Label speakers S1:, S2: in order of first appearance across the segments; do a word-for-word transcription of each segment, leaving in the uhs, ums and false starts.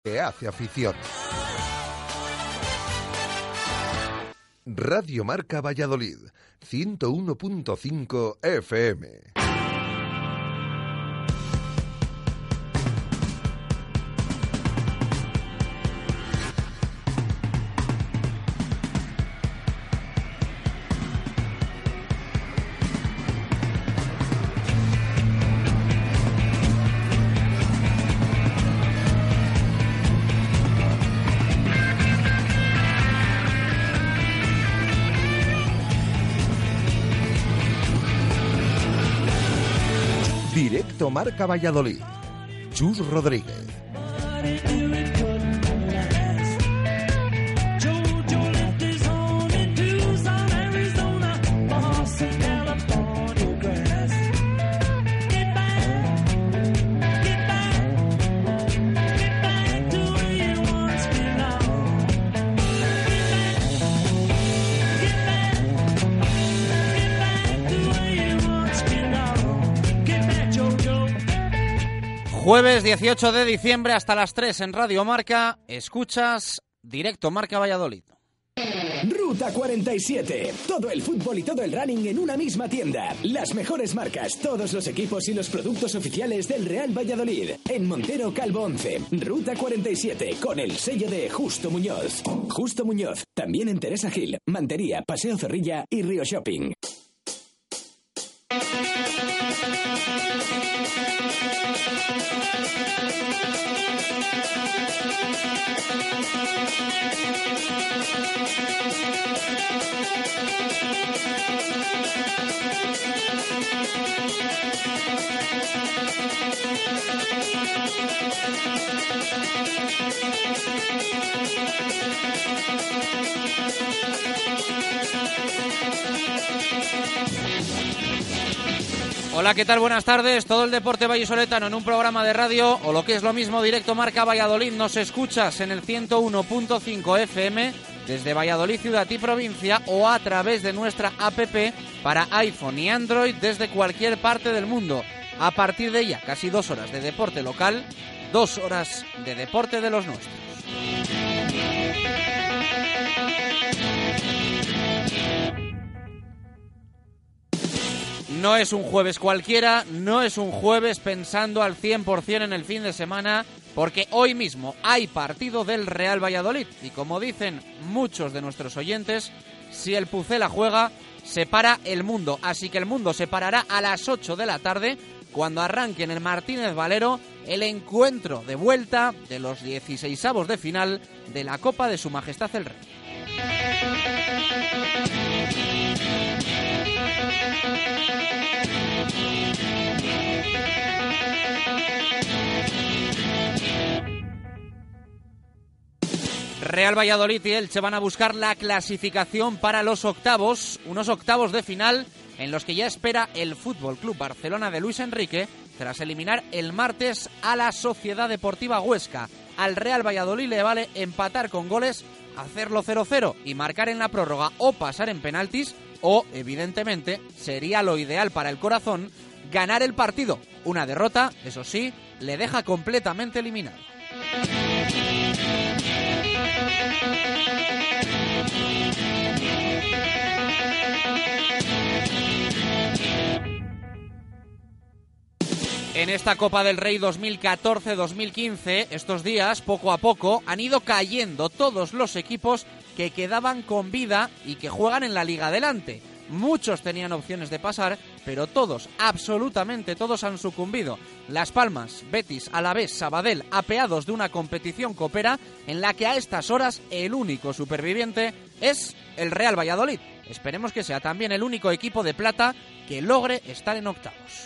S1: que hace afición. Radio Marca Valladolid, ciento uno punto cinco F M. Directo Marca Valladolid. Chus Rodríguez.
S2: Jueves dieciocho de diciembre hasta las tres en Radio Marca, escuchas Directo Marca Valladolid.
S3: Ruta cuarenta y siete. Todo el fútbol y todo el running en una misma tienda. Las mejores marcas, todos los equipos y los productos oficiales del Real Valladolid. En Montero Calvo once. Ruta cuarenta y siete, con el sello de Justo Muñoz. Justo Muñoz, también en Teresa Gil, Mantería, Paseo Zorrilla y Río Shopping.
S2: Hola, ¿qué tal? Buenas tardes. Todo el deporte vallisoletano en un programa de radio, o lo que es lo mismo, Directo Marca Valladolid. Nos escuchas en el ciento uno punto cinco F M desde Valladolid, ciudad y provincia, o a través de nuestra app para iPhone y Android desde cualquier parte del mundo. A partir de ya, casi dos horas de deporte local, dos horas de deporte de los nuestros. No es un jueves cualquiera, no es un jueves pensando al cien por ciento en el fin de semana, porque hoy mismo hay partido del Real Valladolid. Y como dicen muchos de nuestros oyentes, si el Pucela juega, se para el mundo. Así que el mundo se parará a las ocho de la tarde, cuando arranque en el Martínez Valero el encuentro de vuelta de los dieciseisavos de final de la Copa de Su Majestad el Rey. Real Valladolid y Elche van a buscar la clasificación para los octavos, unos octavos de final en los que ya espera el Fútbol Club Barcelona de Luis Enrique tras eliminar el martes a la Sociedad Deportiva Huesca. Al Real Valladolid le vale empatar con goles, hacerlo cero cero y marcar en la prórroga o pasar en penaltis, o, evidentemente, sería lo ideal para el corazón, ganar el partido. Una derrota, eso sí, le deja completamente eliminado. En esta Copa del Rey dos mil catorce dos mil quince, estos días, poco a poco, han ido cayendo todos los equipos que quedaban con vida y que juegan en la Liga Adelante. Muchos tenían opciones de pasar, pero todos, absolutamente todos, han sucumbido. Las Palmas, Betis, Alavés, Sabadell, apeados de una competición copera en la que a estas horas el único superviviente es el Real Valladolid. Esperemos que sea también el único equipo de plata que logre estar en octavos.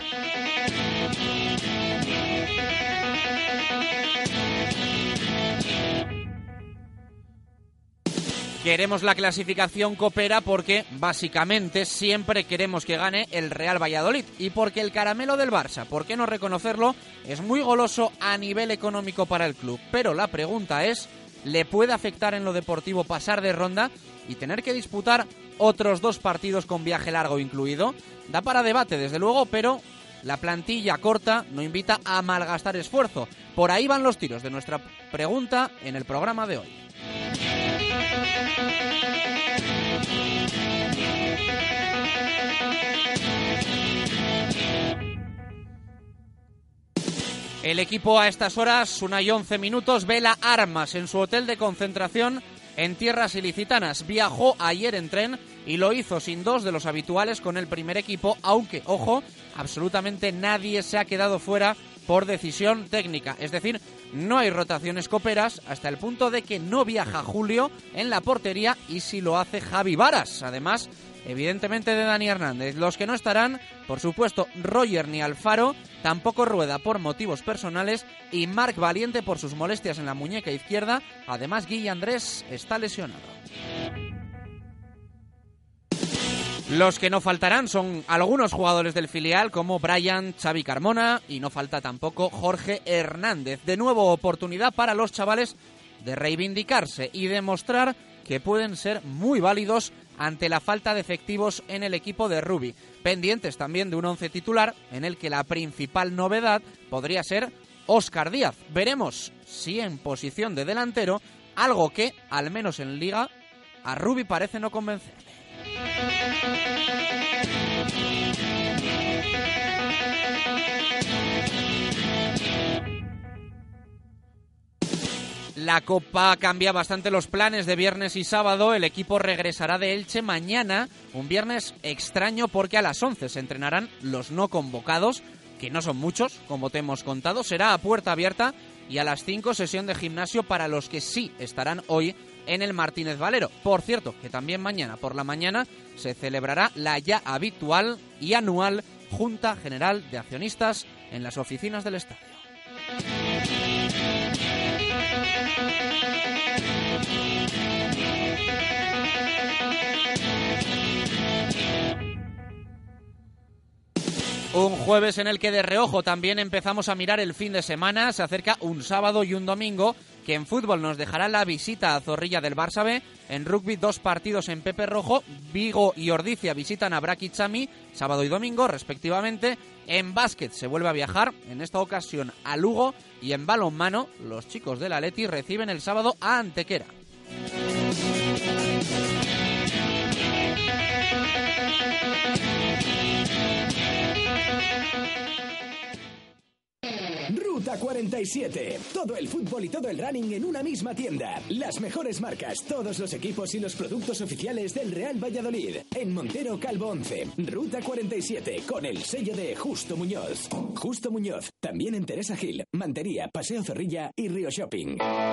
S2: Queremos la clasificación copera porque, básicamente, siempre queremos que gane el Real Valladolid. Y porque el caramelo del Barça, ¿por qué no reconocerlo?, es muy goloso a nivel económico para el club. Pero la pregunta es, ¿le puede afectar en lo deportivo pasar de ronda y tener que disputar otros dos partidos con viaje largo incluido? Da para debate, desde luego, pero la plantilla corta no invita a malgastar esfuerzo. Por ahí van los tiros de nuestra pregunta en el programa de hoy. El equipo a estas horas, una y once minutos, vela armas en su hotel de concentración en tierras ilicitanas. Viajó ayer en tren y lo hizo sin dos de los habituales con el primer equipo, aunque, ojo, absolutamente nadie se ha quedado fuera por decisión técnica. Es decir, no hay rotaciones coperas hasta el punto de que no viaja Julio en la portería y si lo hace Javi Varas. Además, evidentemente de Dani Hernández. Los que no estarán, por supuesto, Roger ni Alfaro, tampoco Rueda por motivos personales y Marc Valiente por sus molestias en la muñeca izquierda. Además, Guille Andrés está lesionado. Los que no faltarán son algunos jugadores del filial como Brian, Xavi Carmona y no falta tampoco Jorge Hernández. De nuevo oportunidad para los chavales de reivindicarse y demostrar que pueden ser muy válidos ante la falta de efectivos en el equipo de Rubi. Pendientes también de un once titular en el que la principal novedad podría ser Óscar Díaz. Veremos si en posición de delantero, algo que, al menos en Liga, a Rubi parece no convencerle. La Copa cambia bastante los planes de viernes y sábado. El equipo regresará de Elche mañana, un viernes extraño porque a las once se entrenarán los no convocados, que no son muchos, como te hemos contado. Será a puerta abierta y a las cinco sesión de gimnasio para los que sí estarán hoy en el Martínez Valero. Por cierto, que también mañana por la mañana se celebrará la ya habitual y anual Junta General de Accionistas en las oficinas del estadio. Un jueves en el que de reojo también empezamos a mirar el fin de semana. Se acerca un sábado y un domingo que en fútbol nos dejará la visita a Zorrilla del Barça B. En rugby, dos partidos en Pepe Rojo. Vigo y Ordizia visitan a Braquichami, sábado y domingo respectivamente. En básquet se vuelve a viajar, en esta ocasión a Lugo. Y en balonmano, los chicos del Athletic reciben el sábado a Antequera.
S3: Ruta cuarenta y siete. Todo el fútbol y todo el running en una misma tienda. Las mejores marcas, todos los equipos y los productos oficiales del Real Valladolid. En Montero Calvo once. Ruta cuarenta y siete con el sello de Justo Muñoz. Justo Muñoz. También en Teresa Gil, Mantería, Paseo Zorrilla y Río Shopping.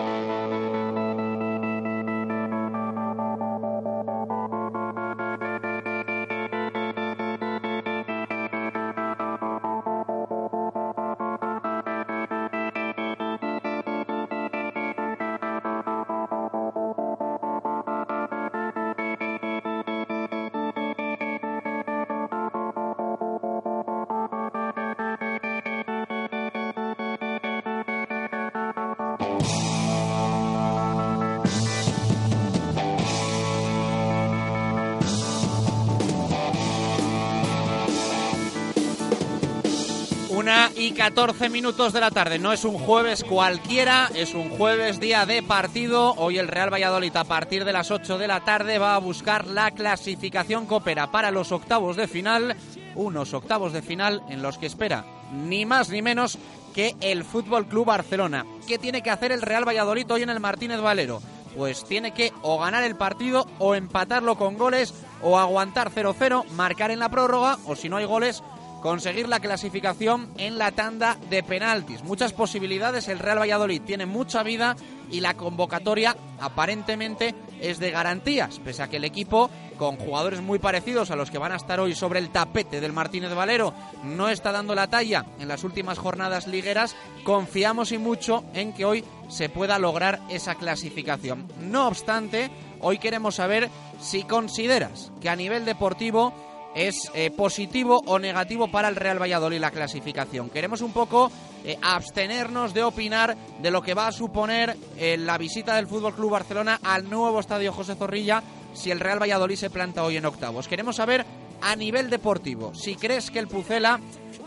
S2: Una y catorce minutos de la tarde. No es un jueves cualquiera, es un jueves día de partido. Hoy el Real Valladolid a partir de las ocho de la tarde va a buscar la clasificación copera para los octavos de final. Unos octavos de final en los que espera ni más ni menos que el Fútbol Club Barcelona. ¿Qué tiene que hacer el Real Valladolid hoy en el Martínez Valero? Pues tiene que o ganar el partido o empatarlo con goles o aguantar cero cero, marcar en la prórroga o si no hay goles, conseguir la clasificación en la tanda de penaltis. Muchas posibilidades, el Real Valladolid tiene mucha vida y la convocatoria aparentemente es de garantías, pese a que el equipo, con jugadores muy parecidos a los que van a estar hoy sobre el tapete del Martínez Valero, no está dando la talla en las últimas jornadas ligueras. Confiamos y mucho en que hoy se pueda lograr esa clasificación. No obstante, hoy queremos saber si consideras que a nivel deportivo es eh, positivo o negativo para el Real Valladolid la clasificación. Queremos un poco eh, abstenernos de opinar de lo que va a suponer eh, la visita del F C Barcelona al nuevo estadio José Zorrilla si el Real Valladolid se planta hoy en octavos. Queremos saber a nivel deportivo si crees que el Pucela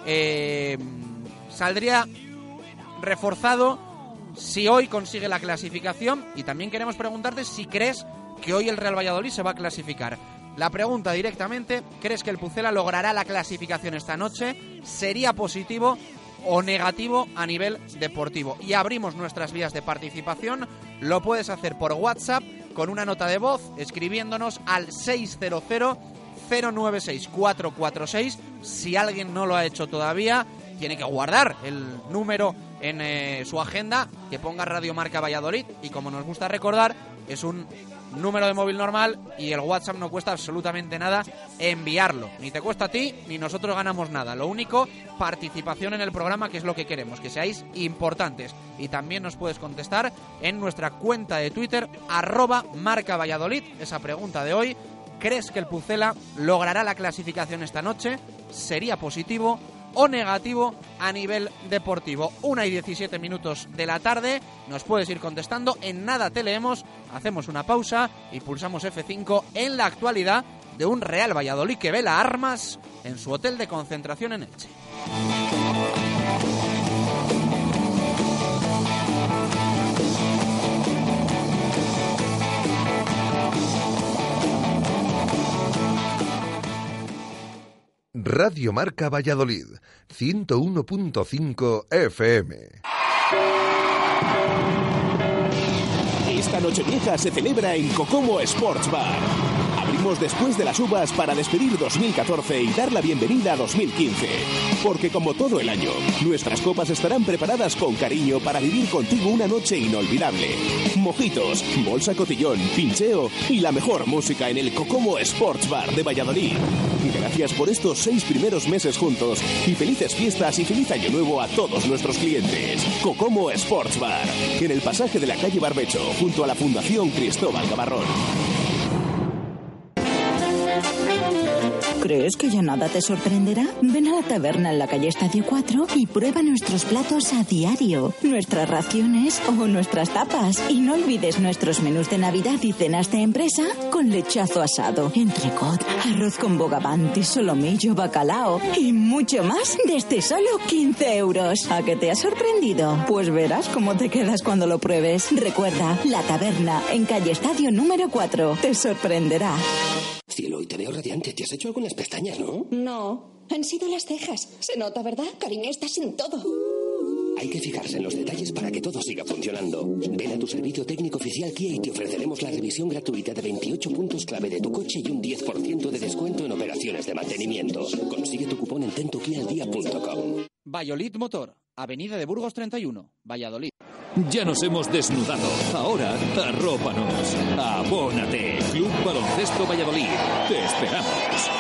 S2: eh, saldría reforzado si hoy consigue la clasificación, y también queremos preguntarte si crees que hoy el Real Valladolid se va a clasificar. La pregunta directamente: ¿crees que el Pucela logrará la clasificación esta noche? ¿Sería positivo o negativo a nivel deportivo? Y abrimos nuestras vías de participación. Lo puedes hacer por WhatsApp con una nota de voz escribiéndonos al seis cero cero, cero nueve seis, cuatro cuatro seis. Si alguien no lo ha hecho todavía, tiene que guardar el número en eh, su agenda, que ponga Radio Marca Valladolid, y como nos gusta recordar, es un número de móvil normal y el WhatsApp no cuesta absolutamente nada enviarlo. Ni te cuesta a ti, ni nosotros ganamos nada. Lo único, participación en el programa, que es lo que queremos, que seáis importantes. Y también nos puedes contestar en nuestra cuenta de Twitter, arroba Marca Valladolid, esa pregunta de hoy: ¿crees que el Pucela logrará la clasificación esta noche? ¿Sería positivo o negativo a nivel deportivo? Una y diecisiete minutos de la tarde. Nos puedes ir contestando. En nada te leemos. Hacemos una pausa y pulsamos F cinco en la actualidad de un Real Valladolid que vela armas en su hotel de concentración en Elche.
S1: Radio Marca Valladolid, ciento uno punto cinco F M.
S3: Esta Nochevieja se celebra en Cocomo Sports Bar. Abrimos después de las uvas para despedir dos mil catorce y dar la bienvenida a dos mil quince. Porque como todo el año, nuestras copas estarán preparadas con cariño para vivir contigo una noche inolvidable. Mojitos, bolsa cotillón, pincheo y la mejor música en el Cocomo Sports Bar de Valladolid. Gracias por estos seis primeros meses juntos y felices fiestas y feliz año nuevo a todos nuestros clientes. Cocomo Sports Bar, en el pasaje de la calle Barbecho, junto a la Fundación Cristóbal Gavarrón.
S4: ¿Crees que ya nada te sorprenderá? Ven a la taberna en la calle Estadio cuatro y prueba nuestros platos a diario, nuestras raciones o nuestras tapas. Y no olvides nuestros menús de Navidad y cenas de empresa con lechazo asado, entrecot, arroz con bogavante, solomillo, bacalao y mucho más desde solo quince euros. ¿A qué te ha sorprendido? Pues verás cómo te quedas cuando lo pruebes. Recuerda, la taberna en calle Estadio número cuatro. Te sorprenderá.
S5: Cielo, hoy te veo radiante. ¿Te has hecho algo en las pestañas, no?
S6: No, han sido las cejas. Se nota, ¿verdad? Cariño, estás en todo.
S5: Hay que fijarse en los detalles para que todo siga funcionando. Ven a tu servicio técnico oficial Kia y te ofreceremos la revisión gratuita de veintiocho puntos clave de tu coche y un diez por ciento de descuento en operaciones de mantenimiento. Consigue tu cupón en tentokialdia punto com.
S2: Valladolid Motor, Avenida de Burgos treinta y uno, Valladolid.
S7: Ya nos hemos desnudado. Ahora, arrópanos. Abónate. Club Baloncesto Valladolid. Te esperamos.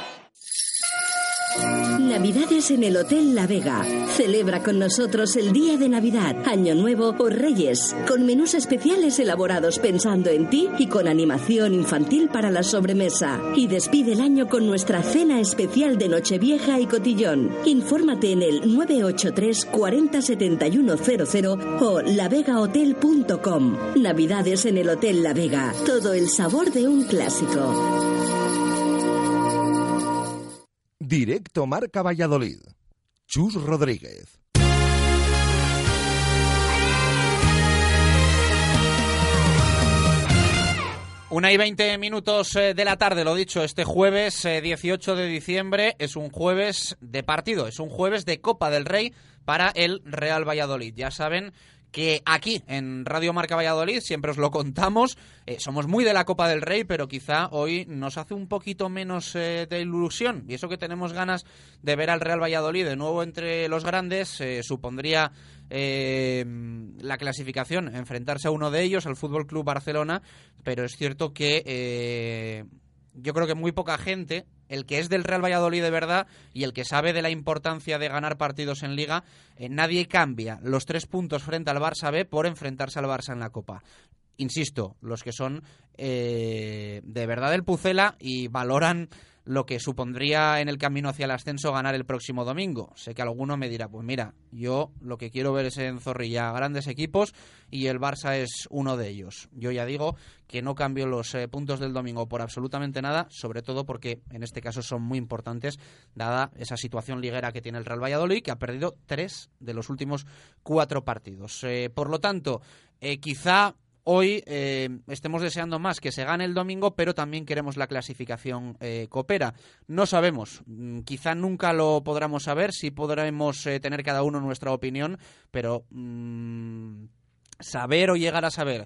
S8: Navidades en el Hotel La Vega. Celebra con nosotros el día de Navidad, Año Nuevo o Reyes, con menús especiales elaborados pensando en ti y con animación infantil para la sobremesa. Y despide el año con nuestra cena especial de Nochevieja y Cotillón. Infórmate en el nueve ocho tres, cuarenta, setenta y uno cero cero o la vega hotel punto com. Navidades en el Hotel La Vega. Todo el sabor de un clásico.
S1: Directo Marca Valladolid. Chus Rodríguez.
S2: Una y veinte minutos de la tarde, lo dicho, este jueves dieciocho de diciembre es un jueves de partido, es un jueves de Copa del Rey para el Real Valladolid. Ya saben que aquí en Radio Marca Valladolid siempre os lo contamos, eh, somos muy de la Copa del Rey, pero quizá hoy nos hace un poquito menos eh, de ilusión, y eso que tenemos ganas de ver al Real Valladolid de nuevo entre los grandes, eh, supondría eh, la clasificación, enfrentarse a uno de ellos, al Fútbol Club Barcelona, pero es cierto que eh, yo creo que muy poca gente, el que es del Real Valladolid de verdad y el que sabe de la importancia de ganar partidos en Liga, eh, nadie cambia los tres puntos frente al Barça B por enfrentarse al Barça en la Copa. insisto, los que son eh, de verdad del Pucela y valoran lo que supondría en el camino hacia el ascenso ganar el próximo domingo. Sé que alguno me dirá, pues mira, yo lo que quiero ver es en Zorrilla grandes equipos y el Barça es uno de ellos. Yo ya digo que no cambio los eh, puntos del domingo por absolutamente nada, sobre todo porque en este caso son muy importantes, dada esa situación liguera que tiene el Real Valladolid, que ha perdido tres de los últimos cuatro partidos. Eh, por lo tanto, eh, quizá hoy eh, estemos deseando más que se gane el domingo, pero también queremos la clasificación eh, copera. No sabemos, mm, quizá nunca lo podremos saber, sí podremos eh, tener cada uno nuestra opinión, pero mmm, saber o llegar a saber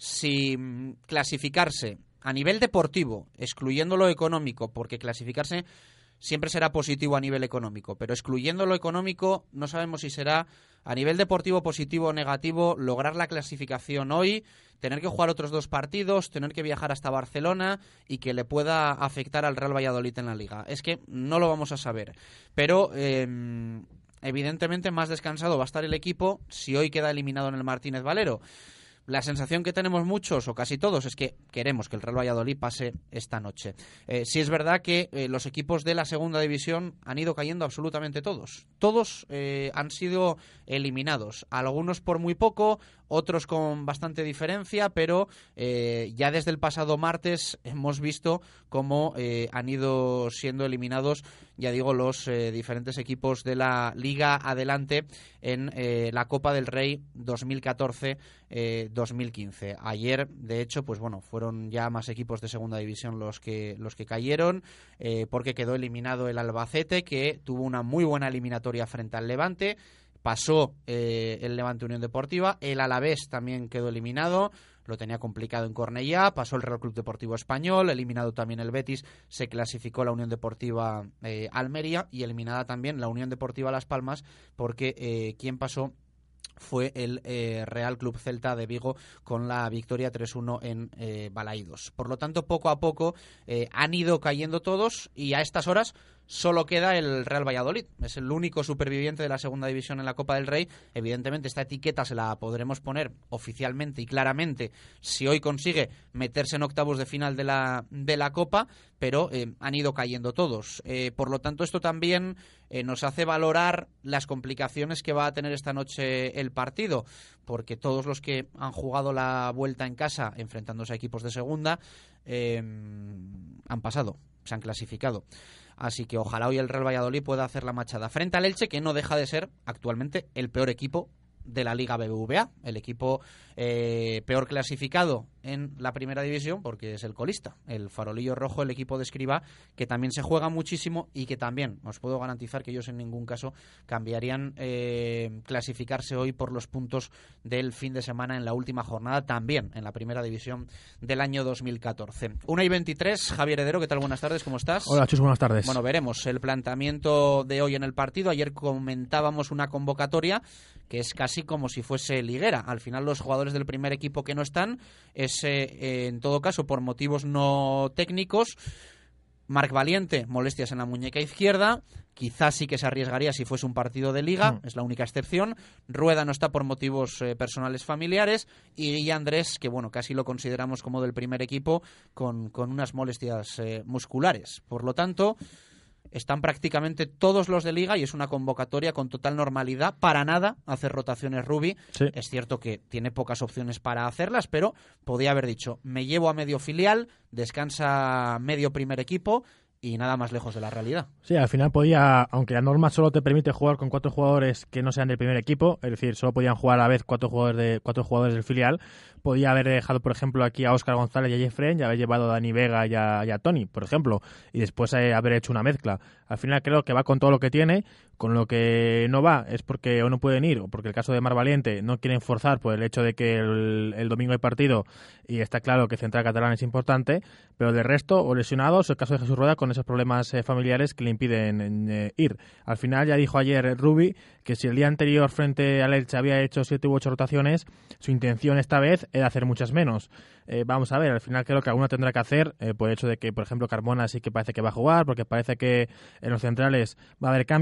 S2: si mm, clasificarse a nivel deportivo, excluyendo lo económico, porque clasificarse siempre será positivo a nivel económico, pero excluyendo lo económico no sabemos si será a nivel deportivo positivo o negativo lograr la clasificación hoy, tener que jugar otros dos partidos, tener que viajar hasta Barcelona y que le pueda afectar al Real Valladolid en la Liga. Es que no lo vamos a saber, pero eh, evidentemente más descansado va a estar el equipo si hoy queda eliminado en el Martínez Valero. La sensación que tenemos muchos, o casi todos, es que queremos que el Real Valladolid pase esta noche. Eh, sí es verdad que eh, los equipos de la segunda división han ido cayendo absolutamente todos. Todos eh, han sido eliminados. Algunos por muy poco, otros con bastante diferencia, pero eh, ya desde el pasado martes hemos visto cómo eh, han ido siendo eliminados, ya digo, los eh, diferentes equipos de la Liga Adelante en eh, la Copa del Rey dos mil catorce dos mil quince. Ayer, de hecho, pues bueno, fueron ya más equipos de segunda división los que los que cayeron, eh, porque quedó eliminado el Albacete, que tuvo una muy buena eliminatoria frente al Levante. Pasó eh, el Levante Unión Deportiva, el Alavés también quedó eliminado, lo tenía complicado en Cornellá, pasó el Real Club Deportivo Español, eliminado también el Betis, se clasificó la Unión Deportiva eh, Almería y eliminada también la Unión Deportiva Las Palmas, porque eh, quien pasó fue el eh, Real Club Celta de Vigo con la victoria tres uno en eh, Balaídos. Por lo tanto, poco a poco eh, han ido cayendo todos y a estas horas solo queda el Real Valladolid. Es el único superviviente de la segunda división en la Copa del Rey. Evidentemente esta etiqueta se la podremos poner oficialmente y claramente si hoy consigue meterse en octavos de final de la, de la Copa, pero eh, han ido cayendo todos. Eh, por lo tanto, esto también eh, nos hace valorar las complicaciones que va a tener esta noche el partido, porque todos los que han jugado la vuelta en casa enfrentándose a equipos de segunda eh, han pasado, se han clasificado. Así que ojalá hoy el Real Valladolid pueda hacer la machada frente al Elche, que no deja de ser actualmente el peor equipo de la Liga B B V A, el equipo eh, peor clasificado en la primera división, porque es el colista, el farolillo rojo, el equipo de Escribá, que también se juega muchísimo y que también os puedo garantizar que ellos en ningún caso cambiarían eh, clasificarse hoy por los puntos del fin de semana en la última jornada, también en la primera división del año dos mil catorce. una y veintitrés, Javier Heredero, ¿qué tal? Buenas tardes, ¿cómo estás?
S9: Hola, Chus, buenas tardes.
S2: Bueno, veremos el planteamiento de hoy en el partido. Ayer comentábamos una convocatoria que es casi como si fuese liguera. Al final los jugadores del primer equipo que no están es, eh, en todo caso, por motivos no técnicos. Marc Valiente, molestias en la muñeca izquierda, quizás sí que se arriesgaría si fuese un partido de liga, mm. es la única excepción. Rueda no está por motivos eh, personales familiares, y Guille Andrés, que bueno, casi lo consideramos como del primer equipo, con, con unas molestias eh, musculares. Por lo tanto, están prácticamente todos los de Liga y es una convocatoria con total normalidad. Para nada hacer rotaciones Rubi. Sí. Es cierto que tiene pocas opciones para hacerlas, pero podía haber dicho, me llevo a medio filial, descansa medio primer equipo y nada más lejos de la realidad.
S9: Sí, al final podía, aunque la norma solo te permite jugar con cuatro jugadores que no sean del primer equipo, es decir, solo podían jugar a la vez cuatro jugadores de cuatro jugadores del filial, podía haber dejado, por ejemplo, aquí a Óscar González y a Jeffrey y haber llevado a Dani Vega y a, y a Toni, por ejemplo, y después eh, haber hecho una mezcla. Al final creo que va con todo lo que tiene. Con lo que no va es porque o no pueden ir o porque el caso de Mar Valiente no quieren forzar por el hecho de que el, el domingo hay partido y está claro que Central Catalán es importante, pero del resto o lesionados, el caso de Jesús Rueda con esos problemas eh, familiares que le impiden eh, ir. Al final ya dijo ayer Rubi que si el día anterior frente al Elche había hecho siete u ocho rotaciones, su intención esta vez era hacer muchas menos. Eh, vamos a ver, al final creo que alguna tendrá que hacer eh, por el hecho de que, por ejemplo, Carmona sí que parece que va a jugar, porque parece que en los centrales va a haber cambios porque no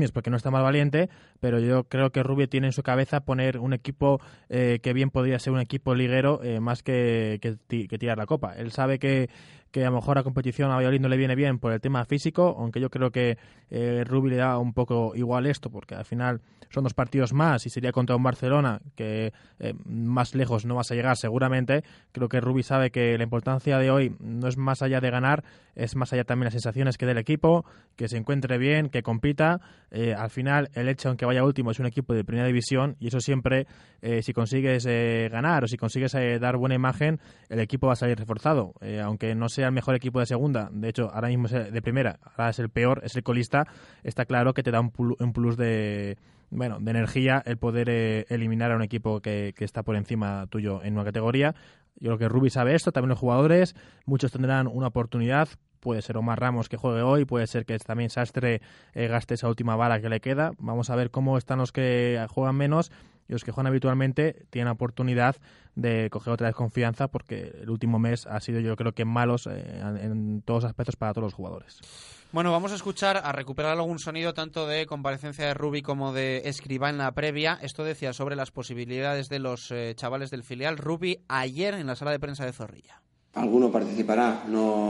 S9: está más valiente, pero yo creo que Rubi tiene en su cabeza poner un equipo eh, que bien podría ser un equipo liguero eh, más que, que, que tirar la copa. Él sabe que que a lo mejor la competición a Valladolid no le viene bien por el tema físico, aunque yo creo que eh, Rubi le da un poco igual esto, porque al final son dos partidos más y sería contra un Barcelona que eh, más lejos no vas a llegar seguramente. Creo que Rubi sabe que la importancia de hoy no es más allá de ganar, es más allá también las sensaciones que dé el equipo, que se encuentre bien, que compita. Eh, al final el hecho, aunque vaya último, es un equipo de primera división y eso siempre, eh, si consigues eh, ganar o si consigues eh, dar buena imagen, el equipo va a salir reforzado, eh, aunque no sea el mejor equipo de segunda, de hecho ahora mismo es de primera, ahora es el peor, es el colista, está claro que te da un plus, un plus de bueno de energía el poder eh, eliminar a un equipo que, que está por encima tuyo en una categoría. Yo creo que Rubi sabe esto, también los jugadores, muchos tendrán una oportunidad. Puede ser Omar Ramos que juegue hoy, puede ser que también Sastre eh, gaste esa última bala que le queda. Vamos a ver cómo están los que juegan menos y los que juegan habitualmente tienen la oportunidad de coger otra vez confianza, porque el último mes ha sido, yo creo que malos eh, en, en todos los aspectos para todos los jugadores.
S2: Bueno, vamos a escuchar, a recuperar algún sonido tanto de comparecencia de Rubi como de Escribá en la previa. Esto decía sobre las posibilidades de los eh, chavales del filial. Rubi ayer en la sala de prensa de Zorrilla.
S10: Alguno participará,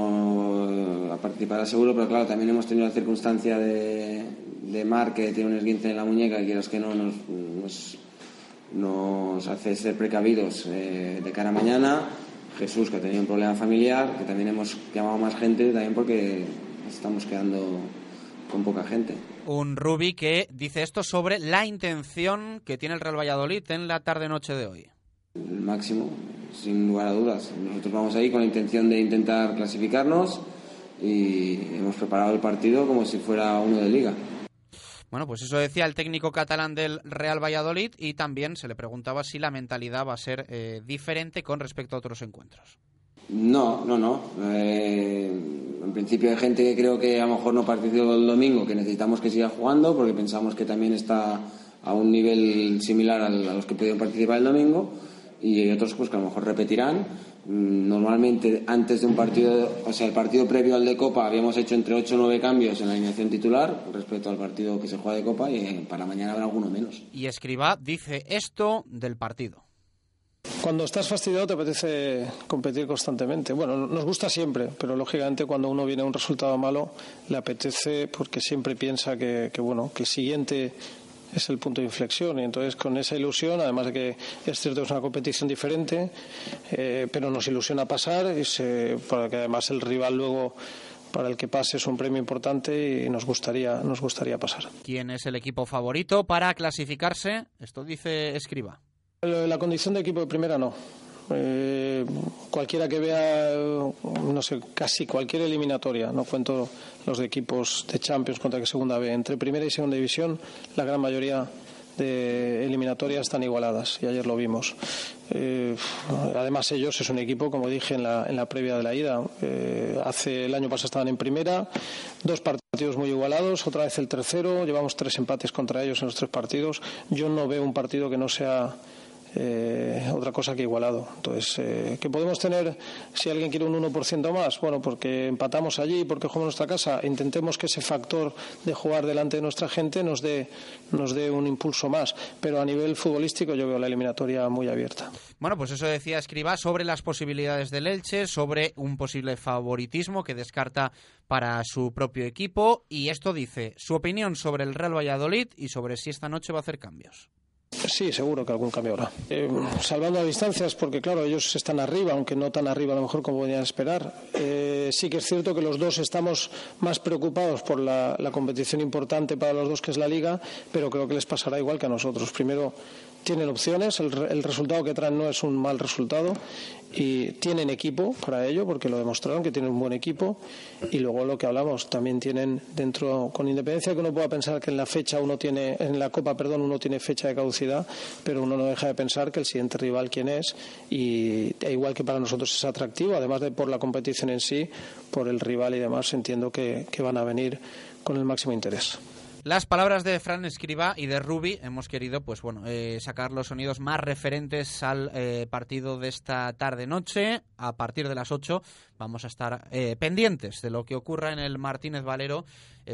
S10: no participará seguro, pero claro, también hemos tenido la circunstancia de, de Marc, que tiene un esguince en la muñeca y quieras que no nos, nos, nos hace ser precavidos eh, de cara a mañana. Jesús, que ha tenido un problema familiar, que también hemos llamado más gente, también porque estamos quedando con poca gente.
S2: Un Rubi que dice esto sobre la intención que tiene el Real Valladolid en la tarde-noche de hoy.
S10: El máximo, sin lugar a dudas. Nosotros vamos ahí con la intención de intentar clasificarnos y hemos preparado el partido como si fuera uno de Liga.
S2: Bueno, pues eso decía el técnico catalán del Real Valladolid, y también se le preguntaba si la mentalidad va a ser eh, diferente con respecto a otros encuentros.
S10: No, no, no. Eh, en principio hay gente que creo que a lo mejor no participó el domingo, que necesitamos que siga jugando porque pensamos que también está a un nivel similar a los que pudieron participar el domingo, y hay otros pues que a lo mejor repetirán. Normalmente antes de un partido, o sea, el partido previo al de Copa habíamos hecho entre ocho o nueve cambios en la alineación titular respecto al partido que se juega de Copa, y para mañana habrá alguno menos.
S2: Y Escribá dice esto del partido.
S11: Cuando estás fastidiado te apetece competir constantemente. Bueno, nos gusta siempre, pero lógicamente cuando uno viene a un resultado malo le apetece, porque siempre piensa que, que bueno, que el siguiente es el punto de inflexión, y entonces con esa ilusión, además de que es cierto que es una competición diferente, eh, pero nos ilusiona pasar, y se, porque además el rival luego para el que pase es un premio importante y nos gustaría, nos gustaría pasar.
S2: ¿Quién es el equipo favorito para clasificarse? Esto dice Escribá.
S11: La condición de equipo de primera no. Eh, cualquiera que vea, no sé, casi cualquier eliminatoria, no cuento los de equipos de Champions contra que segunda B, entre primera y segunda división, la gran mayoría de eliminatorias están igualadas, y ayer lo vimos. Eh, además ellos es un equipo, como dije en la, en la previa de la ida, eh, hace el año pasado estaban en primera, dos partidos muy igualados, otra vez el tercero, llevamos tres empates contra ellos en los tres partidos. Yo no veo un partido que no sea Eh, otra cosa que igualado. Entonces, eh, ¿qué podemos tener si alguien quiere un uno por ciento más? Bueno, porque empatamos allí, porque jugamos en nuestra casa. Intentemos que ese factor de jugar delante de nuestra gente nos dé, nos dé un impulso más. Pero a nivel futbolístico yo veo la eliminatoria muy abierta.
S2: Bueno, pues eso decía Escribá sobre las posibilidades del Elche, sobre un posible favoritismo que descarta para su propio equipo, y esto dice su opinión sobre el Real Valladolid y sobre si esta noche va a hacer cambios.
S11: Sí, seguro que algún cambio habrá. Eh, salvando a distancias, porque claro, ellos están arriba, aunque no tan arriba a lo mejor como podían esperar. Eh, sí que es cierto que los dos estamos más preocupados por la, la competición importante para los dos, que es la Liga, pero creo que les pasará igual que a nosotros. Primero, tienen opciones, el, el resultado que traen no es un mal resultado, y tienen equipo para ello, porque lo demostraron que tienen un buen equipo, y luego lo que hablamos, también tienen dentro, con independencia de que uno pueda pensar que en la fecha uno tiene, en la Copa, perdón, uno tiene fecha de caducidad, pero uno no deja de pensar que el siguiente rival quién es, y e igual que para nosotros es atractivo, además de por la competición en sí, por el rival y demás, entiendo que, que van a venir con el máximo interés.
S2: Las palabras de Fran Escribá y de Rubi, hemos querido pues bueno eh, sacar los sonidos más referentes al eh, partido de esta tarde-noche. A partir de las ocho vamos a estar eh, pendientes de lo que ocurra en el Martínez Valero,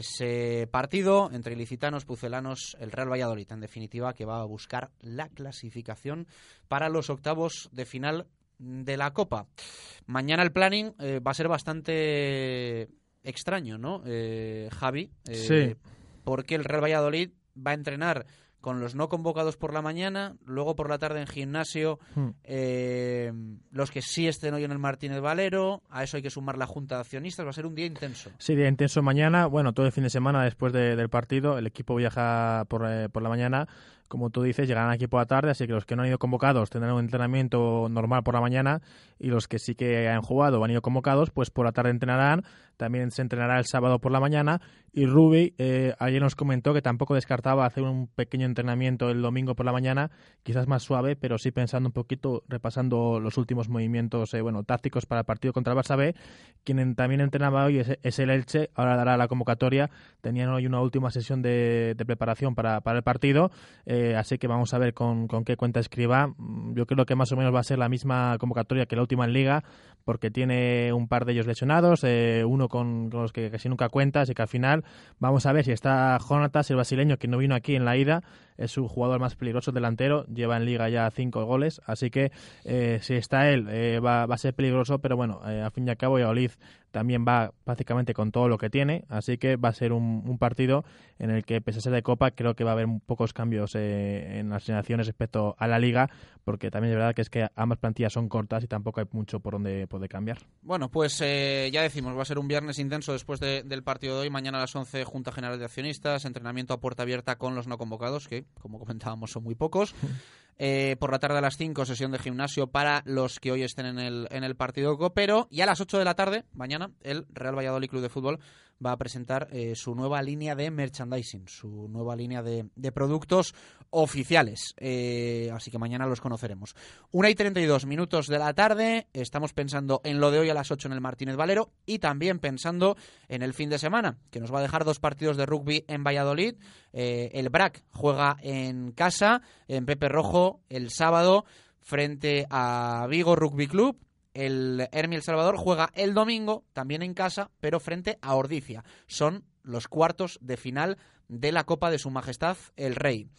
S2: ese partido entre ilicitanos, pucelanos, el Real Valladolid, en definitiva, que va a buscar la clasificación para los octavos de final de la Copa. Mañana el planning eh, va a ser bastante extraño, ¿no, eh, Javi? Eh,
S9: sí.
S2: Porque el Real Valladolid va a entrenar con los no convocados por la mañana, luego por la tarde en gimnasio, hmm. eh, los que sí estén hoy en el Martínez Valero, a eso hay que sumar la Junta de Accionistas, va a ser un día intenso.
S9: Sí, día intenso mañana, bueno, todo el fin de semana después de, del partido, el equipo viaja por, eh, por la mañana, como tú dices, llegarán aquí por la tarde, así que los que no han ido convocados tendrán un entrenamiento normal por la mañana y los que sí que han jugado o han ido convocados, pues por la tarde entrenarán, también se entrenará el sábado por la mañana y Rubi eh, ayer nos comentó que tampoco descartaba hacer un pequeño entrenamiento el domingo por la mañana, quizás más suave, pero sí pensando un poquito, repasando los últimos movimientos eh, bueno tácticos para el partido contra el Barça B. Quien también entrenaba hoy es, es el Elche, ahora dará la convocatoria, tenían hoy una última sesión de, de preparación para, para el partido, eh, así que vamos a ver con, con qué cuenta Escribá. Yo creo que más o menos va a ser la misma convocatoria que la última en Liga, porque tiene un par de ellos lesionados, eh, uno con, con los que casi nunca cuenta, así que al final vamos a ver si está Jonatas, el brasileño, que no vino aquí en la ida, es su jugador más peligroso delantero, lleva en Liga ya cinco goles, así que eh, si está él eh, va, va a ser peligroso, pero bueno, eh, al fin y al cabo Valladolid también va prácticamente con todo lo que tiene, así que va a ser un, un partido en el que, pese a ser de Copa, creo que va a haber pocos cambios eh, en las generaciones respecto a la Liga, porque también es verdad que es que ambas plantillas son cortas y tampoco hay mucho por donde poder cambiar.
S2: Bueno, pues eh, ya decimos, va a ser un viernes intenso después de, del partido de hoy. Mañana a las once, Junta General de Accionistas, entrenamiento a puerta abierta con los no convocados, que, como comentábamos, son muy pocos. Eh, por la tarde a las cinco, sesión de gimnasio para los que hoy estén en el, en el partido copero. Y a las ocho de la tarde, mañana, el Real Valladolid Club de Fútbol va a presentar eh, su nueva línea de merchandising, su nueva línea de, de productos oficiales. Eh, así que mañana los conoceremos. Una y treinta y dos minutos de la tarde. Estamos pensando en lo de hoy a las ocho en el Martínez Valero y también pensando en el fin de semana, que nos va a dejar dos partidos de rugby en Valladolid. Eh, el B R A C juega en casa, en Pepe Rojo, el sábado, frente a Vigo Rugby Club. El Hermi El Salvador juega el domingo, también en casa, pero frente a Ordizia. Son los cuartos de final de la Copa de Su Majestad el Rey.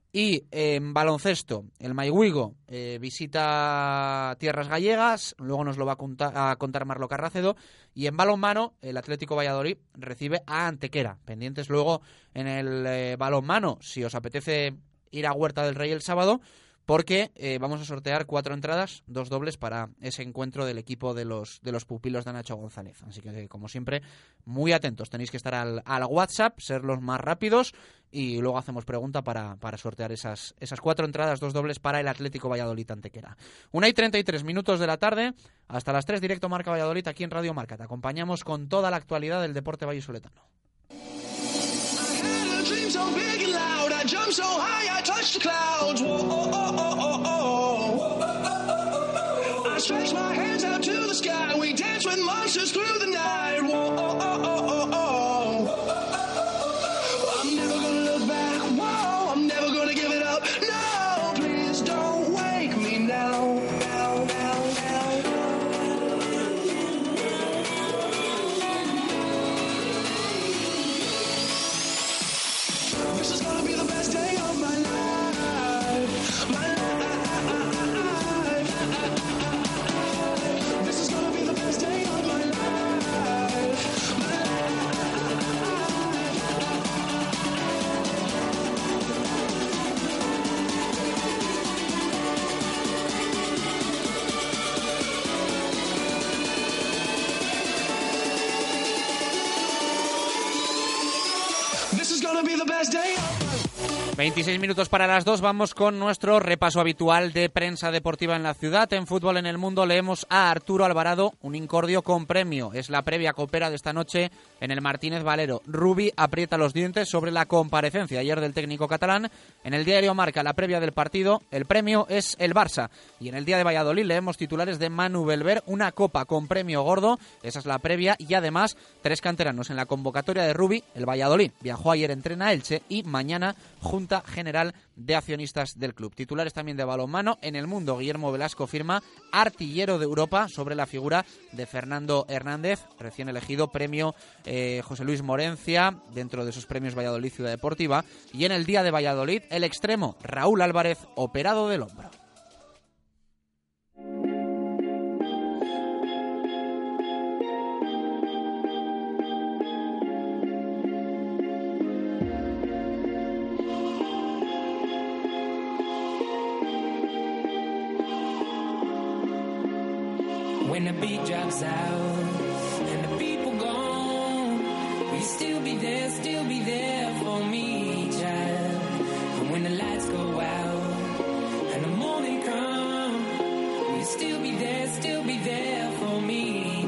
S2: Y en baloncesto, el Maywigo eh, visita Tierras Gallegas, luego nos lo va a contar, a contar Marlo Carracedo. Y en balonmano, el Atlético Valladolid recibe a Antequera. Pendientes luego en el eh, balonmano, si os apetece ir a Huerta del Rey el sábado, porque eh, vamos a sortear cuatro entradas, dos dobles para ese encuentro del equipo de los de los pupilos de Nacho González. Así que, como siempre, muy atentos. Tenéis que estar al, al WhatsApp, ser los más rápidos y luego hacemos pregunta para, para sortear esas, esas cuatro entradas, dos dobles para el Atlético Valladolid Antequera. Una y treinta y tres minutos de la tarde, hasta las tres, directo Marca Valladolid aquí en Radio Marca. Te acompañamos con toda la actualidad del deporte vallisoletano.
S12: I jumped so high, I touched the clouds. Whoa, oh, oh, oh, oh, oh. I stretched my hands out to the sky. We danced with monsters through the night. Whoa, oh, oh, oh, oh, oh. I'm never gonna look back. Whoa, I'm never gonna give it up. No, please don't wake me now. Now, now, now. This is gonna be the best day of my life, my life. This is gonna be the best day of my life, my This is gonna be the best day of my life.
S2: veintiséis minutos para las dos, vamos con nuestro repaso habitual de prensa deportiva en la ciudad. En Fútbol en el Mundo leemos a Arturo Alvarado, un incordio con premio. Es la previa copera de esta noche en el Martínez Valero. Rubi aprieta los dientes sobre la comparecencia ayer del técnico catalán. En el diario Marca, la previa del partido, el premio es el Barça. Y en el día de Valladolid leemos titulares de Manu Belver, una copa con premio gordo. Esa es la previa y además tres canteranos en la convocatoria de Rubi. El Valladolid viajó ayer, entrena a Elche y mañana Junta General de Accionistas del club. Titulares también de balonmano. En el Mundo, Guillermo Velasco firma artillero de Europa sobre la figura de Fernando Hernández, recién elegido premio eh, José Luis Morencia dentro de esos premios Valladolid Ciudad Deportiva. Y en el día de Valladolid, el extremo Raúl Álvarez, operado del hombro.
S13: When the beat drops out and the people gone, will you still be there, still be there for me, child? And when the lights go out and the morning comes, will you still be there, still be there for me,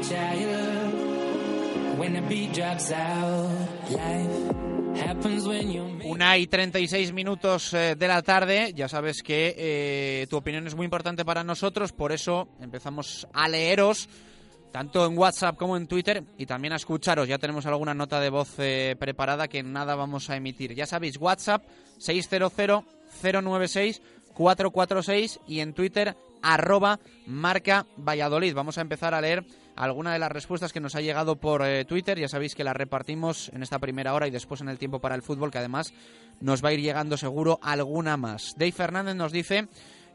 S13: child? When the beat drops out, life.
S2: Una y treinta y seis minutos eh, de la tarde. Ya sabes que eh, tu opinión es muy importante para nosotros, por eso empezamos a leeros tanto en WhatsApp como en Twitter y también a escucharos. Ya tenemos alguna nota de voz eh, preparada que en nada vamos a emitir. Ya sabéis, WhatsApp seis cero cero cero nueve seis cuatro cuatro seis y en Twitter arroba Marca Valladolid. Vamos a empezar a leer alguna de las respuestas que nos ha llegado por eh, Twitter. Ya sabéis que las repartimos en esta primera hora y después en el tiempo para el fútbol, que además nos va a ir llegando seguro alguna más. Dave Fernández nos dice,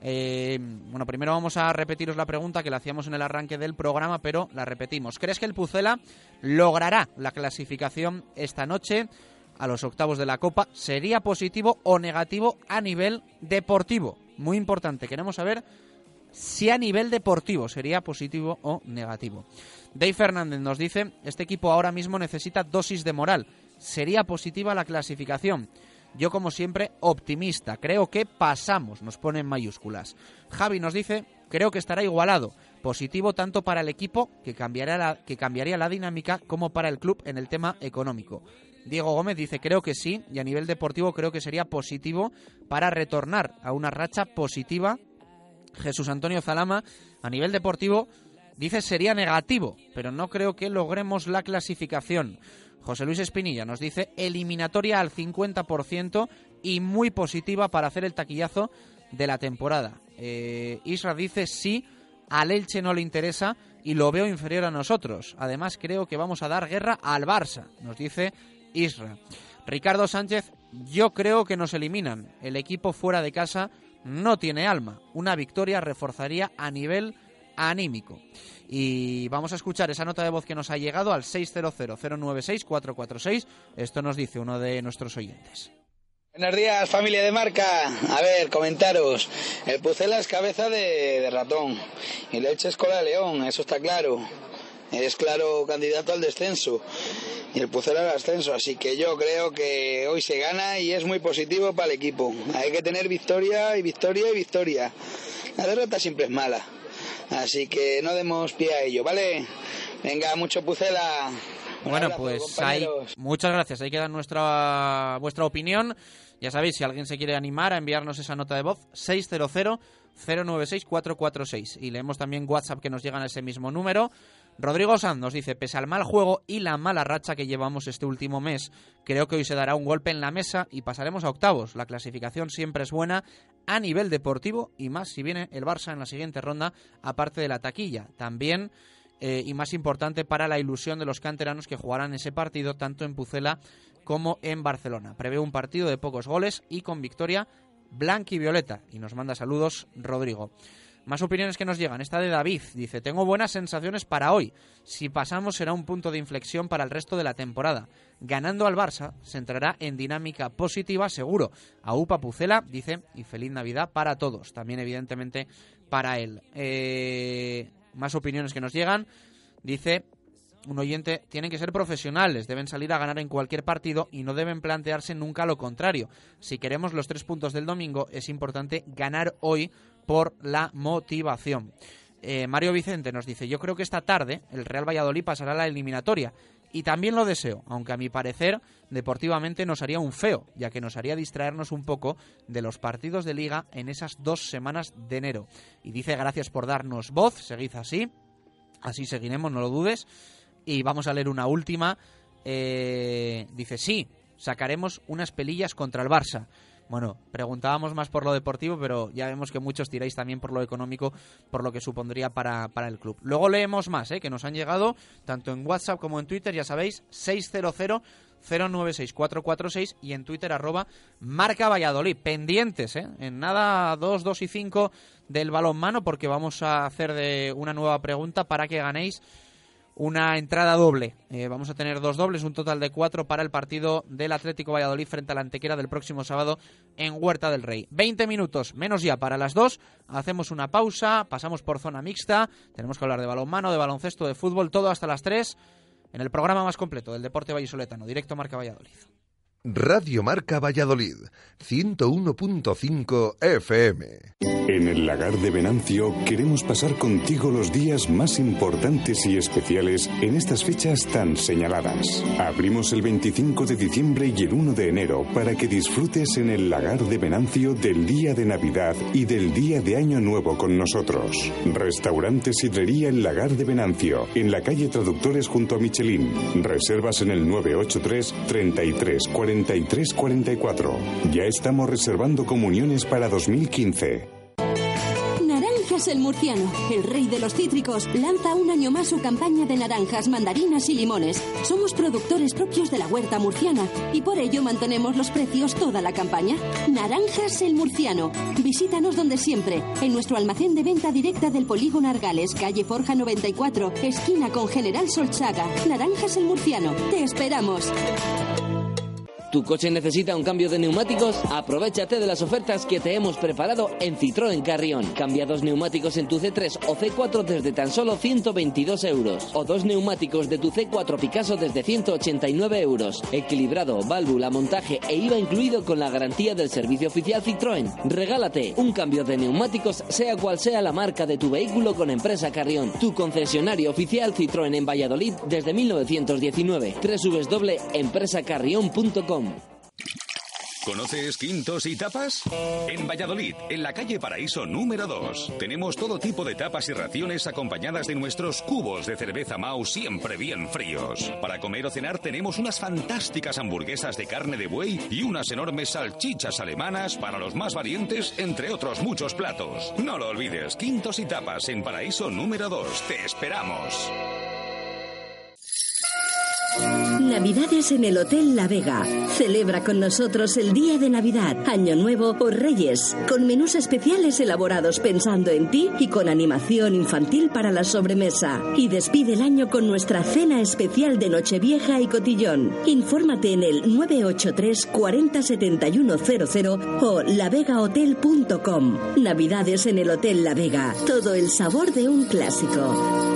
S2: eh, bueno, primero vamos a repetiros la pregunta que la hacíamos en el arranque del programa, pero la repetimos. ¿Crees que el Pucela logrará la clasificación esta noche a los octavos de la Copa? ¿Sería positivo o negativo a nivel deportivo? Muy importante, queremos saber si a nivel deportivo sería positivo o negativo. Dave Fernández nos dice, este equipo ahora mismo necesita dosis de moral. ¿Sería positiva la clasificación? Yo, como siempre, optimista. Creo que pasamos, nos pone en mayúsculas. Javi nos dice, creo que estará igualado. Positivo tanto para el equipo, que cambiaría la, que cambiaría la dinámica, como para el club en el tema económico. Diego Gómez dice, creo que sí, y a nivel deportivo creo que sería positivo para retornar a una racha positiva. Jesús Antonio Zalama, a nivel deportivo, dice sería negativo, pero no creo que logremos la clasificación. José Luis Espinilla nos dice eliminatoria al cincuenta por ciento y muy positiva para hacer el taquillazo de la temporada. Eh, Isra dice sí, al Elche no le interesa y lo veo inferior a nosotros. Además creo que vamos a dar guerra al Barça, nos dice Isra. Ricardo Sánchez, yo creo que nos eliminan. El equipo fuera de casa no tiene alma. Una victoria reforzaría a nivel anímico. Y vamos a escuchar esa nota de voz que nos ha llegado al seis cero cero cero nueve seis cuatro cuatro seis. Esto nos dice uno de nuestros oyentes.
S14: Buenos días, familia de Marca. A ver, comentaros. El Pucela es cabeza de, de ratón y el Elche es cola de león, eso está claro. Es claro candidato al descenso y el Pucela al ascenso, así que yo creo que hoy se gana y es muy positivo para el equipo. Hay que tener victoria y victoria y victoria. La derrota siempre es mala, así que no demos pie a ello, ¿vale? Venga, mucho Pucela. Un
S2: bueno,
S14: abrazo,
S2: pues hay, muchas gracias. Ahí queda nuestra vuestra opinión. Ya sabéis, si alguien se quiere animar a enviarnos esa nota de voz, seis cero cero cero nueve seis cuatro cuatro seis. Y leemos también WhatsApp que nos llegan a ese mismo número. Rodrigo Sanz nos dice, pese al mal juego y la mala racha que llevamos este último mes, creo que hoy se dará un golpe en la mesa y pasaremos a octavos. La clasificación siempre es buena a nivel deportivo y más si viene el Barça en la siguiente ronda, aparte de la taquilla. También, eh, y más importante, para la ilusión de los canteranos que jugarán ese partido tanto en Pucela como en Barcelona. Prevé un partido de pocos goles y con victoria blanquivioleta. Y nos manda saludos Rodrigo. Más opiniones que nos llegan. Esta de David. Dice, tengo buenas sensaciones para hoy. Si pasamos será un punto de inflexión para el resto de la temporada. Ganando al Barça se entrará en dinámica positiva seguro. Aupa Pucela, dice, y feliz Navidad para todos. También evidentemente para él. Eh, más opiniones que nos llegan. Dice, un oyente, tienen que ser profesionales, deben salir a ganar en cualquier partido y no deben plantearse nunca lo contrario. Si queremos los tres puntos del domingo, es importante ganar hoy por la motivación. Eh, Mario Vicente nos dice, yo creo que esta tarde el Real Valladolid pasará a la eliminatoria y también lo deseo, aunque a mi parecer deportivamente nos haría un feo, ya que nos haría distraernos un poco de los partidos de Liga en esas dos semanas de enero. Y dice, gracias por darnos voz, seguid así, así seguiremos, no lo dudes. Y vamos a leer una última. Eh, dice, sí, sacaremos unas pelillas contra el Barça. Bueno, preguntábamos más por lo deportivo, pero ya vemos que muchos tiráis también por lo económico, por lo que supondría para, para el club. Luego leemos más, ¿eh? Que nos han llegado, tanto en WhatsApp como en Twitter, ya sabéis, seis cero cero, cero nueve seis, cuatro cuatro seis y en Twitter, arroba Marca Valladolid. Pendientes, ¿eh? En nada, dos, dos y cinco del balonmano, porque vamos a hacer de una nueva pregunta para que ganéis una entrada doble. Eh, vamos a tener dos dobles, un total de cuatro para el partido del Atlético Valladolid frente a la Antequera del próximo sábado en Huerta del Rey. veinte minutos menos ya para las dos. Hacemos una pausa, pasamos por zona mixta. Tenemos que hablar de balonmano, de baloncesto, de fútbol, todo hasta las tres en el programa más completo del deporte vallisoletano, directo Marca Valladolid.
S1: Radio Marca Valladolid, ciento uno punto cinco F M.
S15: En el Lagar de Venancio queremos pasar contigo los días más importantes y especiales en estas fechas tan señaladas. Abrimos el veinticinco de diciembre y el uno de enero para que disfrutes en el Lagar de Venancio del día de Navidad y del día de Año Nuevo con nosotros. Restaurante Sidrería El Lagar de Venancio, en la calle Traductores junto a Michelin. Reservas en el nueve ocho tres, treinta y tres, cuarenta y tres cuarenta y cuatro. Ya estamos reservando comuniones para dos mil quince.
S8: Naranjas El Murciano, el rey de los cítricos, lanza un año más su campaña de naranjas, mandarinas y limones. Somos productores propios de la huerta murciana y por ello mantenemos los precios toda la campaña. Naranjas El Murciano. Visítanos donde siempre, en nuestro almacén de venta directa del Polígono Argales, calle Forja noventa y cuatro, esquina con General Solchaga. Naranjas El Murciano. Te esperamos.
S16: ¿Tu coche necesita un cambio de neumáticos? Aprovechate de las ofertas que te hemos preparado en Citroën Carrión. Cambia dos neumáticos en tu C tres o C cuatro desde tan solo ciento veintidós euros. O dos neumáticos de tu C cuatro Picasso desde ciento ochenta y nueve euros. Equilibrado, válvula, montaje e I V A incluido con la garantía del servicio oficial Citroën. Regálate un cambio de neumáticos sea cual sea la marca de tu vehículo con Empresa Carrión. Tu concesionario oficial Citroën en Valladolid desde mil novecientos diecinueve. doble u doble u doble u punto empresa carrión punto com.
S17: ¿Conoces Quintos y Tapas? En Valladolid, en la calle Paraíso número dos, tenemos todo tipo de tapas y raciones acompañadas de nuestros cubos de cerveza Mau siempre bien fríos. Para comer o cenar tenemos unas fantásticas hamburguesas de carne de buey y unas enormes salchichas alemanas para los más valientes, entre otros muchos platos. No lo olvides, Quintos y Tapas en Paraíso número dos. ¡Te esperamos!
S8: Navidades en el Hotel La Vega. Celebra con nosotros el día de Navidad, Año Nuevo o Reyes, con menús especiales elaborados pensando en ti y con animación infantil para la sobremesa. Y despide el año con nuestra cena especial de Nochevieja y Cotillón. Infórmate en el nueve ocho tres, cuarenta, setenta y uno cero cero o la vega hotel punto com. Navidades en el Hotel La Vega. Todo el sabor de un clásico.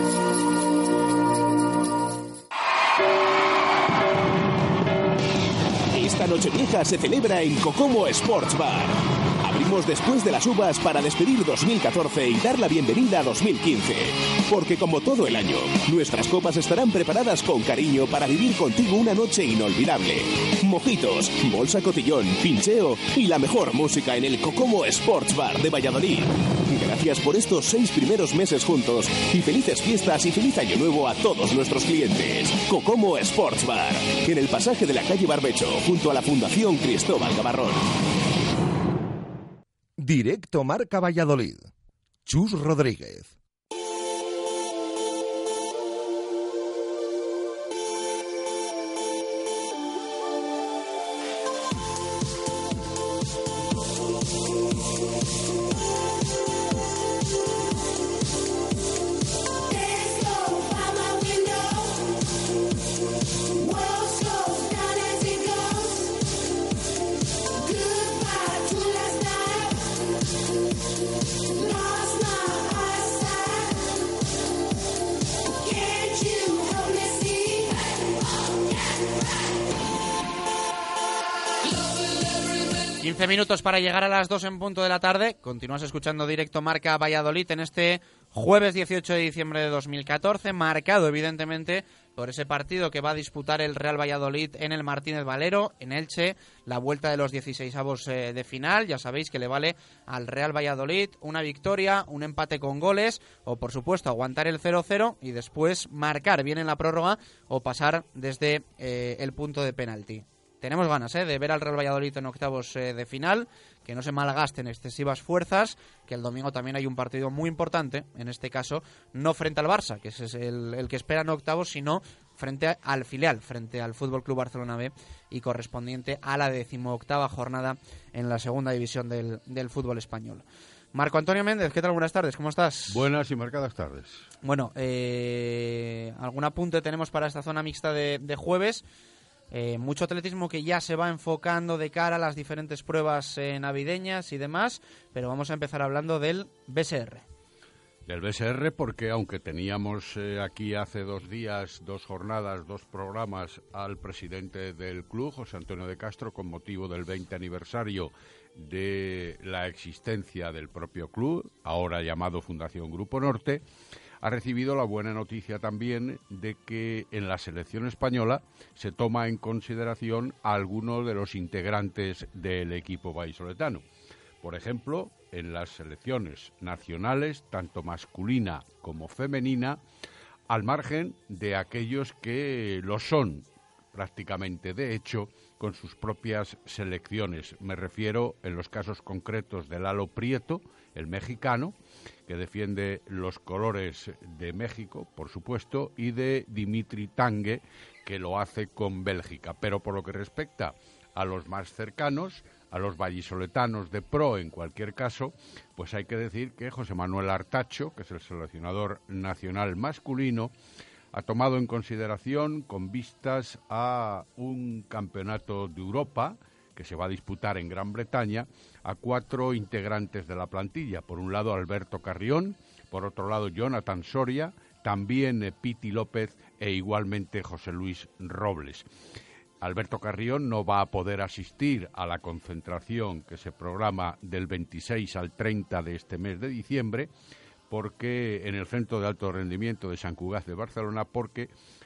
S18: Esta Nochevieja se celebra en Cocomo Sports Bar. Abrimos después de las uvas para despedir dos mil catorce y dar la bienvenida a dos mil quince. Porque como todo el año, nuestras copas estarán preparadas con cariño para vivir contigo una noche inolvidable. Mojitos, bolsa cotillón, pincheo y la mejor música en el Cocomo Sports Bar de Valladolid. Gracias por estos seis primeros meses juntos y felices fiestas y feliz año nuevo a todos nuestros clientes. Cocomo Sports Bar, en el pasaje de la calle Barbecho, junto a la Fundación Cristóbal Gavarrón.
S1: Directo Marca Valladolid. Chus Rodríguez.
S12: Last night I sat
S2: quince minutos para llegar a las dos en punto de la tarde. Continúas escuchando Directo Marca Valladolid en este jueves dieciocho de diciembre de dos mil catorce, marcado evidentemente por ese partido que va a disputar el Real Valladolid en el Martínez Valero, en Elche, la vuelta de los dieciseisavos eh, de final. Ya sabéis que le vale al Real Valladolid una victoria, un empate con goles o, por supuesto, aguantar el cero cero y después marcar bien en la prórroga o pasar desde eh, el punto de penalti. Tenemos ganas eh, de ver al Real Valladolid en octavos eh, de final, que no se malgasten excesivas fuerzas, que el domingo también hay un partido muy importante, en este caso no frente al Barça, que ese es el, el que espera en octavos, sino frente a, al filial, frente al F C Barcelona B y correspondiente a la decimoctava jornada en la segunda división del, del fútbol español. Marco Antonio Méndez, ¿qué tal? Buenas tardes, ¿cómo estás?
S19: Buenas y marcadas tardes.
S2: Bueno, eh, ¿algún apunte tenemos para esta zona mixta de, de jueves? Eh, mucho atletismo que ya se va enfocando de cara a las diferentes pruebas eh, navideñas y demás, pero vamos a empezar hablando del B S R.
S19: Del B S R porque aunque teníamos eh, aquí hace dos días, dos jornadas, dos programas al presidente del club, José Antonio de Castro, con motivo del veinte aniversario de la existencia del propio club, ahora llamado Fundación Grupo Norte, ha recibido la buena noticia también de que en la selección española se toma en consideración a algunos de los integrantes del equipo vallisoletano. Por ejemplo, en las selecciones nacionales, tanto masculina como femenina, al margen de aquellos que lo son prácticamente de hecho con sus propias selecciones. Me refiero en los casos concretos de Lalo Prieto, el mexicano, que defiende los colores de México, por supuesto, y de Dimitri Tange, que lo hace con Bélgica. Pero por lo que respecta a los más cercanos, a los vallisoletanos de pro en cualquier caso, pues hay que decir que José Manuel Artacho, que es el seleccionador nacional masculino, ha tomado en consideración, con vistas a un campeonato de Europa que se va a disputar en Gran Bretaña, a cuatro integrantes de la plantilla. Por un lado, Alberto Carrión, por otro lado, Jonathan Soria, también eh, Piti López e igualmente José Luis Robles. Alberto Carrión no va a poder asistir a la concentración que se programa del veintiséis al treinta de este mes de diciembre, porque en el Centro de Alto Rendimiento de Sant Cugat de Barcelona, porque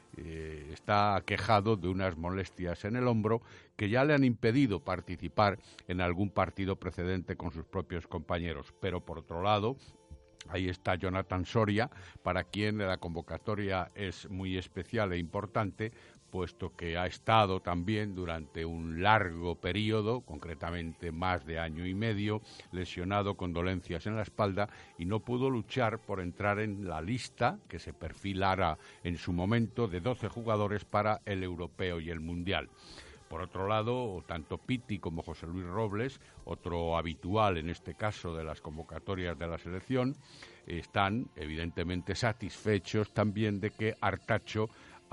S19: eh, está aquejado de unas molestias en el hombro que ya le han impedido participar en algún partido precedente con sus propios compañeros. Pero por otro lado, ahí está Jonathan Soria, para quien la convocatoria es muy especial e importante, puesto que ha estado también durante un largo periodo, concretamente más de año y medio, lesionado con dolencias en la espalda y no pudo luchar por entrar en la lista que se perfilara en su momento de doce jugadores para el europeo y el mundial. Por otro lado, tanto Piti como José Luis Robles, otro habitual en este caso de las convocatorias de la selección, están evidentemente satisfechos también de que Artacho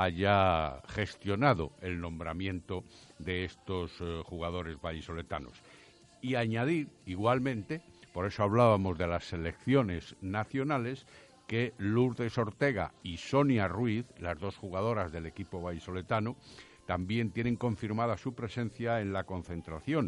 S19: haya gestionado el nombramiento de estos eh, jugadores vallisoletanos. Y añadir igualmente, por eso hablábamos de las selecciones nacionales, que Lourdes Ortega y Sonia Ruiz, las dos jugadoras del equipo vallisoletano, también tienen confirmada su presencia en la concentración.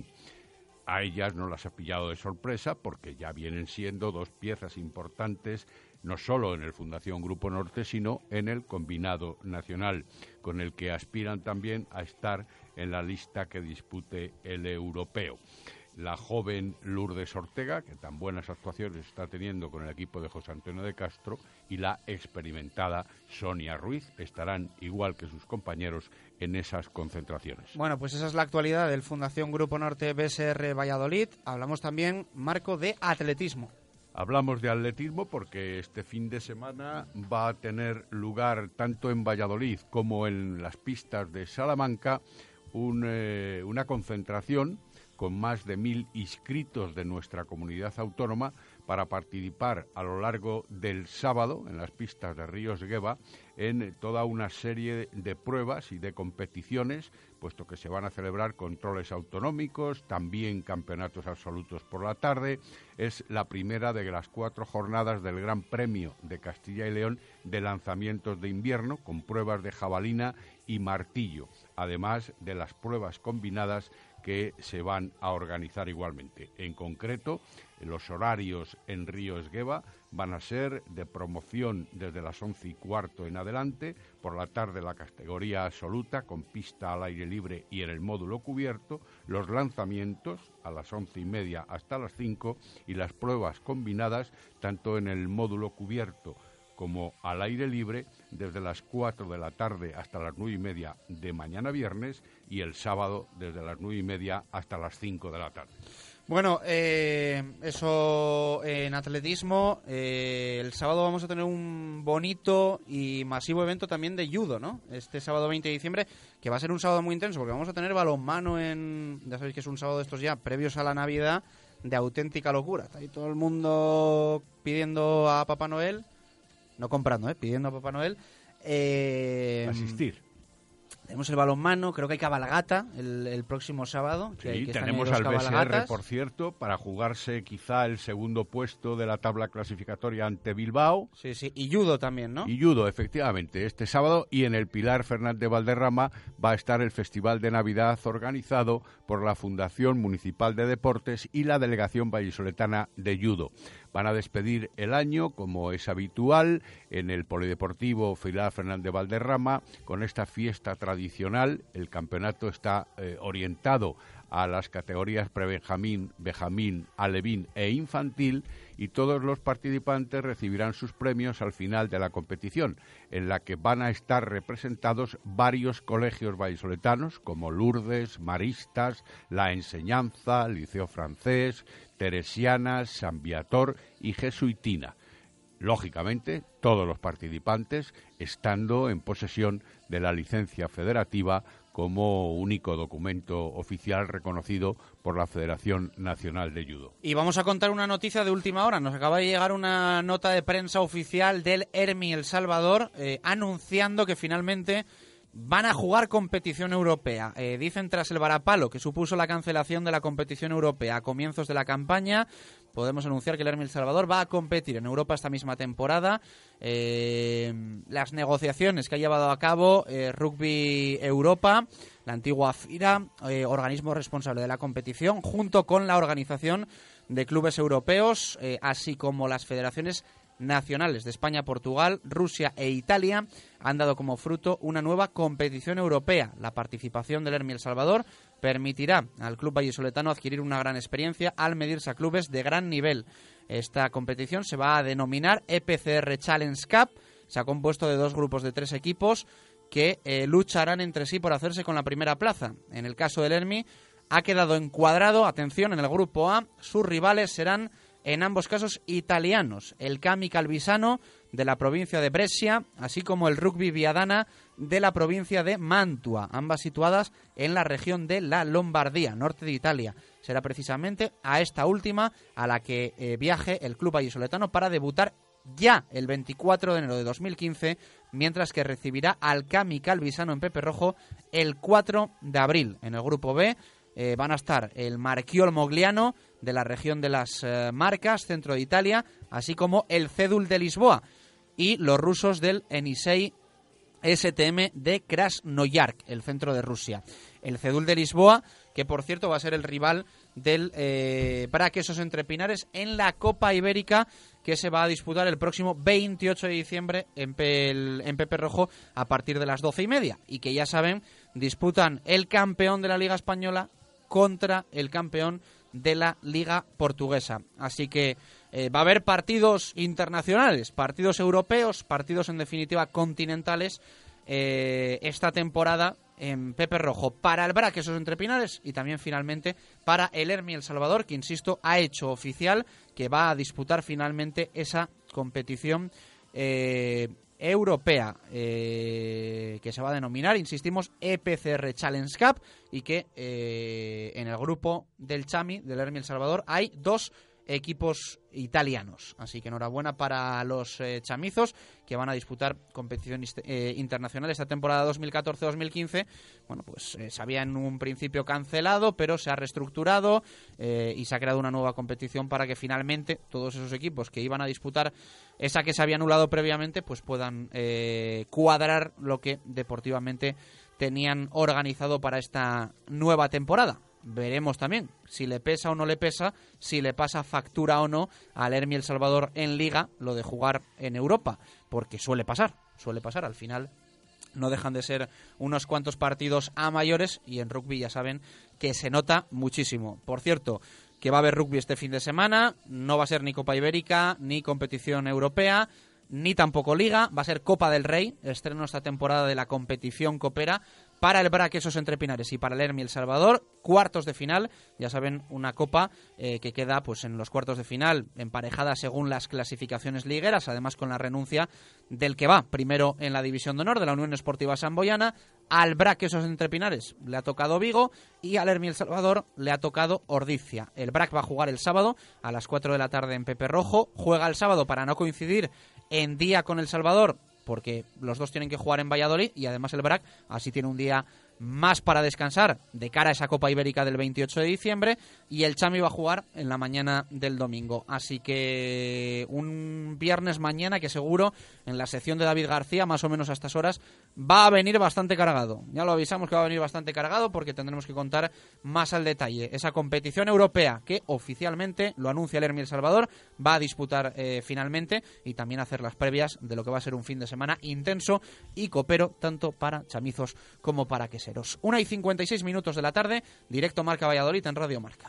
S19: A ellas no las ha pillado de sorpresa porque ya vienen siendo dos piezas importantes, no solo en el Fundación Grupo Norte, sino en el combinado nacional, con el que aspiran también a estar en la lista que dispute el europeo. La joven Lourdes Ortega, que tan buenas actuaciones está teniendo con el equipo de José Antonio de Castro, y la experimentada Sonia Ruiz estarán, igual que sus compañeros, en esas concentraciones.
S2: Bueno, pues esa es la actualidad del Fundación Grupo Norte B S R Valladolid. Hablamos también, Marco, de atletismo.
S19: Hablamos de atletismo porque este fin de semana va a tener lugar tanto en Valladolid como en las pistas de Salamanca un, eh, una concentración con más de mil inscritos de nuestra comunidad autónoma para participar a lo largo del sábado en las pistas de Ríos Gueva en toda una serie de pruebas y de competiciones, puesto que se van a celebrar controles autonómicos, también campeonatos absolutos por la tarde. Es la primera de las cuatro jornadas del Gran Premio de Castilla y León de lanzamientos de invierno, con pruebas de jabalina y martillo, además de las pruebas combinadas que se van a organizar igualmente. En concreto, los horarios en Río Esgueva van a ser de promoción desde las once y cuarto en adelante, por la tarde la categoría absoluta con pista al aire libre y en el módulo cubierto, los lanzamientos a las once y media hasta las cinco y las pruebas combinadas tanto en el módulo cubierto como al aire libre desde las cuatro de la tarde hasta las nueve y media de mañana viernes y el sábado desde las nueve y media hasta las cinco de la tarde.
S2: Bueno, eh, eso en atletismo. Eh, el sábado vamos a tener un bonito y masivo evento también de judo, ¿no? Este sábado veinte de diciembre, que va a ser un sábado muy intenso porque vamos a tener balonmano en... Ya sabéis que es un sábado de estos ya previos a la Navidad de auténtica locura. Está ahí todo el mundo pidiendo a Papá Noel, no comprando, ¿eh? Pidiendo a Papá Noel. Eh,
S19: Asistir.
S2: Tenemos el balonmano, creo que hay cabalgata el, el próximo sábado. Que
S19: Sí,
S2: hay, que
S19: tenemos al B S R, por cierto, para jugarse quizá el segundo puesto de la tabla clasificatoria ante Bilbao.
S2: Sí, sí, y judo también, ¿no?
S19: Y judo, efectivamente, este sábado. Y en el Pilar Fernández Valderrama va a estar el Festival de Navidad organizado por la Fundación Municipal de Deportes y la Delegación Vallisoletana de Judo. Van a despedir el año, como es habitual, en el Polideportivo Pilar Fernández Valderrama, con esta fiesta tradicional. El campeonato está eh, orientado a las categorías prebenjamín, benjamín, alevín e infantil, y todos los participantes recibirán sus premios al final de la competición, en la que van a estar representados varios colegios vallisoletanos, como Lourdes, Maristas, La Enseñanza, Liceo Francés, Teresianas, San Viator y Jesuitina. Lógicamente, todos los participantes estando en posesión de la licencia federativa como único documento oficial reconocido por la Federación Nacional de Judo.
S2: Y vamos a contar una noticia de última hora. Nos acaba de llegar una nota de prensa oficial del Hermi El Salvador eh, anunciando que finalmente van a jugar competición europea. Eh, dicen tras el varapalo que supuso la cancelación de la competición europea a comienzos de la campaña, podemos anunciar que el Hermi El Salvador va a competir en Europa esta misma temporada. Eh, las negociaciones que ha llevado a cabo eh, Rugby Europa, la antigua FIRA, eh, organismo responsable de la competición, junto con la organización de clubes europeos, eh, así como las federaciones nacionales de España, Portugal, Rusia e Italia, han dado como fruto una nueva competición europea. La participación del Hermi El Salvador permitirá al club vallisoletano adquirir una gran experiencia al medirse a clubes de gran nivel. Esta competición se va a denominar E P C R Challenge Cup. Se ha compuesto de dos grupos de tres equipos que eh, lucharán entre sí por hacerse con la primera plaza. En el caso del Hermi ha quedado encuadrado, atención, en el grupo A. Sus rivales serán en ambos casos italianos, el Cami Calvisano de la provincia de Brescia, así como el Rugby Viadana de la provincia de Mantua, ambas situadas en la región de la Lombardía, norte de Italia. Será precisamente a esta última a la que eh, viaje el club vallisoletano para debutar ya el veinticuatro de enero de dos mil quince, mientras que recibirá al Cami Calvisano en Pepe Rojo el cuatro de abril. En el grupo B eh, van a estar el Marchiol Mogliano de la región de las eh, Marcas, centro de Italia, así como el Cedul de Lisboa y los rusos del Enisei S T M de Krasnoyarsk, el centro de Rusia. El Cedul de Lisboa, que por cierto va a ser el rival del eh, Braquesos Entre Pinares en la Copa Ibérica, que se va a disputar el próximo veintiocho de diciembre en, Pel, en Pepe Rojo a partir de las doce y media, y que ya saben, disputan el campeón de la Liga Española contra el campeón de la Liga Portuguesa. Así que eh, va a haber partidos internacionales, partidos europeos, partidos en definitiva continentales eh, esta temporada en Pepe Rojo para el Braquesos Entre Pinares y también finalmente para el Hermi El Salvador, que insisto ha hecho oficial que va a disputar finalmente esa competición eh, europea eh, que se va a denominar, insistimos, E P C R Challenge Cup, y que eh, en el grupo del Chami, del Hermi El Salvador, hay dos equipos italianos. Así que enhorabuena para los eh, chamizos, que van a disputar competición eh, internacional esta temporada dos mil catorce dos mil quince. Bueno, pues eh, se había en un principio cancelado, pero se ha reestructurado eh, y se ha creado una nueva competición para que finalmente todos esos equipos que iban a disputar esa que se había anulado previamente, pues puedan eh, cuadrar lo que deportivamente tenían organizado para esta nueva temporada. veremos también si le pesa o no le pesa, si le pasa factura o no al Hermi El Salvador en Liga lo de jugar en Europa, porque suele pasar, suele pasar, al final no dejan de ser unos cuantos partidos a mayores y en rugby ya saben que se nota muchísimo. Por cierto, que va a haber rugby este fin de semana, no va a ser ni Copa Ibérica, ni competición europea, ni tampoco Liga, va a ser Copa del Rey, estreno esta temporada de la competición copera para el B R A C Esos Entre Pinares y para el Hermi El Salvador, cuartos de final, ya saben, una copa eh, que queda pues en los cuartos de final emparejada según las clasificaciones ligueras, además con la renuncia del que va primero en la División de Honor de la Unión Esportiva Samboyana. Al B R A C Esos Entre Pinares le ha tocado Vigo y al Hermi El Salvador le ha tocado Ordizia. El B R A C va a jugar el sábado a las cuatro de la tarde en Pepe Rojo, juega el sábado para no coincidir en día con El Salvador, porque los dos tienen que jugar en Valladolid y además el B R A C así tiene un día más para descansar de cara a esa Copa Ibérica del veintiocho de diciembre, y el Chami va a jugar en la mañana del domingo. Así que un viernes mañana que seguro en la sección de David García, más o menos a estas horas, va a venir bastante cargado. Ya lo avisamos que va a venir bastante cargado porque tendremos que contar más al detalle esa competición europea que oficialmente, lo anuncia el Hermi El Salvador, va a disputar eh, finalmente, y también hacer las previas de lo que va a ser un fin de semana intenso y copero tanto para chamizos como para queseros. Una y cincuenta y seis minutos de la tarde, directo Marca Valladolid en Radio Marca.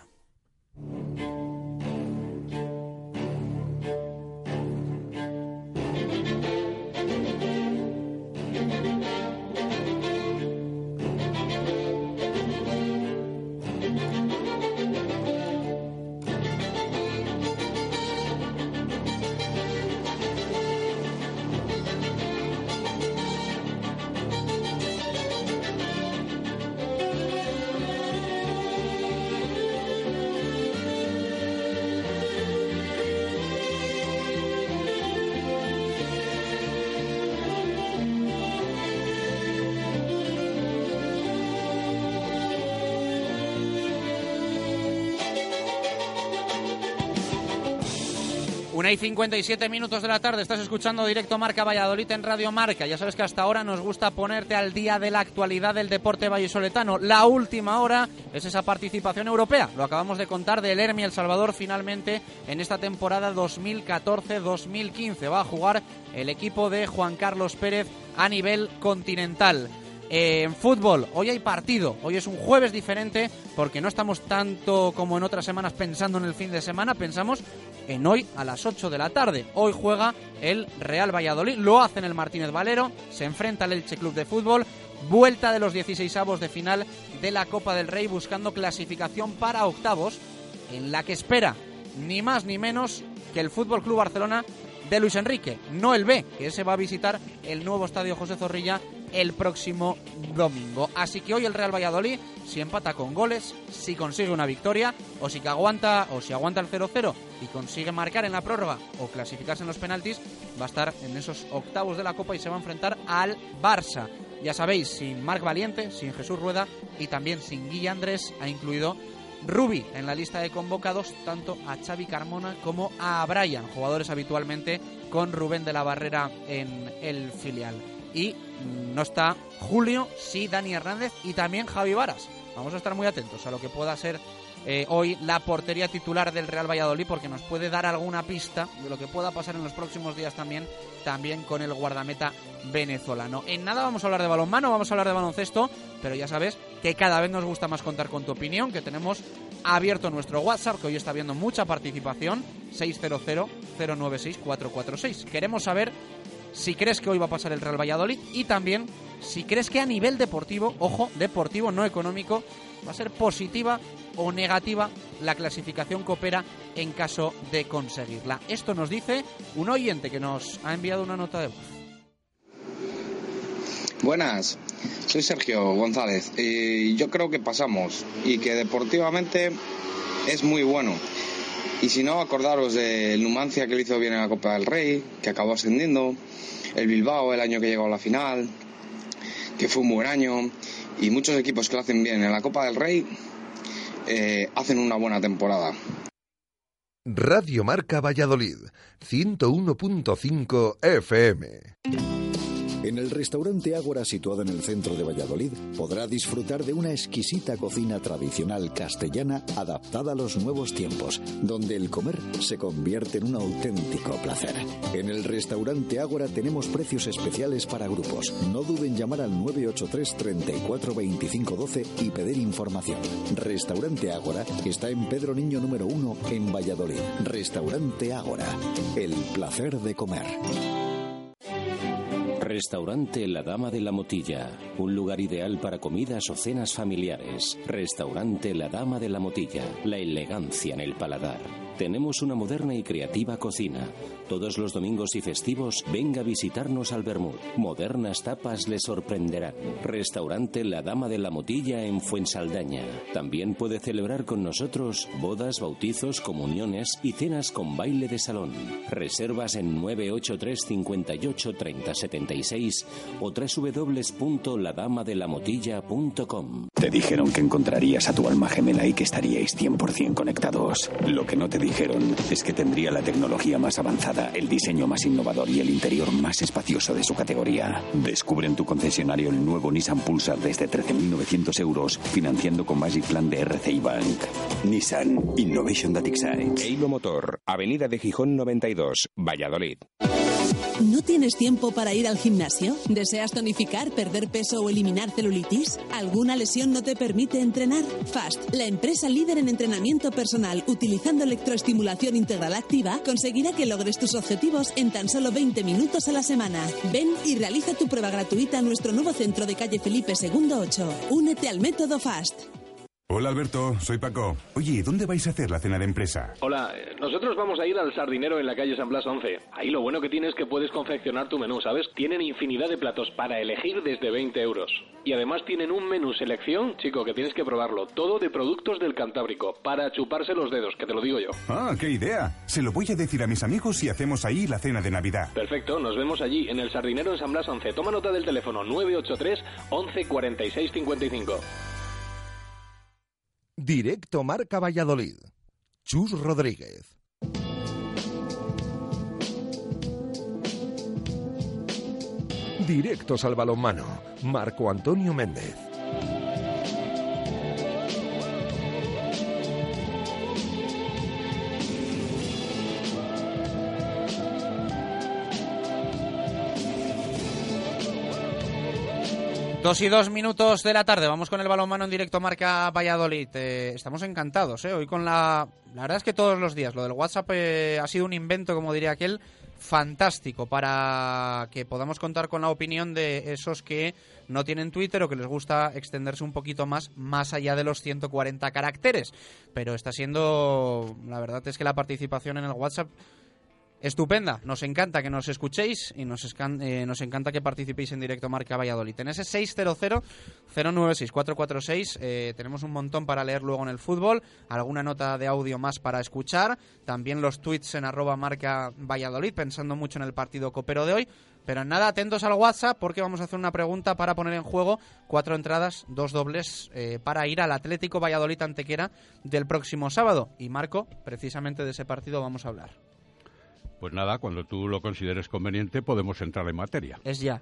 S2: Una y cincuenta y siete minutos de la tarde, estás escuchando directo Marca Valladolid en Radio Marca. Ya sabes que hasta ahora nos gusta ponerte al día de la actualidad del deporte vallisoletano. La última hora es esa participación europea. Lo acabamos de contar del Hermi El Salvador finalmente en esta temporada dos mil catorce dos mil quince. Va a jugar el equipo de Juan Carlos Pérez a nivel continental. Eh, en fútbol, hoy hay partido, hoy es un jueves diferente porque no estamos tanto como en otras semanas pensando en el fin de semana, pensamos en hoy a las ocho de la tarde. Hoy juega el Real Valladolid, lo hace en el Martínez Valero, se enfrenta al Elche Club de Fútbol, vuelta de los dieciseisavos de final de la Copa del Rey buscando clasificación para octavos, en la que espera ni más ni menos que el Fútbol Club Barcelona de Luis Enrique, no el B, que ese va a visitar el nuevo estadio José Zorrilla el próximo domingo. Así que hoy el Real Valladolid, si empata con goles, si consigue una victoria, o si que aguanta o si aguanta el cero cero y consigue marcar en la prórroga o clasificarse en los penaltis, va a estar en esos octavos de la Copa y se va a enfrentar al Barça. Ya sabéis, sin Marc Valiente, sin Jesús Rueda y también sin Guille Andrés, ha incluido Rubi en la lista de convocados tanto a Xavi Carmona como a Brian, jugadores habitualmente con Rubén de la Barrera en el filial. Y no está Julio, sí Dani Hernández y también Javi Varas. Vamos a estar muy atentos a lo que pueda ser eh, hoy la portería titular del Real Valladolid, porque nos puede dar alguna pista de lo que pueda pasar en los próximos días también, también con el guardameta venezolano. En nada vamos a hablar de balonmano, vamos a hablar de baloncesto, pero ya sabes que cada vez nos gusta más contar con tu opinión, que tenemos abierto nuestro WhatsApp, que hoy está viendo mucha participación, seis cero cero, cero nueve seis, cuatro cuatro seis. Queremos saber si crees que hoy va a pasar el Real Valladolid y también si crees que a nivel deportivo, ojo, deportivo, no económico, va a ser positiva o negativa la clasificación copera en caso de conseguirla. Esto nos dice un oyente que nos ha enviado una nota de voz.
S20: Buenas, soy Sergio González y yo creo que pasamos y que deportivamente es muy bueno. Y si no, acordaros del Numancia, que lo hizo bien en la Copa del Rey, que acabó ascendiendo, el Bilbao el año que llegó a la final, que fue un buen año, y muchos equipos que lo hacen bien en la Copa del Rey eh, hacen una buena temporada.
S1: Radio Marca Valladolid, ciento uno punto cinco F M.
S21: En el restaurante Ágora, situado en el centro de Valladolid, podrá disfrutar de una exquisita cocina tradicional castellana adaptada a los nuevos tiempos, donde el comer se convierte en un auténtico placer. En el restaurante Ágora tenemos precios especiales para grupos. No duden en llamar al nueve ocho tres, treinta y cuatro, veinticinco, doce y pedir información. Restaurante Ágora está en Pedro Niño número uno en Valladolid. Restaurante Ágora, el placer de comer.
S5: Restaurante La Dama de la Motilla, un lugar ideal para comidas o cenas familiares. Restaurante La Dama de la Motilla, la elegancia en el paladar. Tenemos una moderna y creativa cocina. Todos los domingos y festivos, venga a visitarnos al Bermud. Modernas tapas le sorprenderán. Restaurante La Dama de la Motilla en Fuensaldaña. También puede celebrar con nosotros bodas, bautizos, comuniones y cenas con baile de salón. Reservas en nueve ocho tres, cincuenta y ocho, treinta, setenta y seis o doble u doble u doble u punto la dama de la motilla punto com.
S22: Te dijeron que encontrarías a tu alma gemela y que estaríais cien por ciento conectados. Lo que no te dijeron es que tendría la tecnología más avanzada, el diseño más innovador y el interior más espacioso de su categoría. Descubre en tu concesionario el nuevo Nissan Pulsar desde trece mil novecientos euros, financiando con Magic Plan de R C I Bank. Nissan Innovation That Excites.
S23: Eilo Motor, Avenida de Gijón noventa y dos, Valladolid.
S24: ¿No tienes tiempo para ir al gimnasio? ¿Deseas tonificar, perder peso o eliminar celulitis? ¿Alguna lesión no te permite entrenar? Fast, la empresa líder en entrenamiento personal utilizando electroestimulación integral activa, conseguirá que logres tus objetivos en tan solo veinte minutos a la semana. Ven y realiza tu prueba gratuita en nuestro nuevo centro de calle Felipe segundo ocho. Únete al método Fast.
S25: Hola Alberto, soy Paco. Oye, ¿dónde vais a hacer la cena de empresa?
S26: Hola, nosotros vamos a ir al Sardinero en la calle San Blas once. Ahí lo bueno que tiene es que puedes confeccionar tu menú, ¿sabes? Tienen infinidad de platos para elegir desde veinte euros. Y además tienen un menú selección, chico, que tienes que probarlo. Todo de productos del Cantábrico, para chuparse los dedos, que te lo digo yo.
S25: Ah, qué idea. Se lo voy a decir a mis amigos y hacemos ahí la cena de Navidad.
S26: Perfecto, nos vemos allí, en el Sardinero en San Blas once. Toma nota del teléfono nueve ocho tres, once, cuarenta y seis, cincuenta y cinco.
S1: Directo Marca Valladolid. Chus Rodríguez. Directos al balonmano. Marco Antonio Méndez.
S2: Dos y dos minutos de la tarde, vamos con el balonmano en directo Marca Valladolid. Eh, estamos encantados, ¿eh? Hoy con la... La verdad es que todos los días, lo del WhatsApp eh, ha sido un invento, como diría aquel, fantástico para que podamos contar con la opinión de esos que no tienen Twitter o que les gusta extenderse un poquito más, más allá de los ciento cuarenta caracteres. Pero está siendo... La verdad es que la participación en el WhatsApp... estupenda, nos encanta que nos escuchéis y nos, escan, eh, nos encanta que participéis en directo Marca Valladolid. En ese seis cero cero, cero nueve seis, cuatro cuatro seis eh, tenemos un montón para leer luego en el fútbol, alguna nota de audio más para escuchar, también los tweets en arroba Marca Valladolid, pensando mucho en el partido copero de hoy. Pero nada, atentos al WhatsApp porque vamos a hacer una pregunta para poner en juego cuatro entradas, dos dobles, eh, para ir al Atlético Valladolid Antequera del próximo sábado. Y Marco, precisamente de ese partido vamos a hablar.
S19: Pues nada, cuando tú lo consideres conveniente podemos entrar en materia.
S2: Es ya.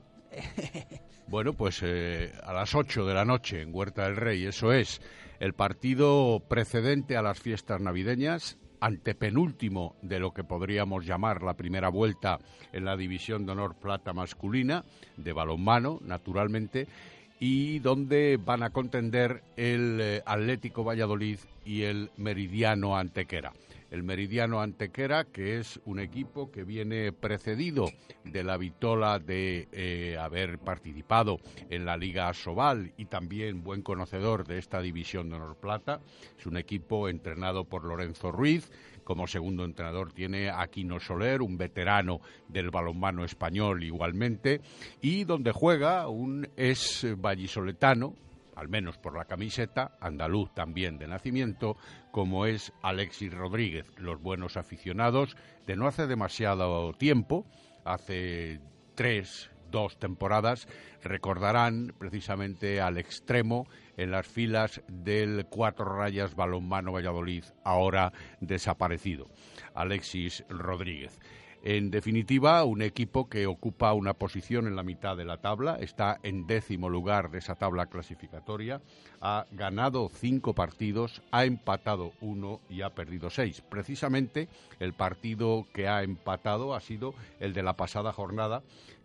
S19: Bueno, pues eh, a las ocho de la noche en Huerta del Rey, eso es, el partido precedente a las fiestas navideñas, antepenúltimo de lo que podríamos llamar la primera vuelta en la División de Honor Plata masculina, de balonmano, naturalmente, y donde van a contender el eh, Atlético Valladolid y el Meridiano Antequera. El Meridiano Antequera, que es un equipo que viene precedido de la vitola de eh, haber participado en la Liga Asobal y también buen conocedor de esta División de Honor Plata. Es un equipo entrenado por Lorenzo Ruiz. Como segundo entrenador tiene a Quino Soler, un veterano del balonmano español igualmente, y donde juega un ex vallisoletano, al menos por la camiseta, andaluz también de nacimiento, como es Alexis Rodríguez. Los buenos aficionados de no hace demasiado tiempo, hace tres, dos temporadas, recordarán precisamente al extremo en las filas del Cuatro Rayas Balonmano Valladolid, ahora desaparecido, Alexis Rodríguez. En definitiva, un equipo que ocupa una posición en la mitad de la tabla, está en décimo lugar de esa tabla clasificatoria, ha ganado cinco partidos, ha empatado uno y ha perdido seis. Precisamente el partido que ha empatado ha sido el de la pasada jornada,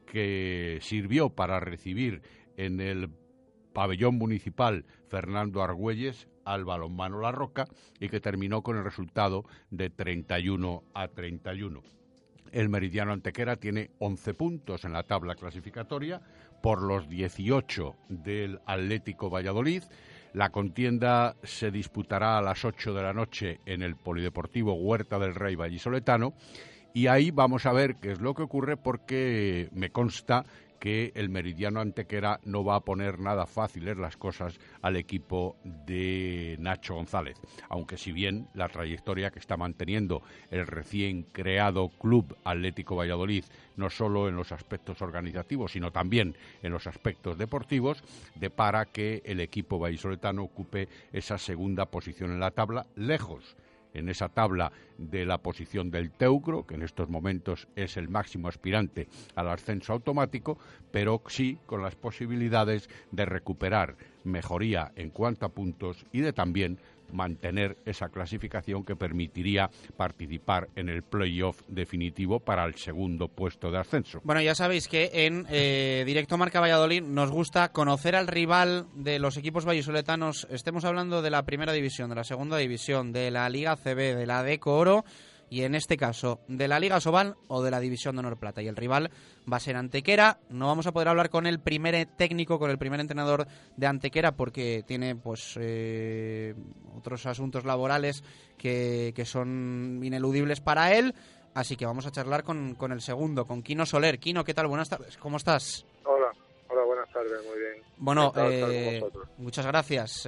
S19: que sirvió para recibir en el pabellón municipal Fernando Argüelles al Balonmano La Roca y que terminó con el resultado de treinta y uno a treinta y uno. El Meridiano Antequera tiene once puntos en la tabla clasificatoria por los dieciocho del Atlético Valladolid. La contienda se disputará a las ocho de la noche en el Polideportivo Huerta del Rey vallisoletano y ahí vamos a ver qué es lo que ocurre, porque me consta que el Meridiano Antequera no va a poner nada fáciles las cosas al equipo de Nacho González, aunque si bien la trayectoria que está manteniendo el recién creado Club Atlético Valladolid, no solo en los aspectos organizativos, sino también en los aspectos deportivos, depara que el equipo vallisoletano ocupe esa segunda posición en la tabla, lejos en esa tabla de la posición del Teucro, que en estos momentos es el máximo aspirante al ascenso automático, pero sí con las posibilidades de recuperar mejoría en cuanto a puntos y de también mantener esa clasificación que permitiría participar en el play-off definitivo para el segundo puesto de ascenso.
S2: Bueno, ya sabéis que en eh, Directo Marca Valladolid nos gusta conocer al rival de los equipos vallisoletanos, estemos hablando de la primera división, de la segunda división, de la Liga C B, de la Deco Oro y en este caso de la Liga Sobal o de la División de Honor Plata. Y el rival va a ser Antequera. No vamos a poder hablar con el primer técnico, con el primer entrenador de Antequera, porque tiene pues eh, otros asuntos laborales que, que son ineludibles para él. Así que vamos a charlar con, con el segundo, con Quino Soler. Quino, ¿qué tal? Buenas tardes. ¿Cómo estás?
S3: Hola, hola, buenas tardes, muy bien.
S2: Bueno, eh, muchas gracias.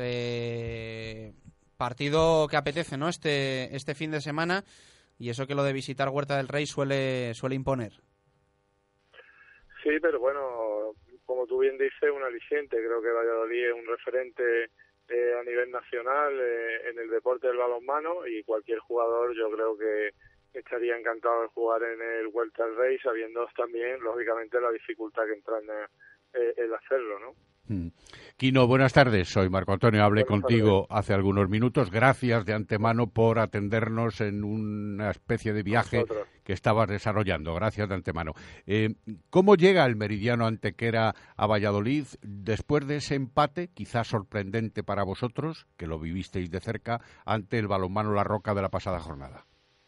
S2: Eh, partido que apetece, ¿no? Este, este fin de semana. Y eso que lo de visitar Huerta del Rey suele suele imponer.
S3: Sí, pero bueno, como tú bien dices, un aliciente. Creo que Valladolid es un referente eh, a nivel nacional eh, en el deporte del balonmano y cualquier jugador yo creo que estaría encantado de jugar en el Huerta del Rey, sabiendo también, lógicamente, la dificultad que entraña eh, el hacerlo, ¿no?
S19: Quino, buenas tardes. Soy Marco Antonio. Hablé buenas contigo tardes. Hace algunos minutos. Gracias de antemano por atendernos en una especie de viaje Nosotros. que estabas desarrollando. Gracias de antemano. Eh, ¿Cómo llega el Meridiano Antequera a Valladolid después de ese empate, quizás sorprendente para vosotros, que lo vivisteis de cerca, ante el Balonmano La Roca de la pasada jornada?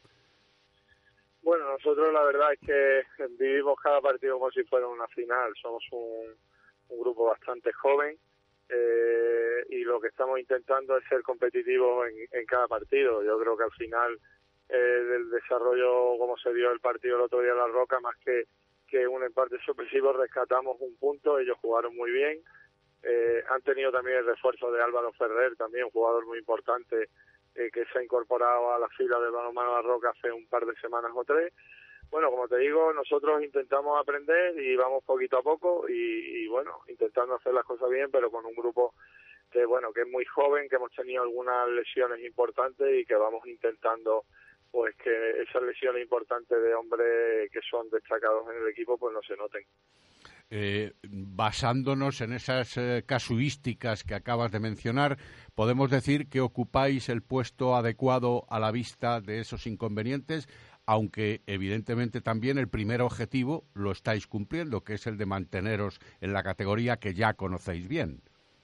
S3: Bueno, nosotros la verdad es que vivimos cada partido como si fuera una final. Somos un... un grupo bastante joven eh, y lo que estamos intentando es ser competitivos en, en cada partido. Yo creo que al final eh, del desarrollo como se dio el partido el otro día en La Roca, más que, que un empate sorpresivo, rescatamos un punto. Ellos jugaron muy bien, eh, han tenido también el refuerzo de Álvaro Ferrer, también un jugador muy importante eh, que se ha incorporado a la fila del balonmano La Roca hace un par de semanas o tres. Bueno, como te digo, nosotros intentamos aprender y vamos poquito a poco y, y bueno, intentando hacer las cosas bien, pero con un grupo que bueno, que es muy joven, que hemos tenido algunas lesiones importantes y que vamos intentando pues que esas lesiones importantes de hombres que son destacados en el equipo pues no se noten.
S19: Eh, basándonos en esas eh, casuísticas que acabas de mencionar, podemos decir que ocupáis el puesto adecuado a la vista de esos inconvenientes, aunque evidentemente también el primer objetivo lo estáis cumpliendo, que es el de manteneros en la categoría que ya conocéis bien.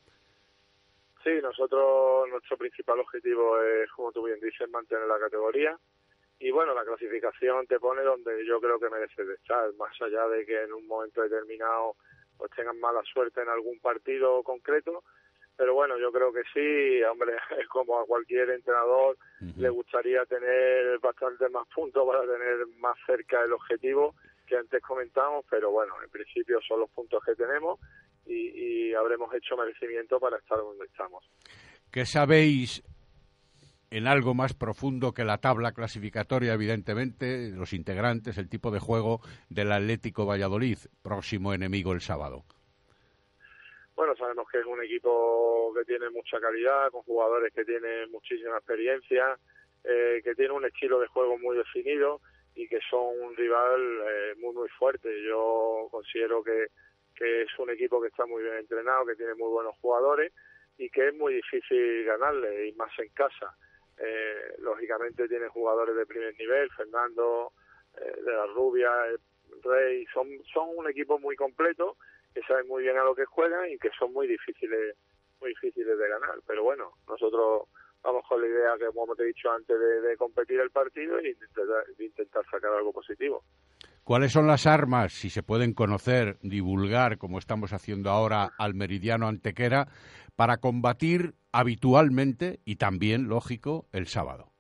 S3: Sí, nosotros, nuestro principal objetivo es, como tú bien dices, mantener la categoría. Y bueno, la clasificación te pone donde yo creo que mereces de estar, más allá de que en un momento determinado pues tengan mala suerte en algún partido concreto. Pero bueno, yo creo que sí, hombre, es como a cualquier entrenador, uh-huh. le gustaría tener bastante más puntos para tener más cerca el objetivo que antes comentamos, pero bueno, en principio son los puntos que tenemos y, y habremos hecho merecimiento para estar donde estamos.
S19: ¿Qué sabéis en algo más profundo que la tabla clasificatoria, evidentemente, los integrantes, el tipo de juego del Atlético Valladolid, próximo enemigo el sábado?
S3: Bueno, sabemos que es un equipo que tiene mucha calidad, con jugadores que tienen muchísima experiencia, eh, que tiene un estilo de juego muy definido y que son un rival eh, muy muy fuerte. Yo considero que, que es un equipo que está muy bien entrenado, que tiene muy buenos jugadores y que es muy difícil ganarle, y más en casa. Eh, lógicamente tiene jugadores de primer nivel, Fernando, eh, de la Rubia, eh, Rey, son, son un equipo muy completo, que saben muy bien a lo que juegan y que son muy difíciles muy difíciles de ganar. Pero bueno, nosotros vamos con la idea, que como te he dicho antes, de, de competir el partido y intentar, de intentar sacar algo positivo.
S19: ¿Cuáles son las armas, si se pueden conocer, divulgar, como estamos haciendo ahora, al Meridiano Antequera, para combatir habitualmente y también, lógico, el sábado?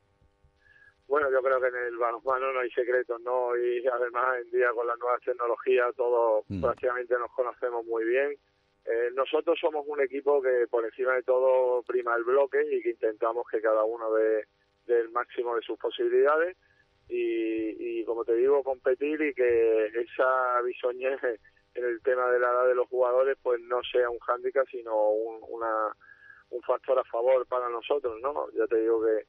S3: Bueno, yo creo que en el balonmano no hay secretos, ¿no? Y además, en día con las nuevas tecnologías, todos mm. prácticamente nos conocemos muy bien. Eh, nosotros somos un equipo que, por encima de todo, prima el bloque y que intentamos que cada uno dé, dé el máximo de sus posibilidades y, y, como te digo, competir, y que esa bisoñez en el tema de la edad de los jugadores pues no sea un hándicap, sino un, una, un factor a favor para nosotros, ¿no? Ya te digo que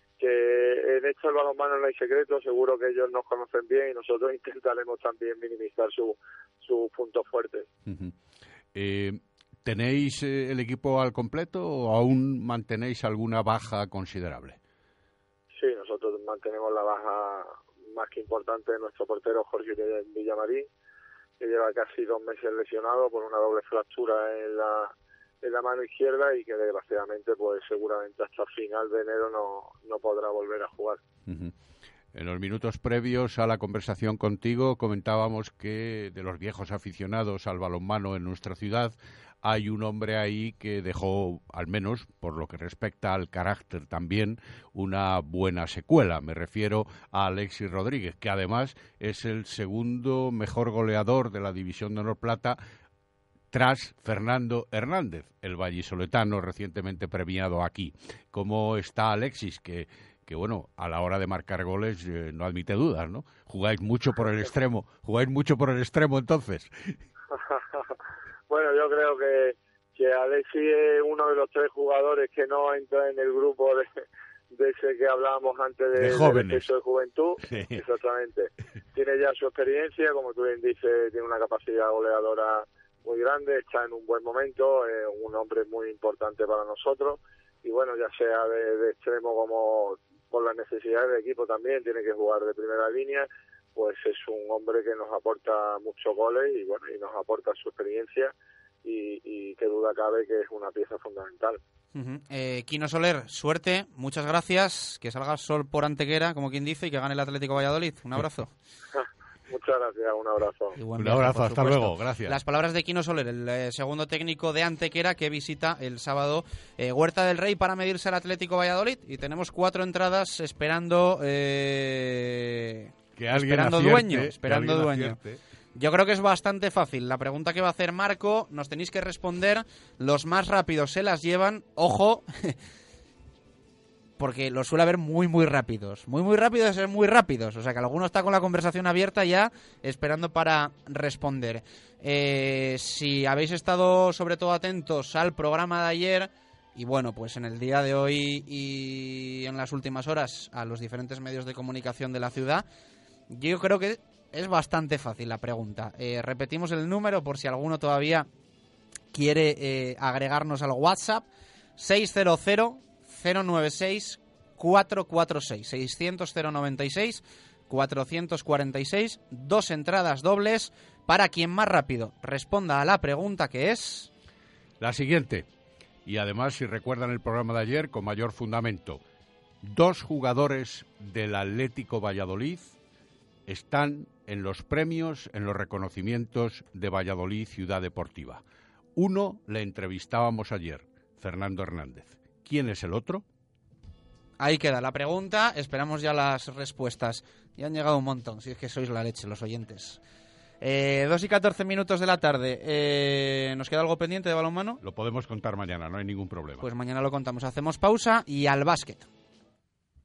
S3: que en esto el balonmano no hay secreto, seguro que ellos nos conocen bien y nosotros intentaremos también minimizar sus su puntos fuertes.
S19: Uh-huh. eh, ¿Tenéis eh, el equipo al completo o aún mantenéis alguna baja considerable?
S3: Sí, nosotros mantenemos la baja más que importante de nuestro portero Jorge Villamarín, que lleva casi dos meses lesionado por una doble fractura en la en la mano izquierda y que desgraciadamente pues seguramente hasta final de enero no, no podrá volver a jugar.
S19: Uh-huh. En los minutos previos a la conversación contigo comentábamos que de los viejos aficionados al balonmano en nuestra ciudad hay un hombre ahí que dejó, al menos por lo que respecta al carácter también, una buena secuela. Me refiero a Alexis Rodríguez, que además es el segundo mejor goleador de la División de Honor Plata tras Fernando Hernández, el vallisoletano recientemente premiado aquí. ¿Cómo está Alexis? Que, que bueno, a la hora de marcar goles eh, no admite dudas, ¿no? Jugáis mucho por el extremo, jugáis mucho por el extremo entonces.
S3: Bueno, yo creo que, que Alexis es uno de los tres jugadores que no entra en el grupo de, de ese que hablábamos antes de,
S19: de jóvenes,
S3: del exceso de juventud.
S19: Sí.
S3: Exactamente. Tiene ya su experiencia, como tú bien dices, tiene una capacidad goleadora muy grande, está en un buen momento, es un hombre muy importante para nosotros y bueno, ya sea de, de extremo como por las necesidades del equipo también, tiene que jugar de primera línea, pues es un hombre que nos aporta muchos goles y bueno, y nos aporta su experiencia y, y qué duda cabe que es una pieza fundamental.
S2: Uh-huh. eh, Quino Soler, suerte, muchas gracias, que salga el sol por Antequera, como quien dice, y que gane el Atlético Valladolid. Un abrazo.
S3: Muchas gracias, un abrazo.
S19: Un abrazo, hasta luego, gracias.
S2: Las palabras de Quino Soler, el eh, segundo técnico de Antequera, que visita el sábado eh, Huerta del Rey para medirse al Atlético Valladolid. Y tenemos cuatro entradas esperando eh,
S19: que alguien
S2: esperando
S19: acierte,
S2: dueño, esperando
S19: que
S2: dueño.
S19: Acierte.
S2: Yo creo que es bastante fácil. La pregunta que va a hacer Marco, nos tenéis que responder. Los más rápidos se las llevan. Ojo, porque los suele haber muy, muy rápidos. Muy, muy rápidos es muy rápidos. O sea, que alguno está con la conversación abierta ya, esperando para responder. Eh, si habéis estado, sobre todo, atentos al programa de ayer, y bueno, pues en el día de hoy y en las últimas horas, a los diferentes medios de comunicación de la ciudad, yo creo que es bastante fácil la pregunta. Eh, repetimos el número por si alguno todavía quiere eh, agregarnos al WhatsApp. seis cero cero cero nueve seis cuatro cuatro seis, seiscientos cero noventa y seis cuatrocientos cuarenta y seis, dos entradas dobles para quien más rápido responda a la pregunta, que es
S19: la siguiente. Y además, si recuerdan el programa de ayer, con mayor fundamento, dos jugadores del Atlético Valladolid están en los premios, en los reconocimientos de Valladolid Ciudad Deportiva. Uno le entrevistábamos ayer, Fernando Hernández. ¿Quién es el otro?
S2: Ahí queda la pregunta, esperamos ya las respuestas. Ya han llegado un montón, si es que sois la leche, los oyentes. Eh, dos y catorce minutos de la tarde. Eh, ¿Nos queda algo pendiente de balonmano?
S19: Lo podemos contar mañana, no hay ningún problema.
S2: Pues mañana lo contamos. Hacemos pausa y al básquet.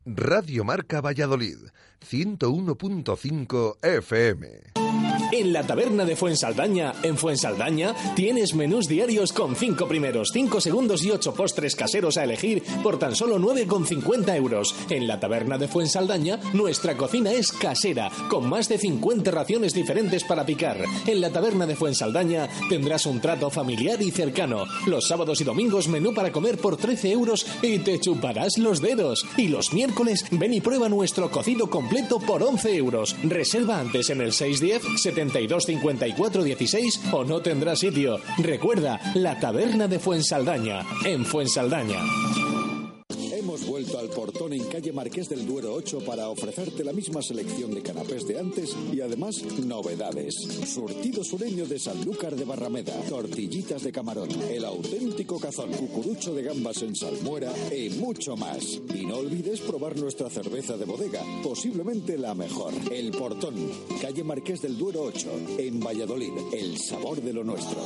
S1: Radio Marca Valladolid, ciento uno punto cinco F M.
S18: En la taberna de Fuensaldaña, en Fuensaldaña, tienes menús diarios con cinco primeros, cinco segundos y ocho postres caseros a elegir por tan solo nueve con cincuenta euros. En la taberna de Fuensaldaña, nuestra cocina es casera, con más de cincuenta raciones diferentes para picar. En la taberna de Fuensaldaña tendrás un trato familiar y cercano. Los sábados y domingos menú para comer por trece euros y te chuparás los dedos. Y los miércoles ven y prueba nuestro cocido completo por once euros. Reserva antes en el seis uno cero, setenta y dos cincuenta y cuatro dieciséis o no tendrás sitio. Recuerda, la taberna de Fuensaldaña, en Fuensaldaña.
S21: Hemos vuelto al Portón en calle Marqués del Duero ocho para ofrecerte la misma selección de canapés de antes y además novedades. Surtido sureño de Sanlúcar de Barrameda, tortillitas de camarón, el auténtico cazón, cucurucho de gambas en salmuera y mucho más. Y no olvides probar nuestra cerveza de bodega, posiblemente la mejor. El Portón, calle Marqués del Duero ocho, en Valladolid, el sabor de lo nuestro.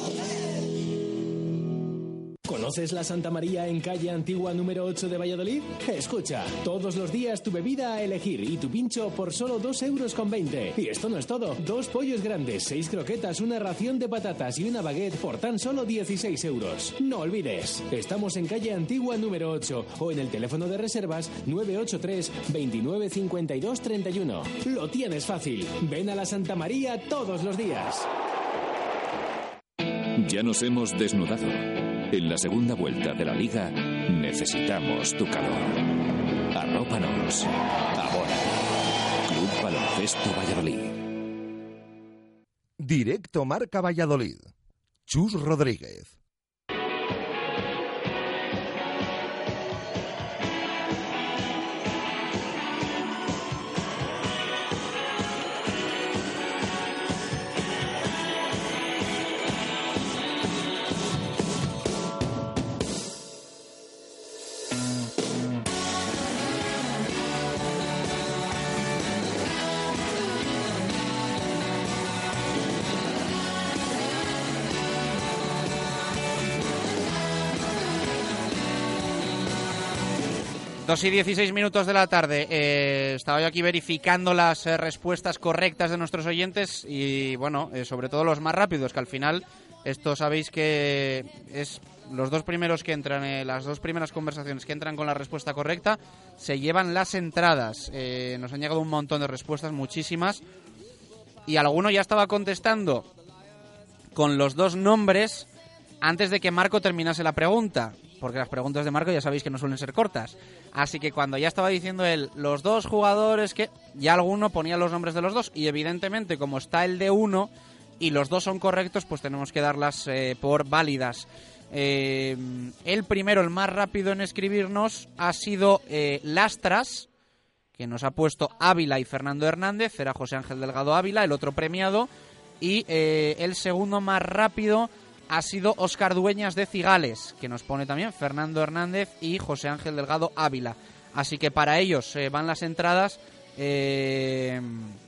S18: ¿Conoces la Santa María en calle Antigua número ocho de Valladolid? Escucha, todos los días tu bebida a elegir y tu pincho por solo dos euros con veinte. Y esto no es todo. Dos pollos grandes, seis croquetas, una ración de patatas y una baguette por tan solo dieciséis euros. No olvides, estamos en calle Antigua número ocho o en el teléfono de reservas nueve ocho tres, veintinueve cincuenta y dos treinta y uno. Lo tienes fácil. Ven a la Santa María todos los días.
S4: Ya nos hemos desnudado. En la segunda vuelta de la Liga necesitamos tu calor. Arrópanos. Ahora. Club Baloncesto Valladolid.
S1: Directo Marca Valladolid. Chus Rodríguez.
S2: dos y dieciséis minutos de la tarde. Eh, estaba yo aquí verificando las eh, respuestas correctas de nuestros oyentes y, bueno, eh, sobre todo los más rápidos, que al final, esto sabéis que es los dos primeros que entran, eh, las dos primeras conversaciones que entran con la respuesta correcta, se llevan las entradas. Eh, nos han llegado un montón de respuestas, muchísimas, y alguno ya estaba contestando con los dos nombres antes de que Marco terminase la pregunta, porque las preguntas de Marco ya sabéis que no suelen ser cortas. Así que cuando ya estaba diciendo él los dos jugadores, que ya alguno ponía los nombres de los dos, y evidentemente como está el de uno y los dos son correctos, pues tenemos que darlas eh, por válidas. Eh, el primero, el más rápido en escribirnos, ha sido eh, Lastras, que nos ha puesto Ávila y Fernando Hernández. Era José Ángel Delgado Ávila, el otro premiado. Y eh, el segundo más rápido ha sido Óscar Dueñas de Cigales, que nos pone también Fernando Hernández y José Ángel Delgado Ávila. Así que para ellos eh, van las entradas. Eh,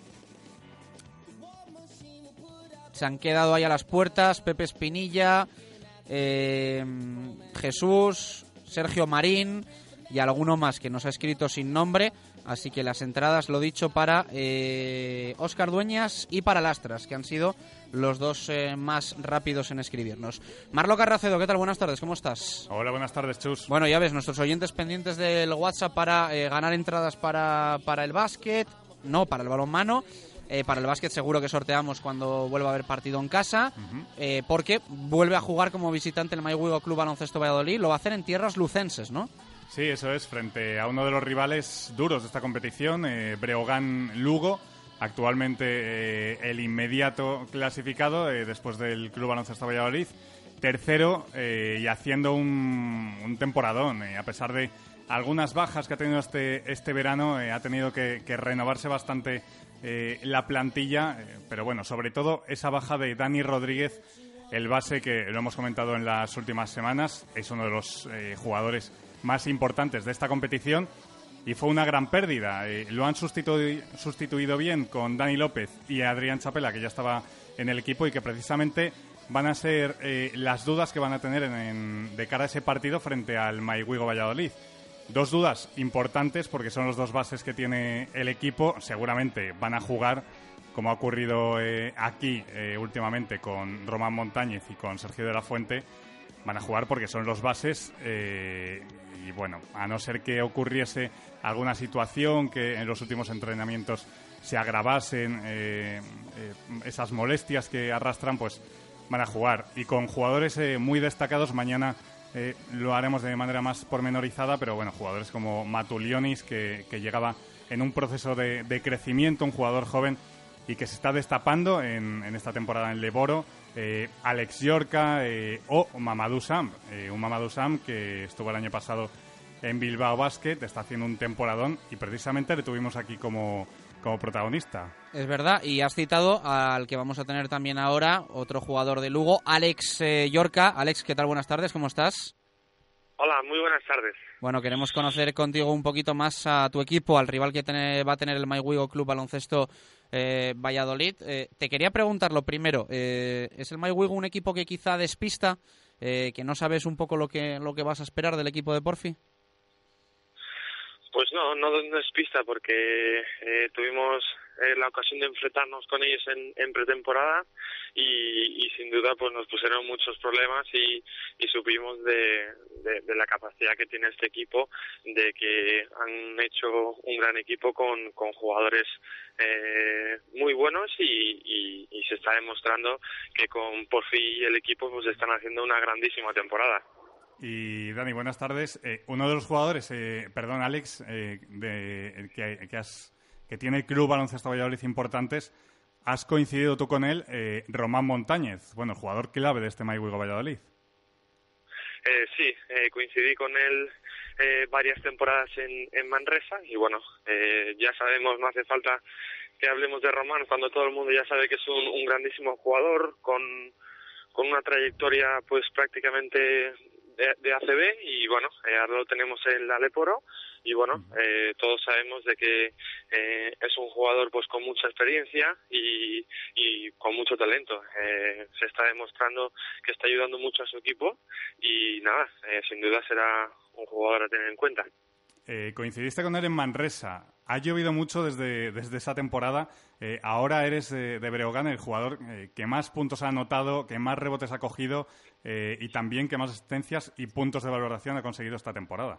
S2: se han quedado ahí a las puertas Pepe Espinilla, eh, Jesús, Sergio Marín y alguno más que nos ha escrito sin nombre. Así que las entradas, lo dicho, para eh, Óscar Dueñas y para Lastras, que han sido los dos eh, más rápidos en escribirnos. Marlo Carracedo, ¿qué tal? Buenas tardes, ¿cómo estás?
S6: Hola, buenas tardes, Chus.
S2: Bueno, ya ves, nuestros oyentes pendientes del WhatsApp para eh, ganar entradas para, para el básquet, no, para el balonmano. Eh, para el básquet seguro que sorteamos cuando vuelva a haber partido en casa, uh-huh. eh, porque vuelve a jugar como visitante el Mayhuigo Club Baloncesto Valladolid. Lo va a hacer en tierras lucenses, ¿no?
S6: Sí, eso es, frente a uno de los rivales duros de esta competición, eh, Breogán-Lugo, actualmente eh, el inmediato clasificado eh, después del Club Baloncesto Valladolid, tercero eh, y haciendo un, un temporadón, eh, a pesar de algunas bajas que ha tenido este, este verano, eh, ha tenido que, que renovarse bastante eh, la plantilla, eh, pero bueno, sobre todo esa baja de Dani Rodríguez, el base que lo hemos comentado en las últimas semanas, es uno de los eh, jugadores más importantes de esta competición y fue una gran pérdida. Eh, lo han sustitu- sustituido bien con Dani López y Adrián Chapela, que ya estaba en el equipo y que precisamente van a ser eh, las dudas que van a tener en, en, de cara a ese partido frente al Mayhuigo Valladolid. Dos dudas importantes porque son los dos bases que tiene el equipo. Seguramente van a jugar, como ha ocurrido eh, aquí eh, últimamente con Román Montañez y con Sergio de la Fuente. Van a jugar porque son los bases eh, y bueno, a no ser que ocurriese alguna situación que en los últimos entrenamientos se agravasen eh, eh, esas molestias que arrastran, pues van a jugar. Y con jugadores eh, muy destacados, mañana eh, lo haremos de manera más pormenorizada, pero bueno, jugadores como Matulionis, que, que llegaba en un proceso de, de crecimiento, un jugador joven y que se está destapando en, en esta temporada en Leboro, eh, Alex Yorca eh, o Mamadou Sam, eh, un Mamadou Sam que estuvo el año pasado en Bilbao Basket, está haciendo un temporadón y precisamente le tuvimos aquí como, como protagonista.
S2: Es verdad, y has citado al que vamos a tener también ahora, otro jugador de Lugo, Alex eh, Yorca. Alex, ¿qué tal? Buenas tardes, ¿cómo estás?
S7: Hola, muy buenas tardes.
S2: Bueno, queremos conocer contigo un poquito más a tu equipo, al rival que tiene, va a tener el MyWigo Club Baloncesto eh, Valladolid. Eh, te quería preguntar lo primero, eh, ¿es el MyWigo un equipo que quizá despista, eh, que no sabes un poco lo que, lo que vas a esperar del equipo de Porfi?
S7: Pues no, no, no es pista porque eh, tuvimos eh, la ocasión de enfrentarnos con ellos en, en pretemporada y, y sin duda pues nos pusieron muchos problemas y, y supimos de, de, de la capacidad que tiene este equipo, de que han hecho un gran equipo con, con jugadores eh, muy buenos y, y, y se está demostrando que con Porfi y el equipo pues están haciendo una grandísima temporada.
S6: Y Dani, buenas tardes. Eh, uno de los jugadores, eh, perdón Alex, eh, de, que, que, has, que tiene el Club Baloncesto Valladolid importantes, has coincidido tú con él, eh, Román Montañez, bueno, el jugador clave de este MyWigo Valladolid.
S7: Eh, sí, eh, coincidí con él eh, varias temporadas en, en Manresa y bueno, eh, ya sabemos, no hace falta que hablemos de Román cuando todo el mundo ya sabe que es un, un grandísimo jugador con, con una trayectoria pues prácticamente De, de A C B y bueno, eh, ahora lo tenemos en la Leporo y bueno, eh, todos sabemos de que eh, es un jugador pues con mucha experiencia y, y con mucho talento. Eh, se está demostrando que está ayudando mucho a su equipo y nada, eh, sin duda será un jugador a tener en cuenta.
S6: Eh, coincidiste con él en Manresa. Ha llovido mucho desde, desde esa temporada. Eh, ahora eres eh, de Breogán el jugador eh, que más puntos ha anotado, que más rebotes ha cogido eh, y también que más asistencias y puntos de valoración ha conseguido esta temporada.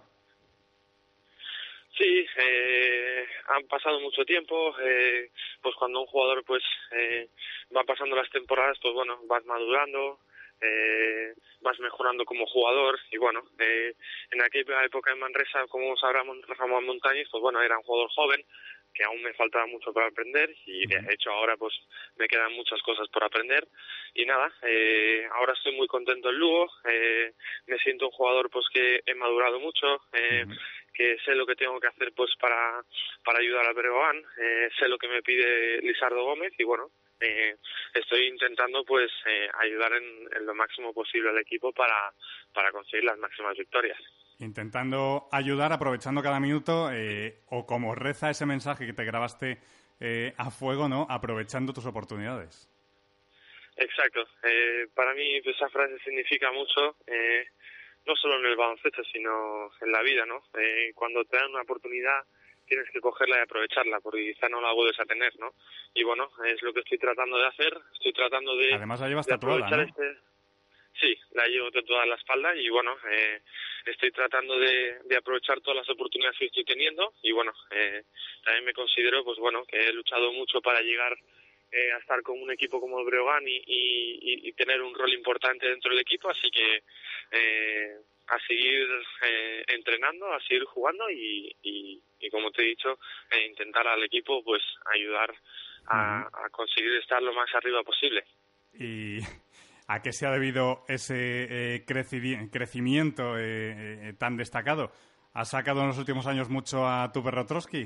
S7: Sí, eh, han pasado mucho tiempo, eh, pues cuando un jugador pues eh, va pasando las temporadas, pues bueno, vas madurando, eh, vas mejorando como jugador y bueno, eh, en aquella época en Manresa, como sabrá Ramón Montañez, pues bueno, era un jugador joven que aún me faltaba mucho para aprender y de hecho ahora pues me quedan muchas cosas por aprender y nada, eh, ahora estoy muy contento en Lugo, eh, me siento un jugador pues que he madurado mucho, eh, uh-huh. que sé lo que tengo que hacer pues para para ayudar al Breogán, eh, sé lo que me pide Lisardo Gómez y bueno, eh, estoy intentando pues eh, ayudar en, en lo máximo posible al equipo para, para conseguir las máximas victorias.
S6: Intentando ayudar, aprovechando cada minuto, eh, o como reza ese mensaje que te grabaste eh, a fuego, ¿no? Aprovechando tus oportunidades.
S7: Exacto. Eh, para mí esa frase significa mucho, eh, no solo en el baloncesto, sino en la vida, ¿no? Eh, cuando te dan una oportunidad tienes que cogerla y aprovecharla, porque quizá no la vuelves a tener, ¿no? Y bueno, es lo que estoy tratando de hacer. Estoy tratando de,
S6: Además la llevas
S7: de
S6: tatuada,
S7: aprovechar
S6: ¿no?
S7: este... Sí, la llevo tatuada en la espalda y bueno, eh, estoy tratando de, de aprovechar todas las oportunidades que estoy teniendo y bueno, eh, también me considero pues bueno que he luchado mucho para llegar eh, a estar con un equipo como el Breogán y, y, y tener un rol importante dentro del equipo, así que eh, a seguir eh, entrenando, a seguir jugando y, y, y como te he dicho, eh, intentar al equipo pues ayudar a, a conseguir estar lo más arriba posible.
S6: Y ¿a qué se ha debido ese eh, creci- crecimiento eh, eh, tan destacado? ¿Has sacado en los últimos años mucho a tu perro Trotsky?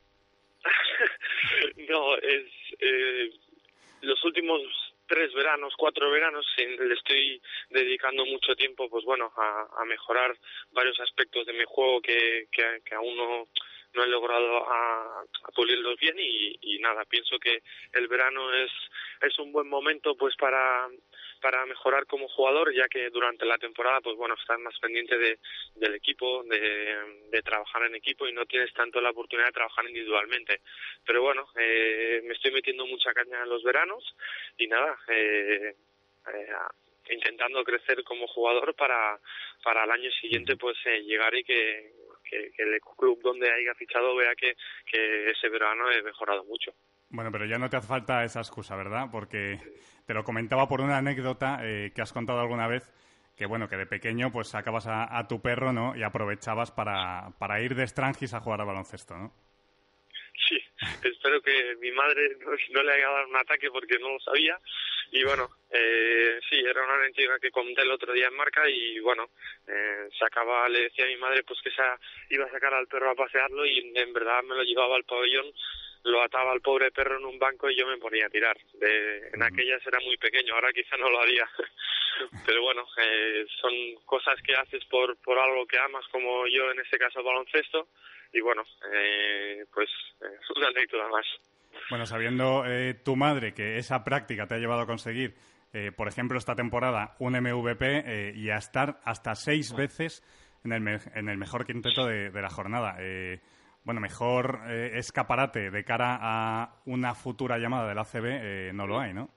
S7: No, es eh, los últimos tres veranos, cuatro veranos, le estoy dedicando mucho tiempo, pues bueno, a, a mejorar varios aspectos de mi juego que, que, que aún no, no he logrado a, a pulirlos bien y, y nada, pienso que el verano es es un buen momento pues para para mejorar como jugador, ya que durante la temporada, pues bueno, estás más pendiente de, del equipo, de, de trabajar en equipo y no tienes tanto la oportunidad de trabajar individualmente. Pero bueno, eh, me estoy metiendo mucha caña en los veranos y nada, eh, eh, intentando crecer como jugador para, para el año siguiente pues eh, llegar y que, que, que el club donde haya fichado vea que, que ese verano he mejorado mucho.
S6: Bueno, pero ya no te hace falta esa excusa, ¿verdad? Porque te lo comentaba por una anécdota eh, que has contado alguna vez, que bueno, que de pequeño pues sacabas a, a tu perro, ¿no? Y aprovechabas para, para ir de extranjis a jugar al baloncesto, ¿no?
S7: Sí, espero que mi madre no, no le haya dado un ataque porque no lo sabía. Y bueno, eh, sí, era una anécdota que conté el otro día en Marca y bueno, eh, sacaba, le decía a mi madre pues que esa, iba a sacar al perro a pasearlo y en verdad me lo llevaba al pabellón, lo ataba al pobre perro en un banco y yo me ponía a tirar. De, en aquellas era muy pequeño, ahora quizá no lo haría. Pero bueno, eh, son cosas que haces por, por algo que amas, como yo en este caso el baloncesto. Y bueno, eh, pues eh, una anécdota más.
S6: Bueno, sabiendo eh, tu madre que esa práctica te ha llevado a conseguir, eh, por ejemplo, esta temporada un M V P eh, y a estar hasta seis veces en el, me en el mejor quinteto de, de la jornada. Eh, bueno, mejor eh, escaparate de cara a una futura llamada del A C B eh, no lo hay, ¿no?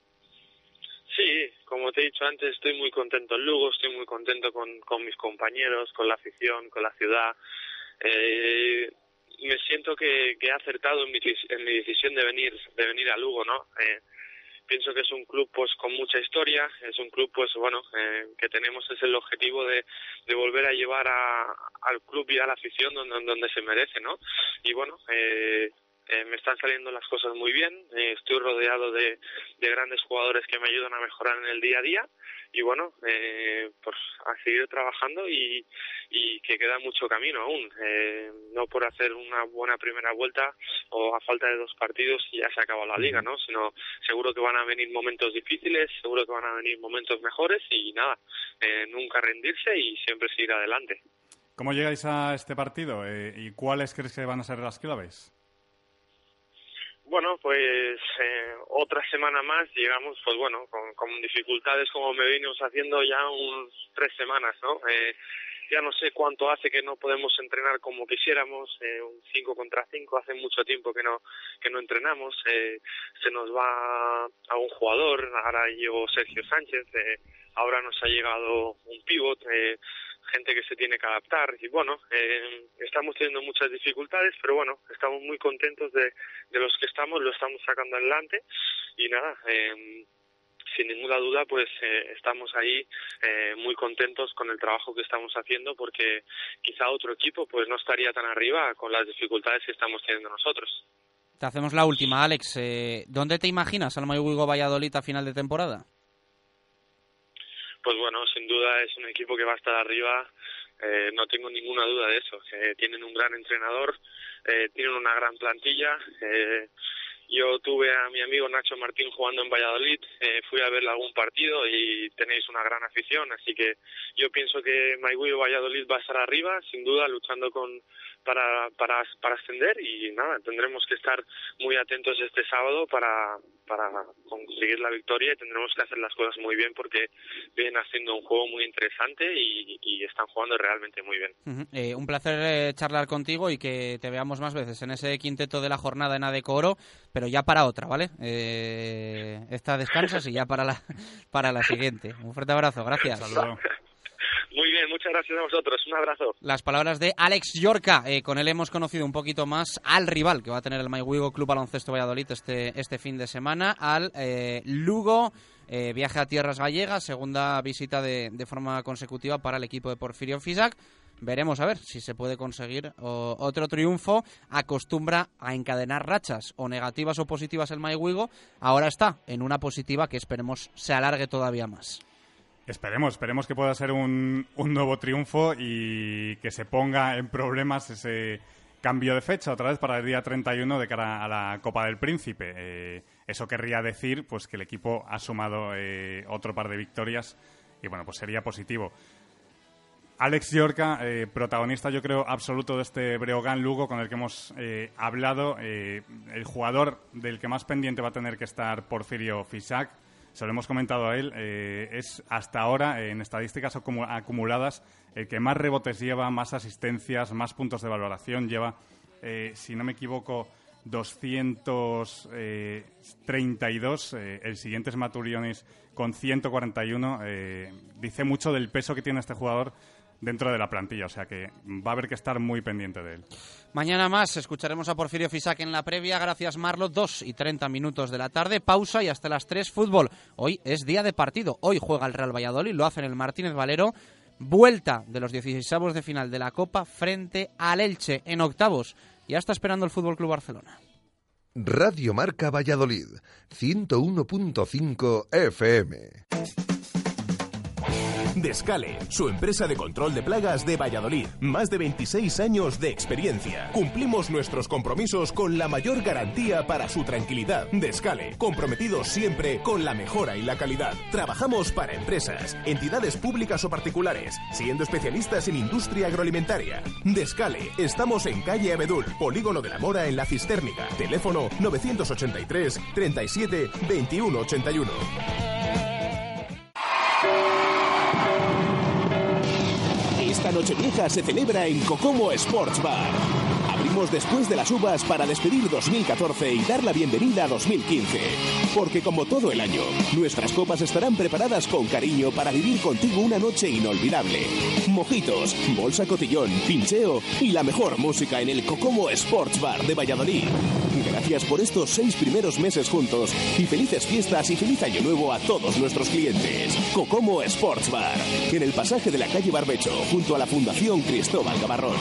S7: Sí, como te he dicho antes, estoy muy contento en Lugo, estoy muy contento con, con mis compañeros, con la afición, con la ciudad. Eh, me siento que, que he acertado en mi, en mi decisión de venir de venir a Lugo, ¿no? Eh, pienso que es un club pues con mucha historia, es un club pues bueno eh, que tenemos es el objetivo de, de volver a llevar a, al club y a la afición donde, donde se merece, ¿no? Y bueno, eh, eh, me están saliendo las cosas muy bien, eh, estoy rodeado de, de grandes jugadores que me ayudan a mejorar en el día a día. Y bueno, eh, pues a seguir trabajando y, y que queda mucho camino aún. Eh, no por hacer una buena primera vuelta o a falta de dos partidos y ya se acaba la liga, ¿no? Sino seguro que van a venir momentos difíciles, seguro que van a venir momentos mejores y nada, eh, nunca rendirse y siempre seguir adelante.
S6: ¿Cómo llegáis a este partido eh, y cuáles crees que van a ser las claves?
S7: Bueno, pues eh, otra semana más llegamos, pues bueno, con, con dificultades como me venimos haciendo ya unas tres semanas, ¿no? Eh, ya no sé cuánto hace que no podemos entrenar como quisiéramos, eh, un cinco contra cinco, hace mucho tiempo que no que no entrenamos, eh, se nos va a un jugador, ahora llegó Sergio Sánchez, eh, ahora nos ha llegado un pívot, eh, gente que se tiene que adaptar y bueno, eh, estamos teniendo muchas dificultades, pero bueno, estamos muy contentos de, de los que estamos, lo estamos sacando adelante y nada, eh, sin ninguna duda pues eh, estamos ahí eh, muy contentos con el trabajo que estamos haciendo porque quizá otro equipo pues no estaría tan arriba con las dificultades que estamos teniendo nosotros.
S2: Te hacemos la última, Alex. Eh, ¿Dónde te imaginas al Maywigo Valladolid a final de temporada?
S7: Pues bueno, sin duda es un equipo que va a estar arriba, eh, no tengo ninguna duda de eso. Eh, tienen un gran entrenador, eh, tienen una gran plantilla. Eh, yo tuve a mi amigo Nacho Martín jugando en Valladolid, eh, fui a verle algún partido y tenéis una gran afición, así que yo pienso que Maywigo Valladolid va a estar arriba, sin duda, luchando con para para para ascender y nada, tendremos que estar muy atentos este sábado para para conseguir la victoria y tendremos que hacer las cosas muy bien porque vienen haciendo un juego muy interesante y, y están jugando realmente muy bien.
S2: Uh-huh. eh, un placer eh, charlar contigo y que te veamos más veces en ese quinteto de la jornada en Adecoro, pero ya para otra, ¿vale? Eh, esta descansas y ya para la para la siguiente. Un fuerte abrazo, gracias.
S6: Saludos.
S7: Muy bien, muchas gracias a vosotros. Un abrazo.
S2: Las palabras de Alex Yorca. Eh, con él hemos conocido un poquito más al rival que va a tener el Maywigo Club Baloncesto Valladolid este, este fin de semana, al eh, Lugo. Eh, viaje a tierras gallegas, segunda visita de, de forma consecutiva para el equipo de Porfirio Fisac. Veremos a ver si se puede conseguir o, otro triunfo. Acostumbra a encadenar rachas o negativas o positivas el Maywigo. Ahora está en una positiva que esperemos se alargue todavía más.
S6: Esperemos, esperemos que pueda ser un, un nuevo triunfo y que se ponga en problemas ese cambio de fecha otra vez para el día treinta y uno de cara a la Copa del Príncipe. Eh, eso querría decir pues que el equipo ha sumado eh, otro par de victorias y bueno, pues sería positivo. Alex Yorca, eh, protagonista yo creo absoluto de este Breogán Lugo con el que hemos eh, hablado, eh, el jugador del que más pendiente va a tener que estar Porfirio Fisac. se lo hemos comentado a él, eh, es hasta ahora, eh, en estadísticas acumuladas, el que más rebotes lleva, más asistencias, más puntos de valoración lleva, eh, si no me equivoco, doscientos treinta y dos, eh, el siguiente es Maturionis con ciento cuarenta y uno, eh, dice mucho del peso que tiene este jugador dentro de la plantilla, o sea que va a haber que estar muy pendiente de él.
S2: Mañana más escucharemos a Porfirio Fisac en la previa. Gracias, Marlo. dos y treinta minutos de la tarde, pausa y hasta las tres fútbol. Hoy es día de partido, hoy juega el Real Valladolid, lo hace en el Martínez Valero. Vuelta de los dieciseisavos de final de la Copa frente al Elche en octavos. Ya está esperando el Fútbol Club Barcelona.
S1: Radio Marca Valladolid, ciento uno punto cinco F M.
S18: Descale, su empresa de control de plagas de Valladolid. Más de veintiséis años de experiencia. Cumplimos nuestros compromisos con la mayor garantía para su tranquilidad. Descale, comprometidos siempre con la mejora y la calidad. Trabajamos para empresas, entidades públicas o particulares, siendo especialistas en industria agroalimentaria. Descale, estamos en calle Abedul, Polígono de la Mora en La Cisterniga. Teléfono novecientos ochenta y tres, treinta y siete, veintiuno ochenta y uno. Esta Nochevieja se celebra en Cocomo Sports Bar. Abrimos después de las uvas para despedir dos mil catorce y dar la bienvenida a dos mil quince. Porque como todo el año, nuestras copas estarán preparadas con cariño para vivir contigo una noche inolvidable. Mojitos, bolsa cotillón, pincheo y la mejor música en el Cocomo Sports Bar de Valladolid. Gracias por estos seis primeros meses juntos y felices fiestas y feliz año nuevo a todos nuestros clientes. Cocomo Sports Bar, en el pasaje de la calle Barbecho, junto a la Fundación Cristóbal Gavarrón.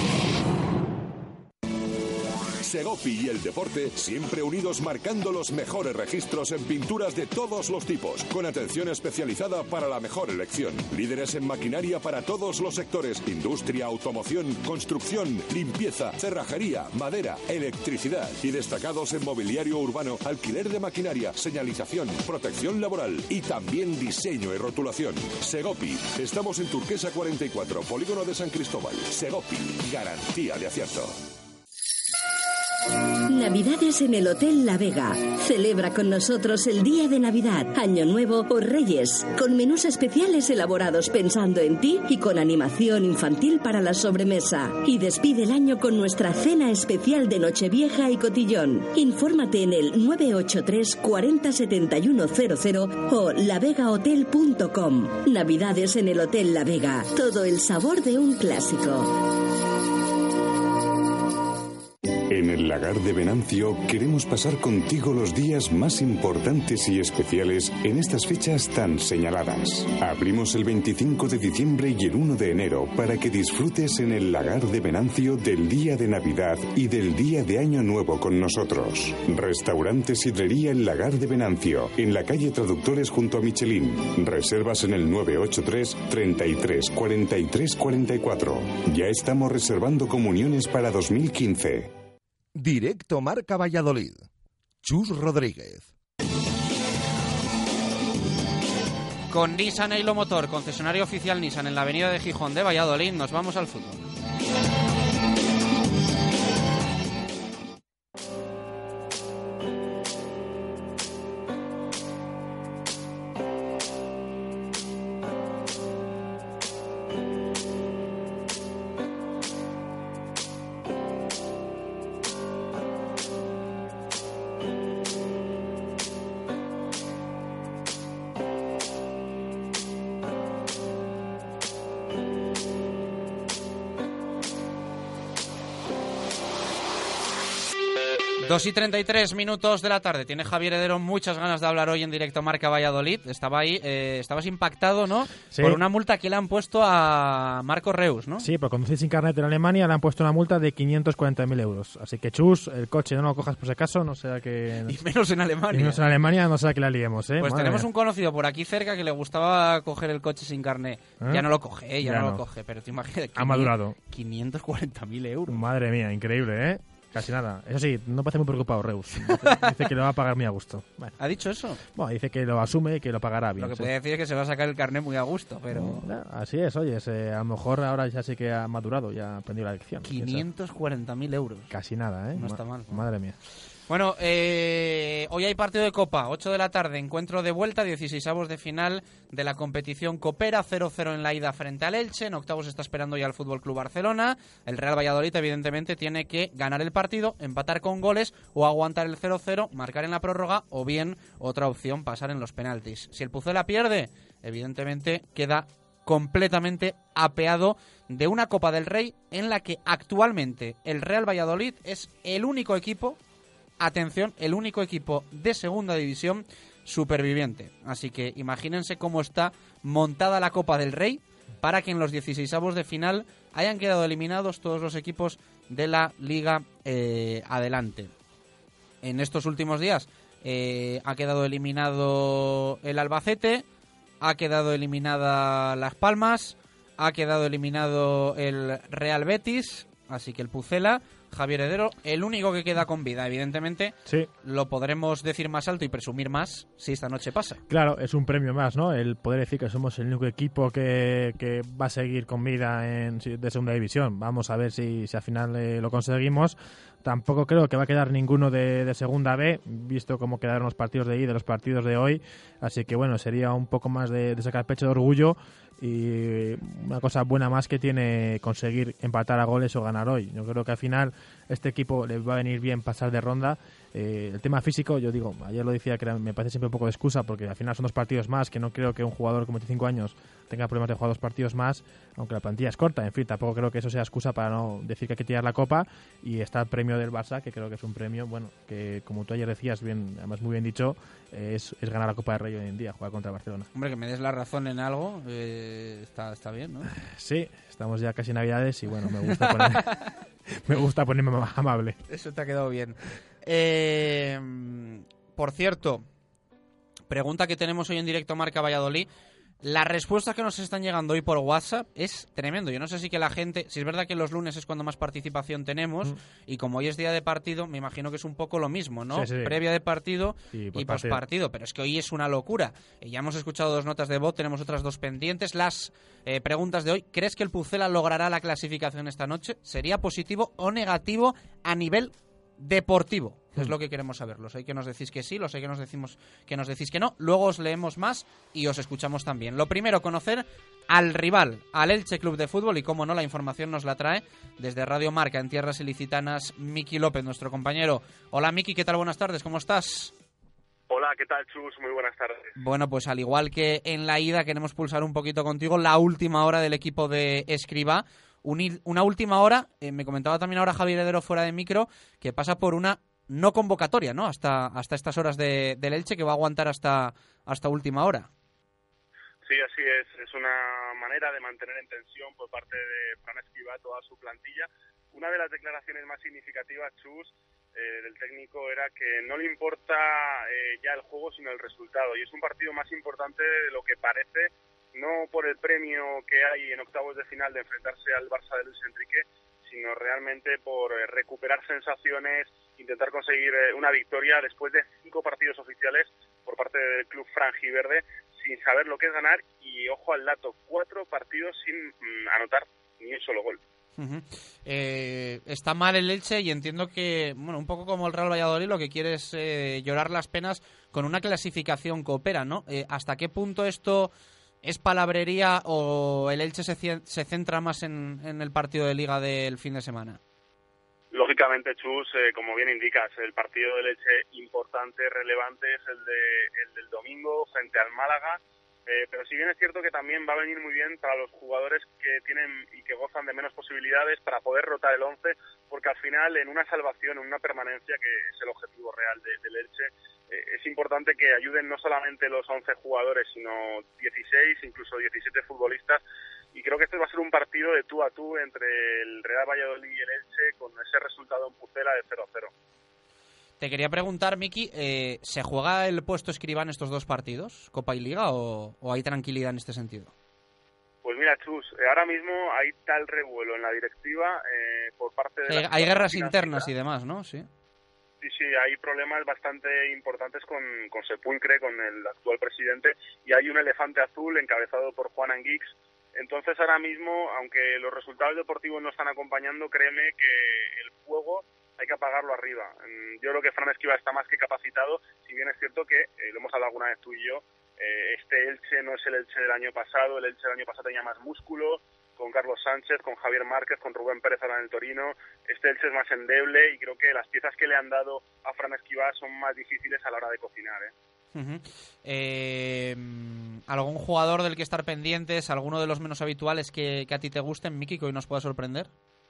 S9: Segopi y el deporte siempre unidos, marcando los mejores registros en pinturas de todos los tipos, con atención especializada para la mejor elección. Líderes en maquinaria para todos los sectores: industria, automoción, construcción, limpieza, cerrajería, madera, electricidad. Y destacados en mobiliario urbano, alquiler de maquinaria, señalización, protección laboral y también diseño y rotulación. Segopi, estamos en Turquesa cuarenta y cuatro, Polígono de San Cristóbal. Segopi, garantía de acierto.
S8: Navidades en el Hotel La Vega. Celebra con nosotros el día de Navidad, Año Nuevo o Reyes, con menús especiales elaborados pensando en ti y con animación infantil para la sobremesa. Y despide el año con nuestra cena especial de Nochevieja y Cotillón. Infórmate en el nueve ocho tres cuarenta setenta y uno cero cero o la vega hotel punto com. Navidades en el Hotel La Vega. Todo el sabor de un clásico.
S25: En el Lagar de Venancio queremos pasar contigo los días más importantes y especiales en estas fechas tan señaladas. Abrimos el veinticinco de diciembre y el uno de enero para que disfrutes en el Lagar de Venancio del día de Navidad y del día de Año Nuevo con nosotros. Restaurante Sidrería El Lagar de Venancio, en la calle Traductores junto a Michelin. Reservas en el nueve ocho tres, treinta y tres, cuarenta y tres, cuarenta y cuatro. Ya estamos reservando comuniones para dos mil quince.
S1: Directo Marca Valladolid. Chus Rodríguez.
S2: Con Nissan Eilo Motor, concesionario oficial Nissan en la avenida de Gijón de Valladolid, nos vamos al fútbol. dos y treinta y tres minutos de la tarde. Tiene Javier Hedero muchas ganas de hablar hoy en directo Marca Valladolid. Estaba ahí, eh, estabas impactado, ¿no?
S10: Sí.
S2: Por una multa que le han puesto a Marco Reus, ¿no?
S10: Sí, por conducir sin carnet en Alemania le han puesto una multa de quinientos cuarenta mil euros. Así que, Chus, el coche no lo cojas por si acaso, no sea que...
S2: Y menos en Alemania.
S10: Y menos en Alemania, no sea que la liemos, ¿eh?
S2: Pues
S10: Madre
S2: tenemos
S10: mía.
S2: un conocido por aquí cerca que le gustaba coger el coche sin carnet.
S10: ¿Eh?
S2: Ya no lo coge, ¿eh? ya,
S10: Ya
S2: no,
S10: no.
S2: lo coge, pero te imaginas...
S10: Ha madurado.
S2: quinientos cuarenta mil euros.
S10: Madre mía, increíble, ¿eh? Casi nada. Eso sí, no parece muy preocupado Reus. Dice, dice que lo va a pagar muy a gusto. Bueno.
S2: ¿Ha dicho eso?
S10: Bueno, dice que lo asume y que lo pagará bien.
S2: Lo que
S10: sí.
S2: puede decir es que se va a sacar el carnet muy a gusto, pero...
S10: No, así es, oye, se, a lo mejor ahora ya sí que ha madurado, ya ha aprendido la lección.
S2: quinientos cuarenta mil euros.
S10: Casi nada, ¿eh?
S2: No está mal.
S10: Madre mía.
S2: Bueno, eh, hoy hay partido de Copa, ocho de la tarde, encuentro de vuelta, dieciseisavos de final de la competición copera, cero cero en la ida frente al Elche, en octavos está esperando ya el Fútbol Club Barcelona, el Real Valladolid evidentemente tiene que ganar el partido, empatar con goles o aguantar el cero cero, marcar en la prórroga o bien, otra opción, pasar en los penaltis. Si el Pucela pierde, evidentemente queda completamente apeado de una Copa del Rey en la que actualmente el Real Valladolid es el único equipo, atención, el único equipo de segunda división superviviente. Así que imagínense cómo está montada la Copa del Rey para que en los dieciseisavos de final hayan quedado eliminados todos los equipos de la Liga eh, adelante. En estos últimos días eh, ha quedado eliminado el Albacete, ha quedado eliminada Las Palmas, ha quedado eliminado el Real Betis, así que el Pucela, Javier Heredero, el único que queda con vida. Evidentemente,
S10: sí,
S2: lo podremos decir más alto y presumir más si esta noche pasa.
S10: Claro, es un premio más, ¿no? El poder decir que somos el único equipo que, que va a seguir con vida en, de segunda división. Vamos a ver si, si al final eh, lo conseguimos. Tampoco creo que va a quedar ninguno de, de segunda B, visto cómo quedaron los partidos de ahí, de los partidos de hoy. Así que bueno, sería un poco más de, de sacar pecho de orgullo y una cosa buena más que tiene conseguir empatar a goles o ganar hoy. Yo creo que al final este equipo le va a venir bien pasar de ronda. Eh, el tema físico, yo digo, ayer lo decía que era, me parece siempre un poco de excusa porque al final son dos partidos más, que no creo que un jugador con veinticinco años tenga problemas de jugar dos partidos más, aunque la plantilla es corta. En fin, tampoco creo que eso sea excusa para no decir que hay que tirar la copa. Y está el premio del Barça, que creo que es un premio, bueno, que como tú ayer decías, bien, además muy bien dicho, es, es ganar la Copa del Rey hoy en día, jugar contra Barcelona.
S2: Hombre, que me des la razón en algo, eh, está, está bien, ¿no?
S10: Sí, estamos ya casi en Navidades y bueno, me gusta poner, me gusta ponerme amable.
S2: Eso te ha quedado bien. Eh, por cierto, pregunta que tenemos hoy en directo Marca Valladolid. Las respuestas que nos están llegando hoy por WhatsApp es tremendo. Yo no sé si que la gente... Si es verdad que los lunes es cuando más participación tenemos, mm. y como hoy es día de partido, me imagino que es un poco lo mismo, ¿no?
S10: Sí, sí.
S2: Previa de partido
S10: sí,
S2: y pospartido. Pero es que hoy es una locura. Eh, ya hemos escuchado dos notas de voz, tenemos otras dos pendientes. Las eh, preguntas de hoy. ¿Crees que el Pucela logrará la clasificación esta noche? ¿Sería positivo o negativo a nivel deportivo? Es lo que queremos saber. Los hay que nos decís que sí, los hay que nos decimos que nos decís que no. Luego os leemos más y os escuchamos también. Lo primero, conocer al rival, al Elche Club de Fútbol, y cómo no, la información nos la trae desde Radio Marca en tierras ilicitanas Miki López, nuestro compañero. Hola Miki, ¿qué tal? Buenas tardes, ¿cómo estás?
S11: Hola, ¿qué tal, Chus? Muy buenas tardes.
S2: Bueno, pues al igual que en la ida, queremos pulsar un poquito contigo la última hora del equipo de Escribá. Una última hora, eh, me comentaba también ahora Javier Heredero fuera de micro, que pasa por una no convocatoria, ¿no? Hasta hasta estas horas de, del Elche, que va a aguantar hasta hasta última hora.
S11: Sí, así es. Es una manera de mantener en tensión por parte de Fran Escribá toda su plantilla. Una de las declaraciones más significativas, Chus, eh, del técnico era que no le importa eh, ya el juego, sino el resultado. Y es un partido más importante de lo que parece, no por el premio que hay en octavos de final de enfrentarse al Barça de Luis Enrique, sino realmente por eh, recuperar sensaciones, intentar conseguir eh, una victoria después de cinco partidos oficiales por parte del club franjiverde, sin saber lo que es ganar, y ojo al dato, cuatro partidos sin mm, anotar ni un solo gol.
S2: Uh-huh. eh, está mal el Elche y entiendo que, bueno, un poco como el Real Valladolid, lo que quiere es eh, llorar las penas con una clasificación coopera, ¿no? Eh, ¿Hasta qué punto esto es palabrería o el Elche se, se centra más en, en el partido de Liga del fin de semana?
S11: Lógicamente, Chus, eh, como bien indicas, el partido del Elche importante, relevante, es el, de, el del domingo frente al Málaga. Eh, pero si bien es cierto que también va a venir muy bien para los jugadores que tienen y que gozan de menos posibilidades para poder rotar el once, porque al final en una salvación, en una permanencia, que es el objetivo real de, del Elche, eh, es importante que ayuden no solamente los once jugadores, sino dieciséis, incluso diecisiete futbolistas, y creo que este va a ser un partido de tú a tú entre el Real Valladolid y el Elche, con ese resultado en Pucela de cero cero.
S2: Te quería preguntar, Miki, eh, ¿se juega el puesto Escribá en estos dos partidos, Copa y Liga, o, o hay tranquilidad en este sentido?
S11: Pues mira, Chus, eh, ahora mismo hay tal revuelo en la directiva eh, por parte de...
S2: Hay, hay guerras internas y demás, ¿no? Sí.
S11: Sí, sí, hay problemas bastante importantes con, con Sepulcre, con el actual presidente, y hay un elefante azul encabezado por Juan Anguix. Entonces ahora mismo, aunque los resultados deportivos no están acompañando, créeme que el juego hay que apagarlo arriba. Yo creo que Fran Escribá está más que capacitado, si bien es cierto que, eh, lo hemos hablado alguna vez tú y yo, eh, este Elche no es el Elche del año pasado, el Elche del año pasado tenía más músculo, con Carlos Sánchez, con Javier Márquez, con Rubén Pérez ahora en el Torino. Este Elche es más endeble y creo que las piezas que le han dado a Fran Escribá son más difíciles a la hora de cocinar, ¿eh?
S2: Uh-huh. Eh, ¿Algún jugador del que estar pendientes, alguno de los menos habituales que, que a ti te gusten, Miki, que hoy nos pueda sorprender?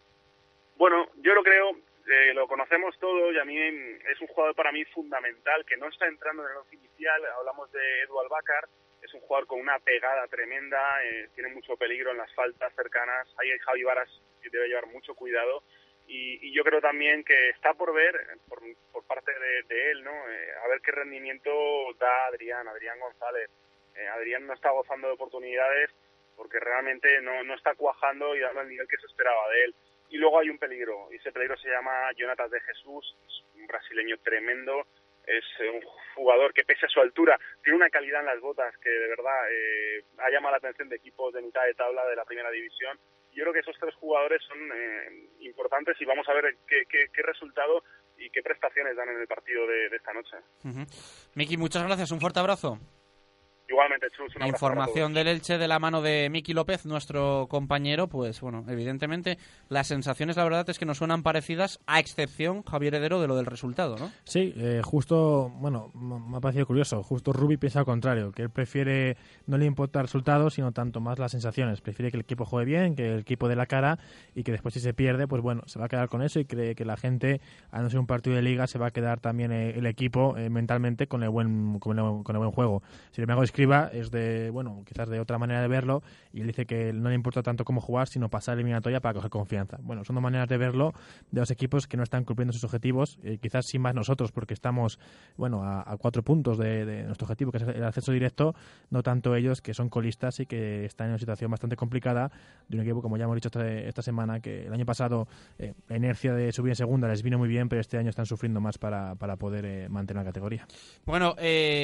S11: Bueno, yo lo creo, eh, lo conocemos todos y a mí es un jugador para mí fundamental que no está entrando en el once inicial. Hablamos de Edu Albácar, es un jugador con una pegada tremenda, eh, tiene mucho peligro en las faltas cercanas. Ahí Javi Varas debe llevar mucho cuidado. Y, y yo creo también que está por ver, por, por parte de, de él, ¿no? Eh, a ver qué rendimiento da Adrián, Adrián González. Eh, Adrián no está gozando de oportunidades porque realmente no, no está cuajando y dando el nivel que se esperaba de él. Y luego hay un peligro, y ese peligro se llama Jonatas de Jesús, es un brasileño tremendo, es un jugador que pese a su altura tiene una calidad en las botas que de verdad eh, ha llamado la atención de equipos de mitad de tabla de la primera división. Yo creo que esos tres jugadores son eh, importantes y vamos a ver qué, qué, qué resultado y qué prestaciones dan en el partido de, de esta noche.
S2: Uh-huh. Miki, muchas gracias, un fuerte abrazo.
S11: Igualmente, Chus, un abrazo.
S2: Información del Elche de la mano de Miki López, nuestro compañero. Pues bueno, evidentemente las sensaciones, la verdad es que nos suenan parecidas, a excepción, Javier Heredero, de lo del resultado, ¿no?
S10: Sí, eh, justo, bueno, me ha parecido curioso, justo Rubi piensa al contrario, que él prefiere, no le importa el resultado, sino tanto más las sensaciones, prefiere que el equipo juegue bien, que el equipo dé la cara y que después si se pierde, pues bueno, se va a quedar con eso y cree que la gente, a no ser un partido de liga, se va a quedar también eh, el equipo eh, mentalmente con el buen con el, con el buen juego. Sin embargo, Escribá es de, bueno, quizás de otra manera de verlo y él dice que no le importa tanto cómo jugar, sino pasar eliminatoria para coger confianza. Bueno, son dos maneras de verlo de los equipos que no están cumpliendo sus objetivos, eh, quizás sin más nosotros porque estamos, bueno, a, a cuatro puntos de, de nuestro objetivo, que es el acceso directo, no tanto ellos que son colistas y que están en una situación bastante complicada de un equipo, como ya hemos dicho esta, esta semana, que el año pasado eh, la inercia de subir en segunda les vino muy bien, pero este año están sufriendo más para, para poder eh, mantener la categoría.
S2: Bueno,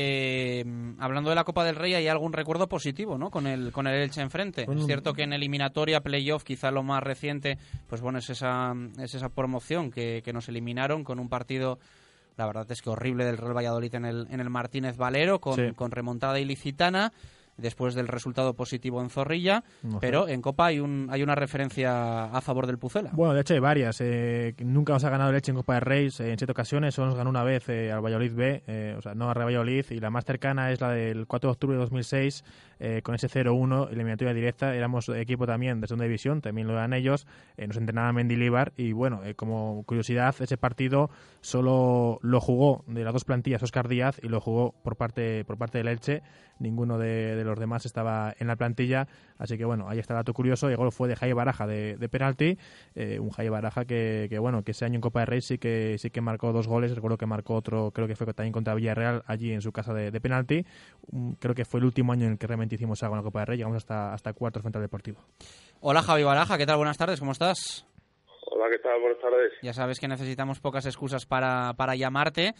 S2: eh, hablando de la Copa del Rey, hay algún recuerdo positivo, ¿no? Con el con el Elche enfrente. Bueno, es cierto que en eliminatoria, playoff, quizá lo más reciente, pues bueno, es esa es esa promoción que, que nos eliminaron con un partido, la verdad es que horrible, del Real Valladolid en el en el Martínez Valero, con, sí. con remontada ilicitana, después del resultado positivo en Zorrilla, no pero sé. En Copa hay un hay una referencia a favor del Pucela.
S10: Bueno, de hecho hay varias. Eh, nunca nos ha ganado el Elche en Copa de Reyes eh, en siete ocasiones, solo nos ganó una vez eh, al Valladolid B, eh, o sea, no al Real Valladolid, y la más cercana es la del cuatro de octubre de dos mil seis, eh, con ese cero uno, eliminatoria directa. Éramos equipo también de segunda división, también lo eran ellos, eh, nos entrenaba Mendilibar, y bueno, eh, como curiosidad, ese partido solo lo jugó de las dos plantillas Óscar Díaz, y lo jugó por parte por parte del Elche. Ninguno de, de los demás estaba en la plantilla, así que bueno, ahí está el dato curioso. El gol fue de Jaime Baraja de, de penalti, eh, un Jaime Baraja que, que bueno, que ese año en Copa de Rey sí que sí que marcó dos goles. Recuerdo que marcó otro, creo que fue también contra Villarreal, allí en su casa de, de penalti. Um, creo que fue el último año en el que realmente hicimos algo en la Copa de Rey, llegamos hasta, hasta cuartos frente al Deportivo.
S2: Hola Javi Baraja, ¿qué tal? Buenas tardes, ¿cómo estás?
S3: Hola, ¿qué tal? Buenas tardes.
S2: Ya sabes que necesitamos pocas excusas para, para llamarte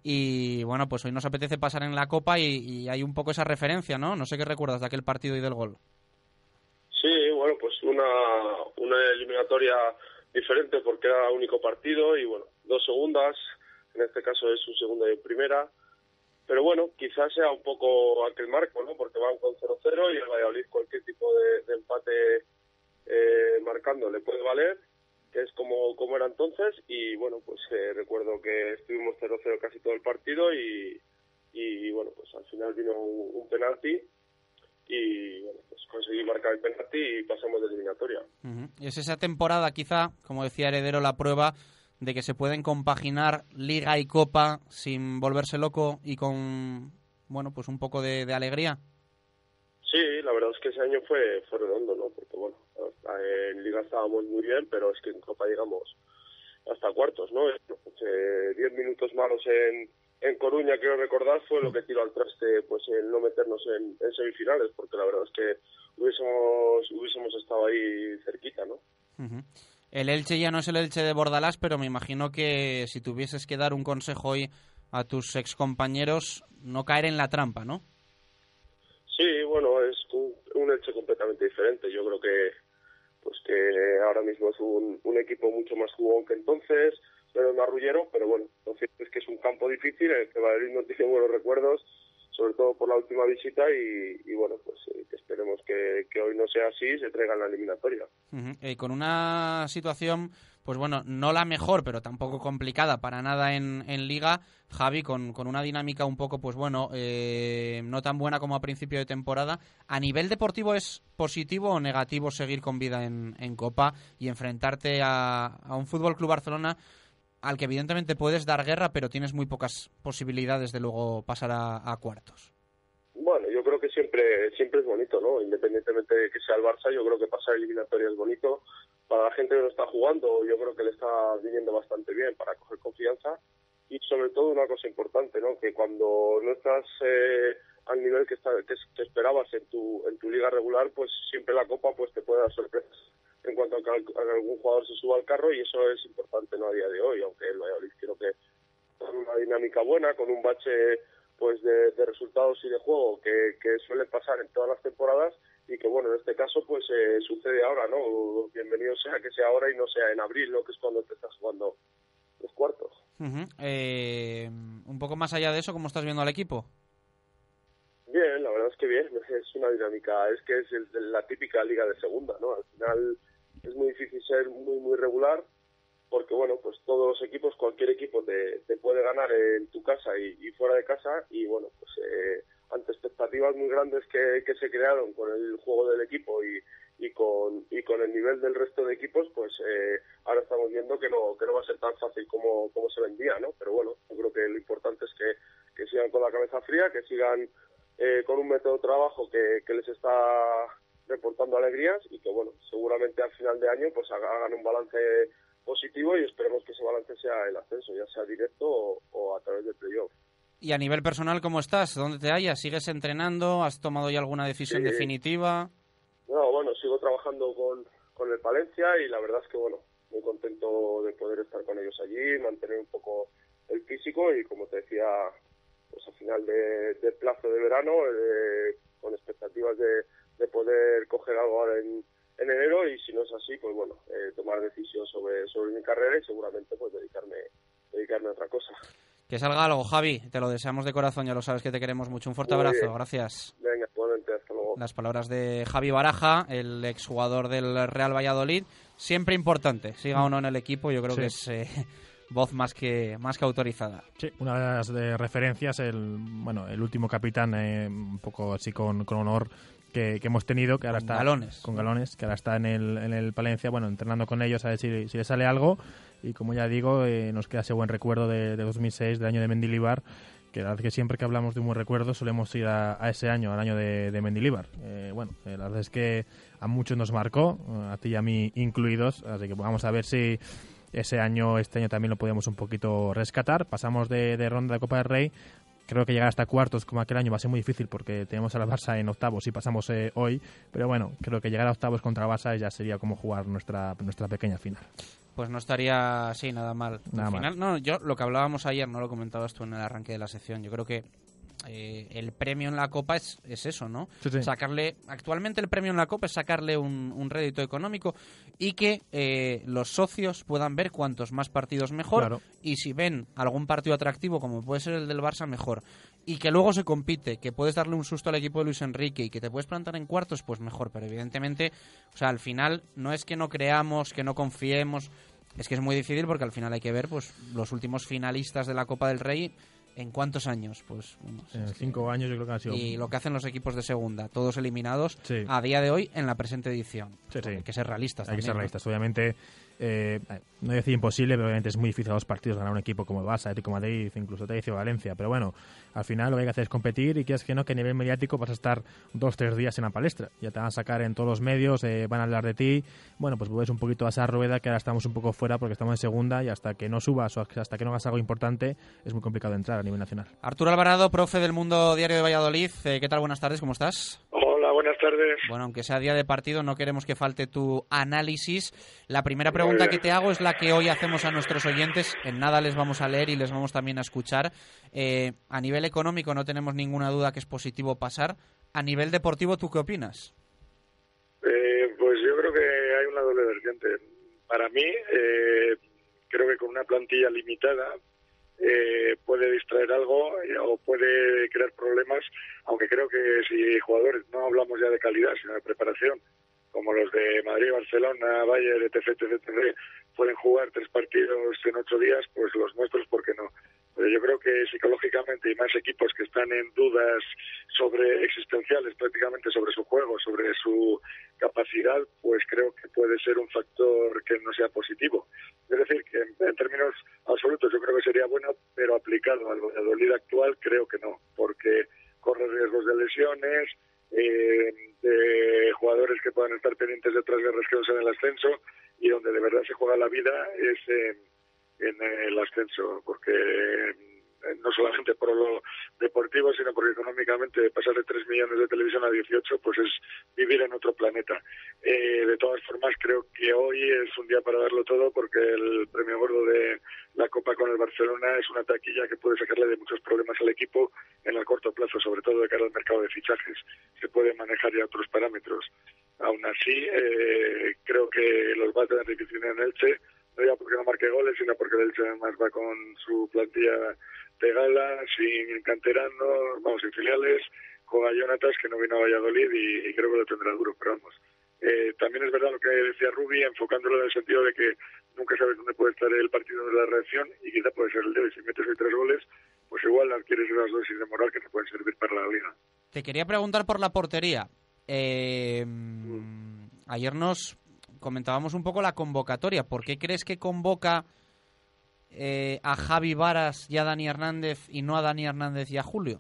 S2: y bueno, pues hoy nos apetece pasar en la Copa y, y hay un poco esa referencia, ¿no? No sé qué recuerdas de aquel partido y del gol.
S3: Sí, bueno, pues una, una eliminatoria diferente porque era único partido y bueno, dos segundas, en este caso es un segunda y primera, pero bueno, quizás sea un poco aquel marco, ¿no? Porque van con cero cero y el Valladolid cualquier tipo de, de empate eh, marcando le puede valer, que es como, como era entonces, y bueno, pues eh, recuerdo que estuvimos cero cero casi todo el partido y, y bueno, pues al final vino un, un penalti y bueno, pues conseguí marcar el penalti y pasamos de eliminatoria.
S2: Uh-huh. Y es esa temporada quizá, como decía Heredero, la prueba de que se pueden compaginar Liga y Copa sin volverse loco y con, bueno, pues un poco de, de alegría.
S3: Sí, la verdad es que ese año fue, fue redondo, ¿no? Porque bueno, en Liga estábamos muy bien, pero es que en Copa llegamos hasta cuartos, ¿no? Pues, diez minutos malos en, en Coruña, quiero recordar, fue lo que tiró al traste pues el no meternos en, en semifinales, porque la verdad es que hubiésemos, hubiésemos estado ahí cerquita, ¿no?
S2: Uh-huh. El Elche ya no es el Elche de Bordalás, pero me imagino que si tuvieses que dar un consejo hoy a tus excompañeros, no caer en la trampa, ¿no?
S3: Sí, bueno, es un, un Elche completamente diferente. Yo creo que pues que ahora mismo es un, un equipo mucho más jugón que entonces, menos marrullero, pero bueno, lo cierto es que es un campo difícil en el que Valladolid no tiene buenos recuerdos, sobre todo por la última visita, y, y bueno, pues eh, esperemos que, que hoy no sea así y se traigan la eliminatoria.
S2: Uh-huh. Eh, con una situación, pues bueno, no la mejor, pero tampoco complicada para nada en, en Liga, Javi, con, con una dinámica un poco, pues bueno, eh, no tan buena como a principio de temporada. ¿A nivel deportivo es positivo o negativo seguir con vida en, en Copa y enfrentarte a, a un F C Barcelona al que evidentemente puedes dar guerra, pero tienes muy pocas posibilidades de luego pasar a, a cuartos?
S3: Bueno, yo creo que siempre siempre es bonito, ¿no? Independientemente de que sea el Barça, yo creo que pasar eliminatoria es bonito. Para la gente que no está jugando, yo creo que le está viniendo bastante bien para coger confianza. Y sobre todo una cosa importante, ¿no? Que cuando no estás eh, al nivel que, está, que, que esperabas en tu en tu liga regular, pues siempre la Copa pues te puede dar sorpresas en cuanto a que algún jugador se suba al carro, y eso es importante, ¿no?, a día de hoy, aunque el Valladolid creo que con una dinámica buena, con un bache pues de, de resultados y de juego que, que suele pasar en todas las temporadas, y que bueno, en este caso pues eh, sucede ahora, ¿no? Bienvenido sea que sea ahora y no sea en abril, ¿no?, que es cuando te estás jugando los cuartos.
S2: Uh-huh. Eh, un poco más allá de eso, ¿cómo estás viendo al equipo?
S3: Bien, la verdad es que bien, es una dinámica, es que es el, la típica liga de segunda, ¿no? Al final es muy difícil ser muy muy regular, porque bueno, pues todos los equipos, cualquier equipo te, te puede ganar en tu casa y, y fuera de casa, y bueno, pues eh, ante expectativas muy grandes que, que se crearon con el juego del equipo y, y con y con el nivel del resto de equipos, pues eh, ahora estamos viendo que no que no va a ser tan fácil como, como se vendía, ¿no? Pero bueno, yo creo que lo importante es que, que sigan con la cabeza fría, que sigan eh, con un método de trabajo que, que les está reportando alegrías, y que bueno, seguramente al final de año pues hagan un balance positivo, y esperemos que ese balance sea el ascenso, ya sea directo o, o a través del playoff.
S2: Y a nivel personal, ¿cómo estás? ¿Dónde te hallas? ¿Sigues entrenando? ¿Has tomado ya alguna decisión
S3: Sí.
S2: definitiva?
S3: No, bueno, sigo trabajando con, con el Palencia, y la verdad es que bueno, muy contento de poder estar con ellos allí, mantener un poco el físico, y como te decía, pues al final de, de plazo de verano, eh, con expectativas de, de poder coger algo ahora en, en enero, y si no es así, pues bueno, eh, tomar decisión sobre, sobre mi carrera, y seguramente pues dedicarme, dedicarme a otra cosa.
S2: Que salga algo, Javi. Te lo deseamos de corazón, ya lo sabes que te queremos mucho. Un fuerte
S3: Muy
S2: abrazo,
S3: bien.
S2: gracias.
S3: Venga, igualmente, hasta luego.
S2: Las palabras de Javi Baraja, el exjugador del Real Valladolid. Siempre importante, siga o no en el equipo, yo creo
S10: Sí.
S2: que es eh, voz más que más que autorizada.
S10: Sí, una de las de referencias, el bueno, el último capitán, eh, un poco así con, con honor, que, que hemos tenido, que ahora
S2: Con
S10: está
S2: galones.
S10: con galones, que ahora está en el, en el Palencia, bueno, entrenando con ellos a ver si, si le sale algo. Y como ya digo, eh, nos queda ese buen recuerdo de, de dos mil seis, del año de Mendilibar, que la verdad es que siempre que hablamos de un buen recuerdo solemos ir a, a ese año, al año de, de Mendilibar. Eh, bueno, eh, la verdad es que a muchos nos marcó, a ti y a mí incluidos, así que vamos a ver si ese año, este año también lo podemos un poquito rescatar. Pasamos de, de ronda de Copa del Rey. Creo que llegar hasta cuartos como aquel año va a ser muy difícil porque tenemos al Barça en octavos y pasamos eh, hoy, pero bueno, creo que llegar a octavos contra Barça ya sería como jugar nuestra nuestra pequeña final.
S2: Pues no estaría así nada mal.
S10: Nada
S2: Al
S10: mal.
S2: final, no, yo lo que hablábamos ayer, no lo comentabas tú en el arranque de la sección, yo creo que eh, el premio en la Copa es, es eso, ¿no?
S10: Sí, sí.
S2: Sacarle, actualmente el premio en la Copa es sacarle un, un rédito económico y que eh, los socios puedan ver cuantos más partidos mejor,
S10: Claro.
S2: y si ven algún partido atractivo como puede ser el del Barça, mejor. Y que luego se compite, que puedes darle un susto al equipo de Luis Enrique y que te puedes plantar en cuartos, pues mejor. Pero evidentemente, o sea, al final no es que no creamos, que no confiemos, es que es muy difícil porque al final hay que ver pues los últimos finalistas de la Copa del Rey. ¿En cuántos años? Pues bueno,
S10: En cinco años yo creo que han sido...
S2: y lo que hacen los equipos de segunda, todos eliminados
S10: Sí.
S2: a día de hoy en la presente edición.
S10: Sí, sí.
S2: Hay que ser realistas.
S10: Hay que
S2: también,
S10: ser
S2: ¿no?
S10: realistas. Obviamente, eh, no voy a decir imposible, pero obviamente es muy difícil a dos partidos ganar un equipo como el Barça, Atlético de Madrid, incluso te dice Valencia. Pero bueno, al final lo que hay que hacer es competir, y quieres que no, que a nivel mediático vas a estar dos, tres días en la palestra. Ya te van a sacar en todos los medios, eh, van a hablar de ti. Bueno, pues vuelves un poquito a esa rueda que ahora estamos un poco fuera porque estamos en segunda, y hasta que no subas o hasta que no hagas algo importante es muy complicado entrar a nivel nacional.
S2: Arturo Alvarado, profe del Mundo Diario de Valladolid. Eh, ¿Qué tal? Buenas tardes, ¿cómo estás?
S12: Hola, buenas tardes.
S2: Bueno, aunque sea día de partido, no queremos que falte tu análisis. La primera pregunta que te hago es la que hoy hacemos a nuestros oyentes. En nada les vamos a leer y les vamos también a escuchar. Eh, a nivel económico no tenemos ninguna duda que es positivo pasar. A nivel deportivo, ¿tú qué opinas?
S12: Eh, pues yo creo que hay una doble vertiente. Para mí, eh,
S3: creo que con una plantilla limitada eh, puede distraer algo eh, o puede crear problemas, aunque creo que si jugadores, no hablamos ya de calidad, sino de preparación, como los de Madrid, Barcelona, Bayern, etcétera, etcétera, etcétera, pueden jugar tres partidos en ocho días, pues los nuestros, ¿por qué no? Pero yo creo que psicológicamente y más equipos que están en dudas sobre existenciales prácticamente sobre su juego, sobre su capacidad, pues creo que puede ser un factor que no sea positivo. Es decir, que en, en términos absolutos yo creo que sería bueno, pero aplicado al Valladolid actual creo que no, porque corre riesgos de lesiones, eh, de jugadores que puedan estar pendientes de otras guerras que no sean el ascenso, y donde de verdad se juega la vida es en, en el ascenso, porque no solamente por lo deportivo, sino porque económicamente pasar de tres millones de televisión a dieciocho, pues es vivir en otro planeta. Eh, de todas formas, creo que hoy es un día para darlo todo, porque el premio gordo de la Copa con el Barcelona es una taquilla que puede sacarle de muchos problemas al equipo en el corto plazo, sobre todo de cara al mercado de fichajes. Se puede manejar ya otros parámetros. Aún así, eh, creo que los va a tener difícil en Elche, no ya porque no marque goles, sino porque el Elche además va con su plantilla de gala, sin canteranos, vamos, sin filiales, con a Jonatas, que no vino a Valladolid y, y creo que lo tendrá duro, pero vamos. Eh, también es verdad lo que decía Rubi, enfocándolo en el sentido de que nunca sabes dónde puede estar el partido de la reacción, y quizá puede ser el de hoy. Si metes hoy tres goles, pues igual adquieres esas dosis de moral que te pueden servir para la liga.
S2: Te quería preguntar por la portería. Eh, mm. Ayer nos comentábamos un poco la convocatoria. ¿Por qué crees que convoca eh, a Javi Varas y a Dani Hernández y no a Dani Hernández y a Julio?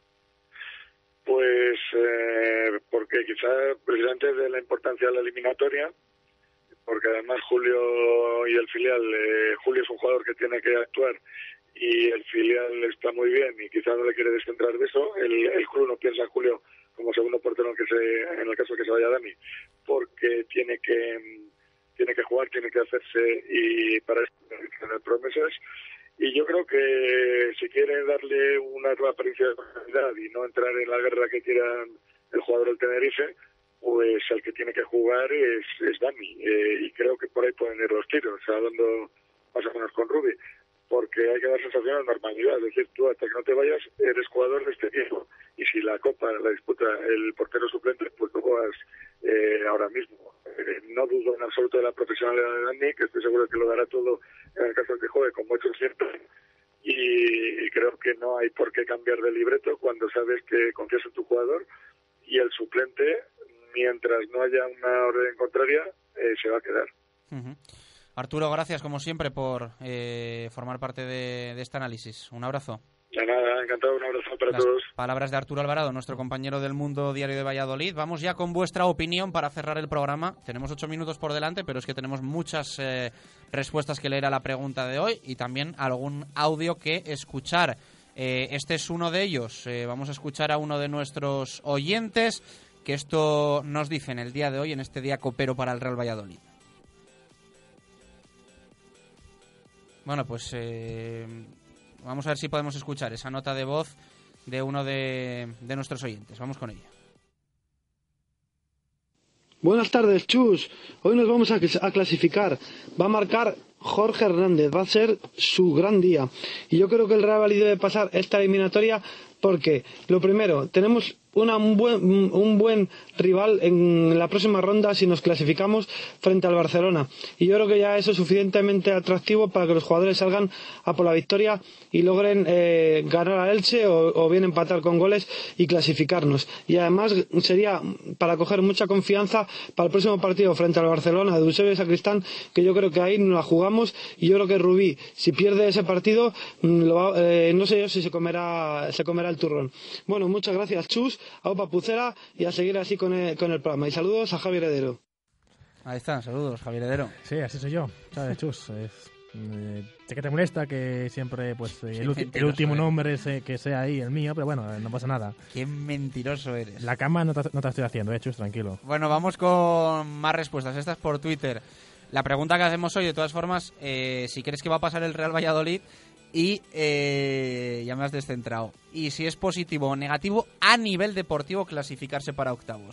S3: Pues eh, porque quizá precisamente de la importancia de la eliminatoria, porque además Julio y el filial, eh, Julio es un jugador que tiene que actuar y el filial está muy bien y quizá no le quiere descentrar de eso. El, el club no piensa en Julio como segundo portero en, que se, en el caso de que se vaya Dani, porque tiene que tiene que jugar, tiene que hacerse, y para eso tiene que tener promesas. Y yo creo que si quiere darle una nueva apariencia de personalidad y no entrar en la guerra que quiera el jugador del Tenerife, pues el que tiene que jugar es, es Dani. Eh, y creo que por ahí pueden ir los tiros, hablando más o menos con Rubi, porque hay que dar sensación de normalidad. Es decir, tú hasta que no te vayas eres jugador de este equipo, y si la Copa la disputa el portero suplente, pues tú juegas eh, ahora mismo. Eh, no dudo en absoluto de la profesionalidad de Dani, que estoy seguro que lo dará todo en el caso de que juegue, como hecho siempre, y, y creo que no hay por qué cambiar de libreto cuando sabes que confías en tu jugador, y el suplente, mientras no haya una orden contraria, eh, se va a quedar.
S2: Uh-huh. Arturo, gracias como siempre por eh, formar parte de, de este análisis. Un abrazo.
S3: De nada, encantado, un abrazo para
S2: Las
S3: todos.
S2: Palabras de Arturo Alvarado, nuestro compañero del Mundo Diario de Valladolid. Vamos ya con vuestra opinión para cerrar el programa. Tenemos ocho minutos por delante, pero es que tenemos muchas eh, respuestas que leer a la pregunta de hoy y también algún audio que escuchar. Eh, este es uno de ellos. Eh, vamos a escuchar a uno de nuestros oyentes que esto nos dice en el día de hoy, en este día copero para el Real Valladolid. Bueno, pues eh, vamos a ver si podemos escuchar esa nota de voz de uno de, de nuestros oyentes. Vamos con ella.
S12: Buenas tardes, Chus. Hoy nos vamos a, a clasificar. Va a marcar Jorge Hernández. Va a ser su gran día. Y yo creo que el Real Valladolid debe pasar esta eliminatoria porque, lo primero, tenemos una, un, buen, un buen rival en la próxima ronda si nos clasificamos frente al Barcelona. Y yo creo que ya eso es suficientemente atractivo para que los jugadores salgan a por la victoria y logren eh, ganar a Elche o, o bien empatar con goles y clasificarnos. Y además sería para coger mucha confianza para el próximo partido frente al Barcelona de Eusebio Sacristán, que yo creo que ahí nos la jugamos, y yo creo que Rubí, si pierde ese partido, lo va, eh, no sé yo si se comerá, se comerá el turrón. Bueno, muchas gracias, Chus. A Opa Pucera, y a seguir así con el, con el programa. Y saludos a Javier Heredero.
S2: Ahí está, saludos, Javier Heredero.
S10: Sí, así soy yo, ¿sabes, Chus? Es, eh, sé que te molesta que siempre pues el, ulti- el último nombre se, que sea ahí el mío, pero bueno, no pasa nada.
S2: Qué mentiroso eres.
S10: La cama no te, no te estoy haciendo, eh, Chus, tranquilo.
S2: Bueno, vamos con más respuestas. Estas por Twitter. La pregunta que hacemos hoy, de todas formas, eh, si crees que va a pasar el Real Valladolid. Y eh, ya me has descentrado. Y si es positivo o negativo a nivel deportivo clasificarse para octavos.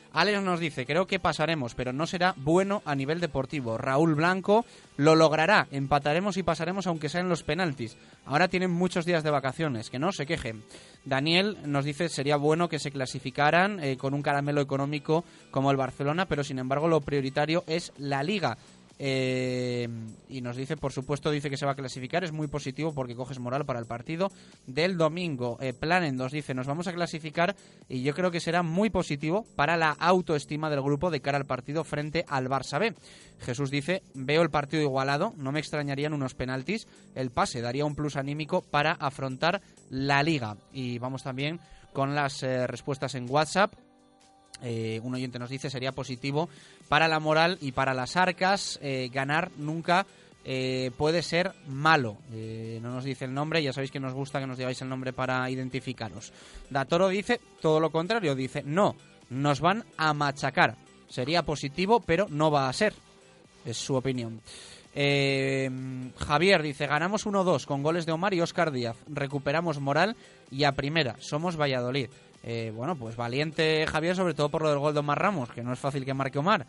S2: Alex nos dice, creo que pasaremos, pero no será bueno a nivel deportivo. Raúl Blanco lo logrará, empataremos y pasaremos aunque sea en los penaltis. Ahora tienen muchos días de vacaciones, que no se quejen. Daniel nos dice, sería bueno que se clasificaran eh, con un caramelo económico como el Barcelona, pero sin embargo lo prioritario es la Liga. Eh, y nos dice, por supuesto, dice que se va a clasificar, es muy positivo porque coges moral para el partido del domingo. eh, Planen nos dice, nos vamos a clasificar y yo creo que será muy positivo para la autoestima del grupo de cara al partido frente al Barça B. Jesús dice, veo el partido igualado, no me extrañarían unos penaltis, el pase daría un plus anímico para afrontar la Liga. Y vamos también con las eh, respuestas en WhatsApp. Eh, un oyente nos dice, sería positivo para la moral y para las arcas, eh, ganar nunca eh, puede ser malo. Eh, no nos dice el nombre, ya sabéis que nos gusta que nos digáis el nombre para identificaros. Datoro dice todo lo contrario, dice, no, nos van a machacar, sería positivo pero no va a ser, es su opinión. Eh, Javier dice, ganamos uno dos con goles de Omar y Óscar Díaz, recuperamos moral y a primera, somos Valladolid. Eh, bueno, pues valiente Javier, sobre todo por lo del gol de Omar Ramos, que no es fácil que marque Omar.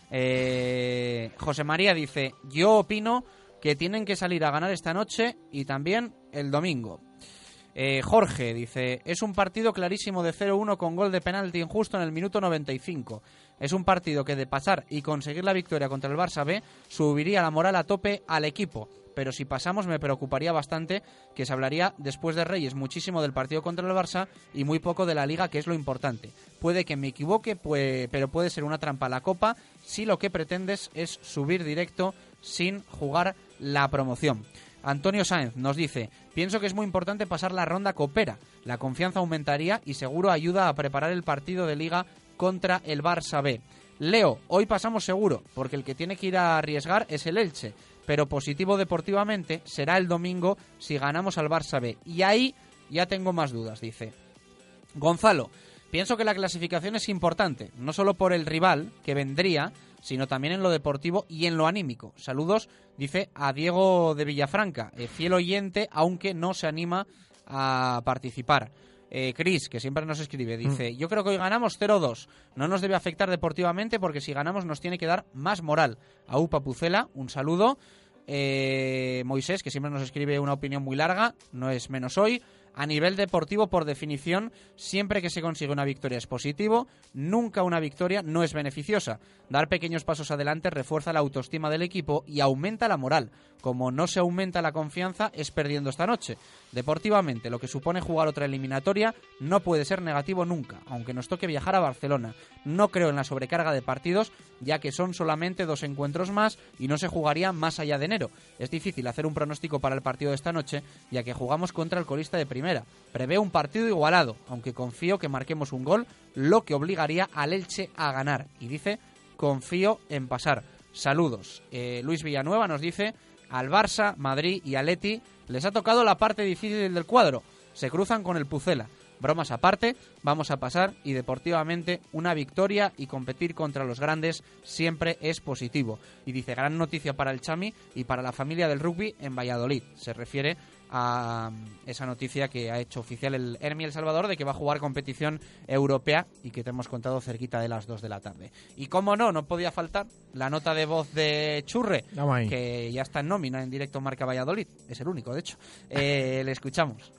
S2: Eh, José María dice, yo opino que tienen que salir a ganar esta noche y también el domingo. Eh, Jorge dice, es un partido clarísimo de cero uno con gol de penalti injusto en el minuto noventa y cinco. Es un partido que de pasar y conseguir la victoria contra el Barça B subiría la moral a tope al equipo. Pero si pasamos me preocuparía bastante que se hablaría después de Reyes muchísimo del partido contra el Barça y muy poco de la Liga, que es lo importante. Puede que me equivoque, pues, pero puede ser una trampa a la Copa si lo que pretendes es subir directo sin jugar la promoción. Antonio Sáenz nos dice, pienso que es muy importante pasar la ronda copera. La confianza aumentaría y seguro ayuda a preparar el partido de Liga contra el Barça B. Leo, hoy pasamos seguro, porque el que tiene que ir a arriesgar es el Elche. Pero positivo deportivamente será el domingo si ganamos al Barça B. Y ahí ya tengo más dudas, dice. Gonzalo, pienso que la clasificación es importante, no solo por el rival que vendría, sino también en lo deportivo y en lo anímico. Saludos, dice, a Diego de Villafranca, eh, fiel oyente, aunque no se anima a participar. Eh, Chris, que siempre nos escribe, dice, yo creo que hoy ganamos cero dos. No nos debe afectar deportivamente porque si ganamos nos tiene que dar más moral. A Upa Pucela, un saludo. Eh, Moisés, que siempre nos escribe una opinión muy larga, no es menos hoy. A nivel deportivo, por definición, siempre que se consigue una victoria es positivo, nunca una victoria no es beneficiosa. Dar pequeños pasos adelante refuerza la autoestima del equipo y aumenta la moral. Como no se aumenta la confianza, es perdiendo esta noche. Deportivamente, lo que supone jugar otra eliminatoria no puede ser negativo nunca, aunque nos toque viajar a Barcelona. No creo en la sobrecarga de partidos, ya que son solamente dos encuentros más y no se jugaría más allá de enero. Es difícil hacer un pronóstico para el partido de esta noche, ya que jugamos contra el colista de primera. Preveo un partido igualado, aunque confío que marquemos un gol, lo que obligaría al Elche a ganar. Y dice, confío en pasar. Saludos. Eh, Luis Villanueva nos dice, al Barça, Madrid y Atleti les ha tocado la parte difícil del cuadro. Se cruzan con el Pucela. Bromas aparte, vamos a pasar y deportivamente una victoria y competir contra los grandes siempre es positivo. Y dice, gran noticia para el Chami y para la familia del rugby en Valladolid. Se refiere a esa noticia que ha hecho oficial el Hermi El Salvador de que va a jugar competición europea y que te hemos contado cerquita de las dos de la tarde. Y cómo no, no podía faltar la nota de voz de Churre, que ya está en nómina en directo Marca Valladolid. Es el único, de hecho. Eh, le escuchamos.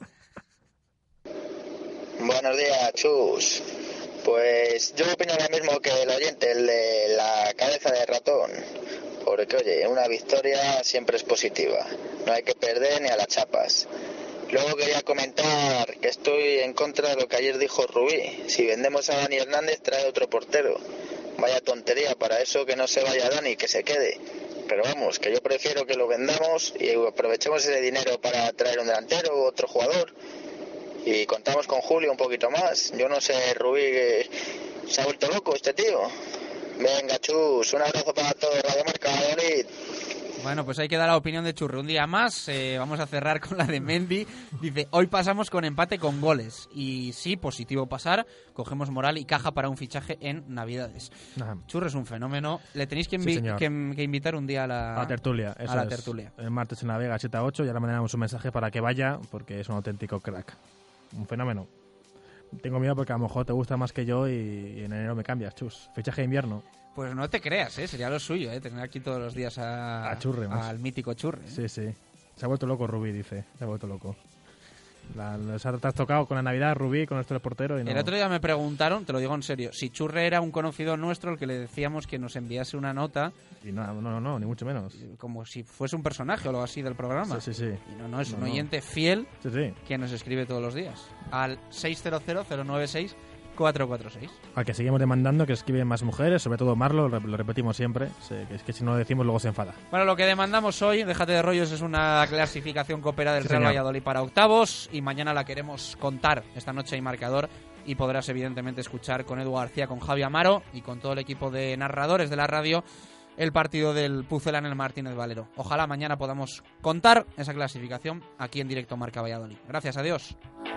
S13: Buenos días, Chus. Pues yo opino lo mismo que el oyente, el de la cabeza de ratón. Porque, oye, una victoria siempre es positiva. No hay que perder ni a las chapas. Luego quería comentar que estoy en contra de lo que ayer dijo Rubí. Si vendemos a Dani Hernández, trae otro portero. Vaya tontería, para eso que no se vaya Dani, que se quede. Pero vamos, que yo prefiero que lo vendamos y aprovechemos ese dinero para traer un delantero u otro jugador. Y contamos con Julio un poquito más. Yo no sé, Rubí, que se ha vuelto loco este tío. Venga, Chus, un abrazo para todos, Radio Marca Valladolid.
S2: Bueno, pues hay que dar la opinión de Churri un día más. Eh, vamos a cerrar con la de Mendy. Dice, hoy pasamos con empate con goles. Y sí, positivo pasar. Cogemos moral y caja para un fichaje en Navidades. Ajá. Churri es un fenómeno. Le tenéis que, invi- sí, que, que invitar un día a la,
S10: a la tertulia. Eso
S2: a la
S10: es.
S2: tertulia.
S10: El martes en la Vega, siete a ocho. Y ahora mandamos un mensaje para que vaya, porque es un auténtico crack. Un fenómeno. Tengo miedo porque a lo mejor te gusta más que yo y, y en enero me cambias, Chus. Fichaje de invierno.
S2: Pues no te creas, ¿eh? Sería lo suyo, ¿eh? Tener aquí todos los días a,
S10: a Churre, más.
S2: al mítico Churre. ¿eh?
S10: Sí, sí. Se ha vuelto loco Rubí, dice. Se ha vuelto loco. La, los has tocado con la Navidad, Rubí, con esto del portero. Y no...
S2: El otro día me preguntaron, te lo digo en serio, si Churre era un conocido nuestro el que le decíamos que nos enviase una nota.
S10: Y no, no, no, no ni mucho menos.
S2: Como si fuese un personaje o algo así del programa.
S10: Sí, sí, sí.
S2: Y no, no, es
S10: no,
S2: un
S10: no.
S2: oyente fiel
S10: sí, sí.
S2: que nos escribe todos los días. Al seis cero cero, cero nueve seis, cuatro cuatro seis.
S10: Al que seguimos demandando que escriben más mujeres, sobre todo Marlo, lo, lo repetimos siempre, que es que si no lo decimos luego se enfada.
S2: Bueno, lo que demandamos hoy, déjate de rollos, es una clasificación coopera del
S10: sí,
S2: Real
S10: señor.
S2: Valladolid para octavos y mañana la queremos contar. Esta noche hay marcador y podrás evidentemente escuchar con Edu García, con Javi Amaro y con todo el equipo de narradores de la radio el partido del Pucela en el Martínez Valero. Ojalá mañana podamos contar esa clasificación aquí en directo Marca Valladolid. Gracias, adiós.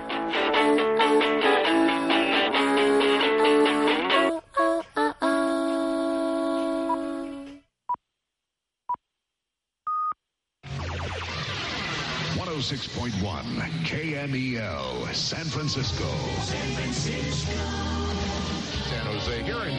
S5: one oh six point one K M E L, San Francisco. San Francisco. San Jose here in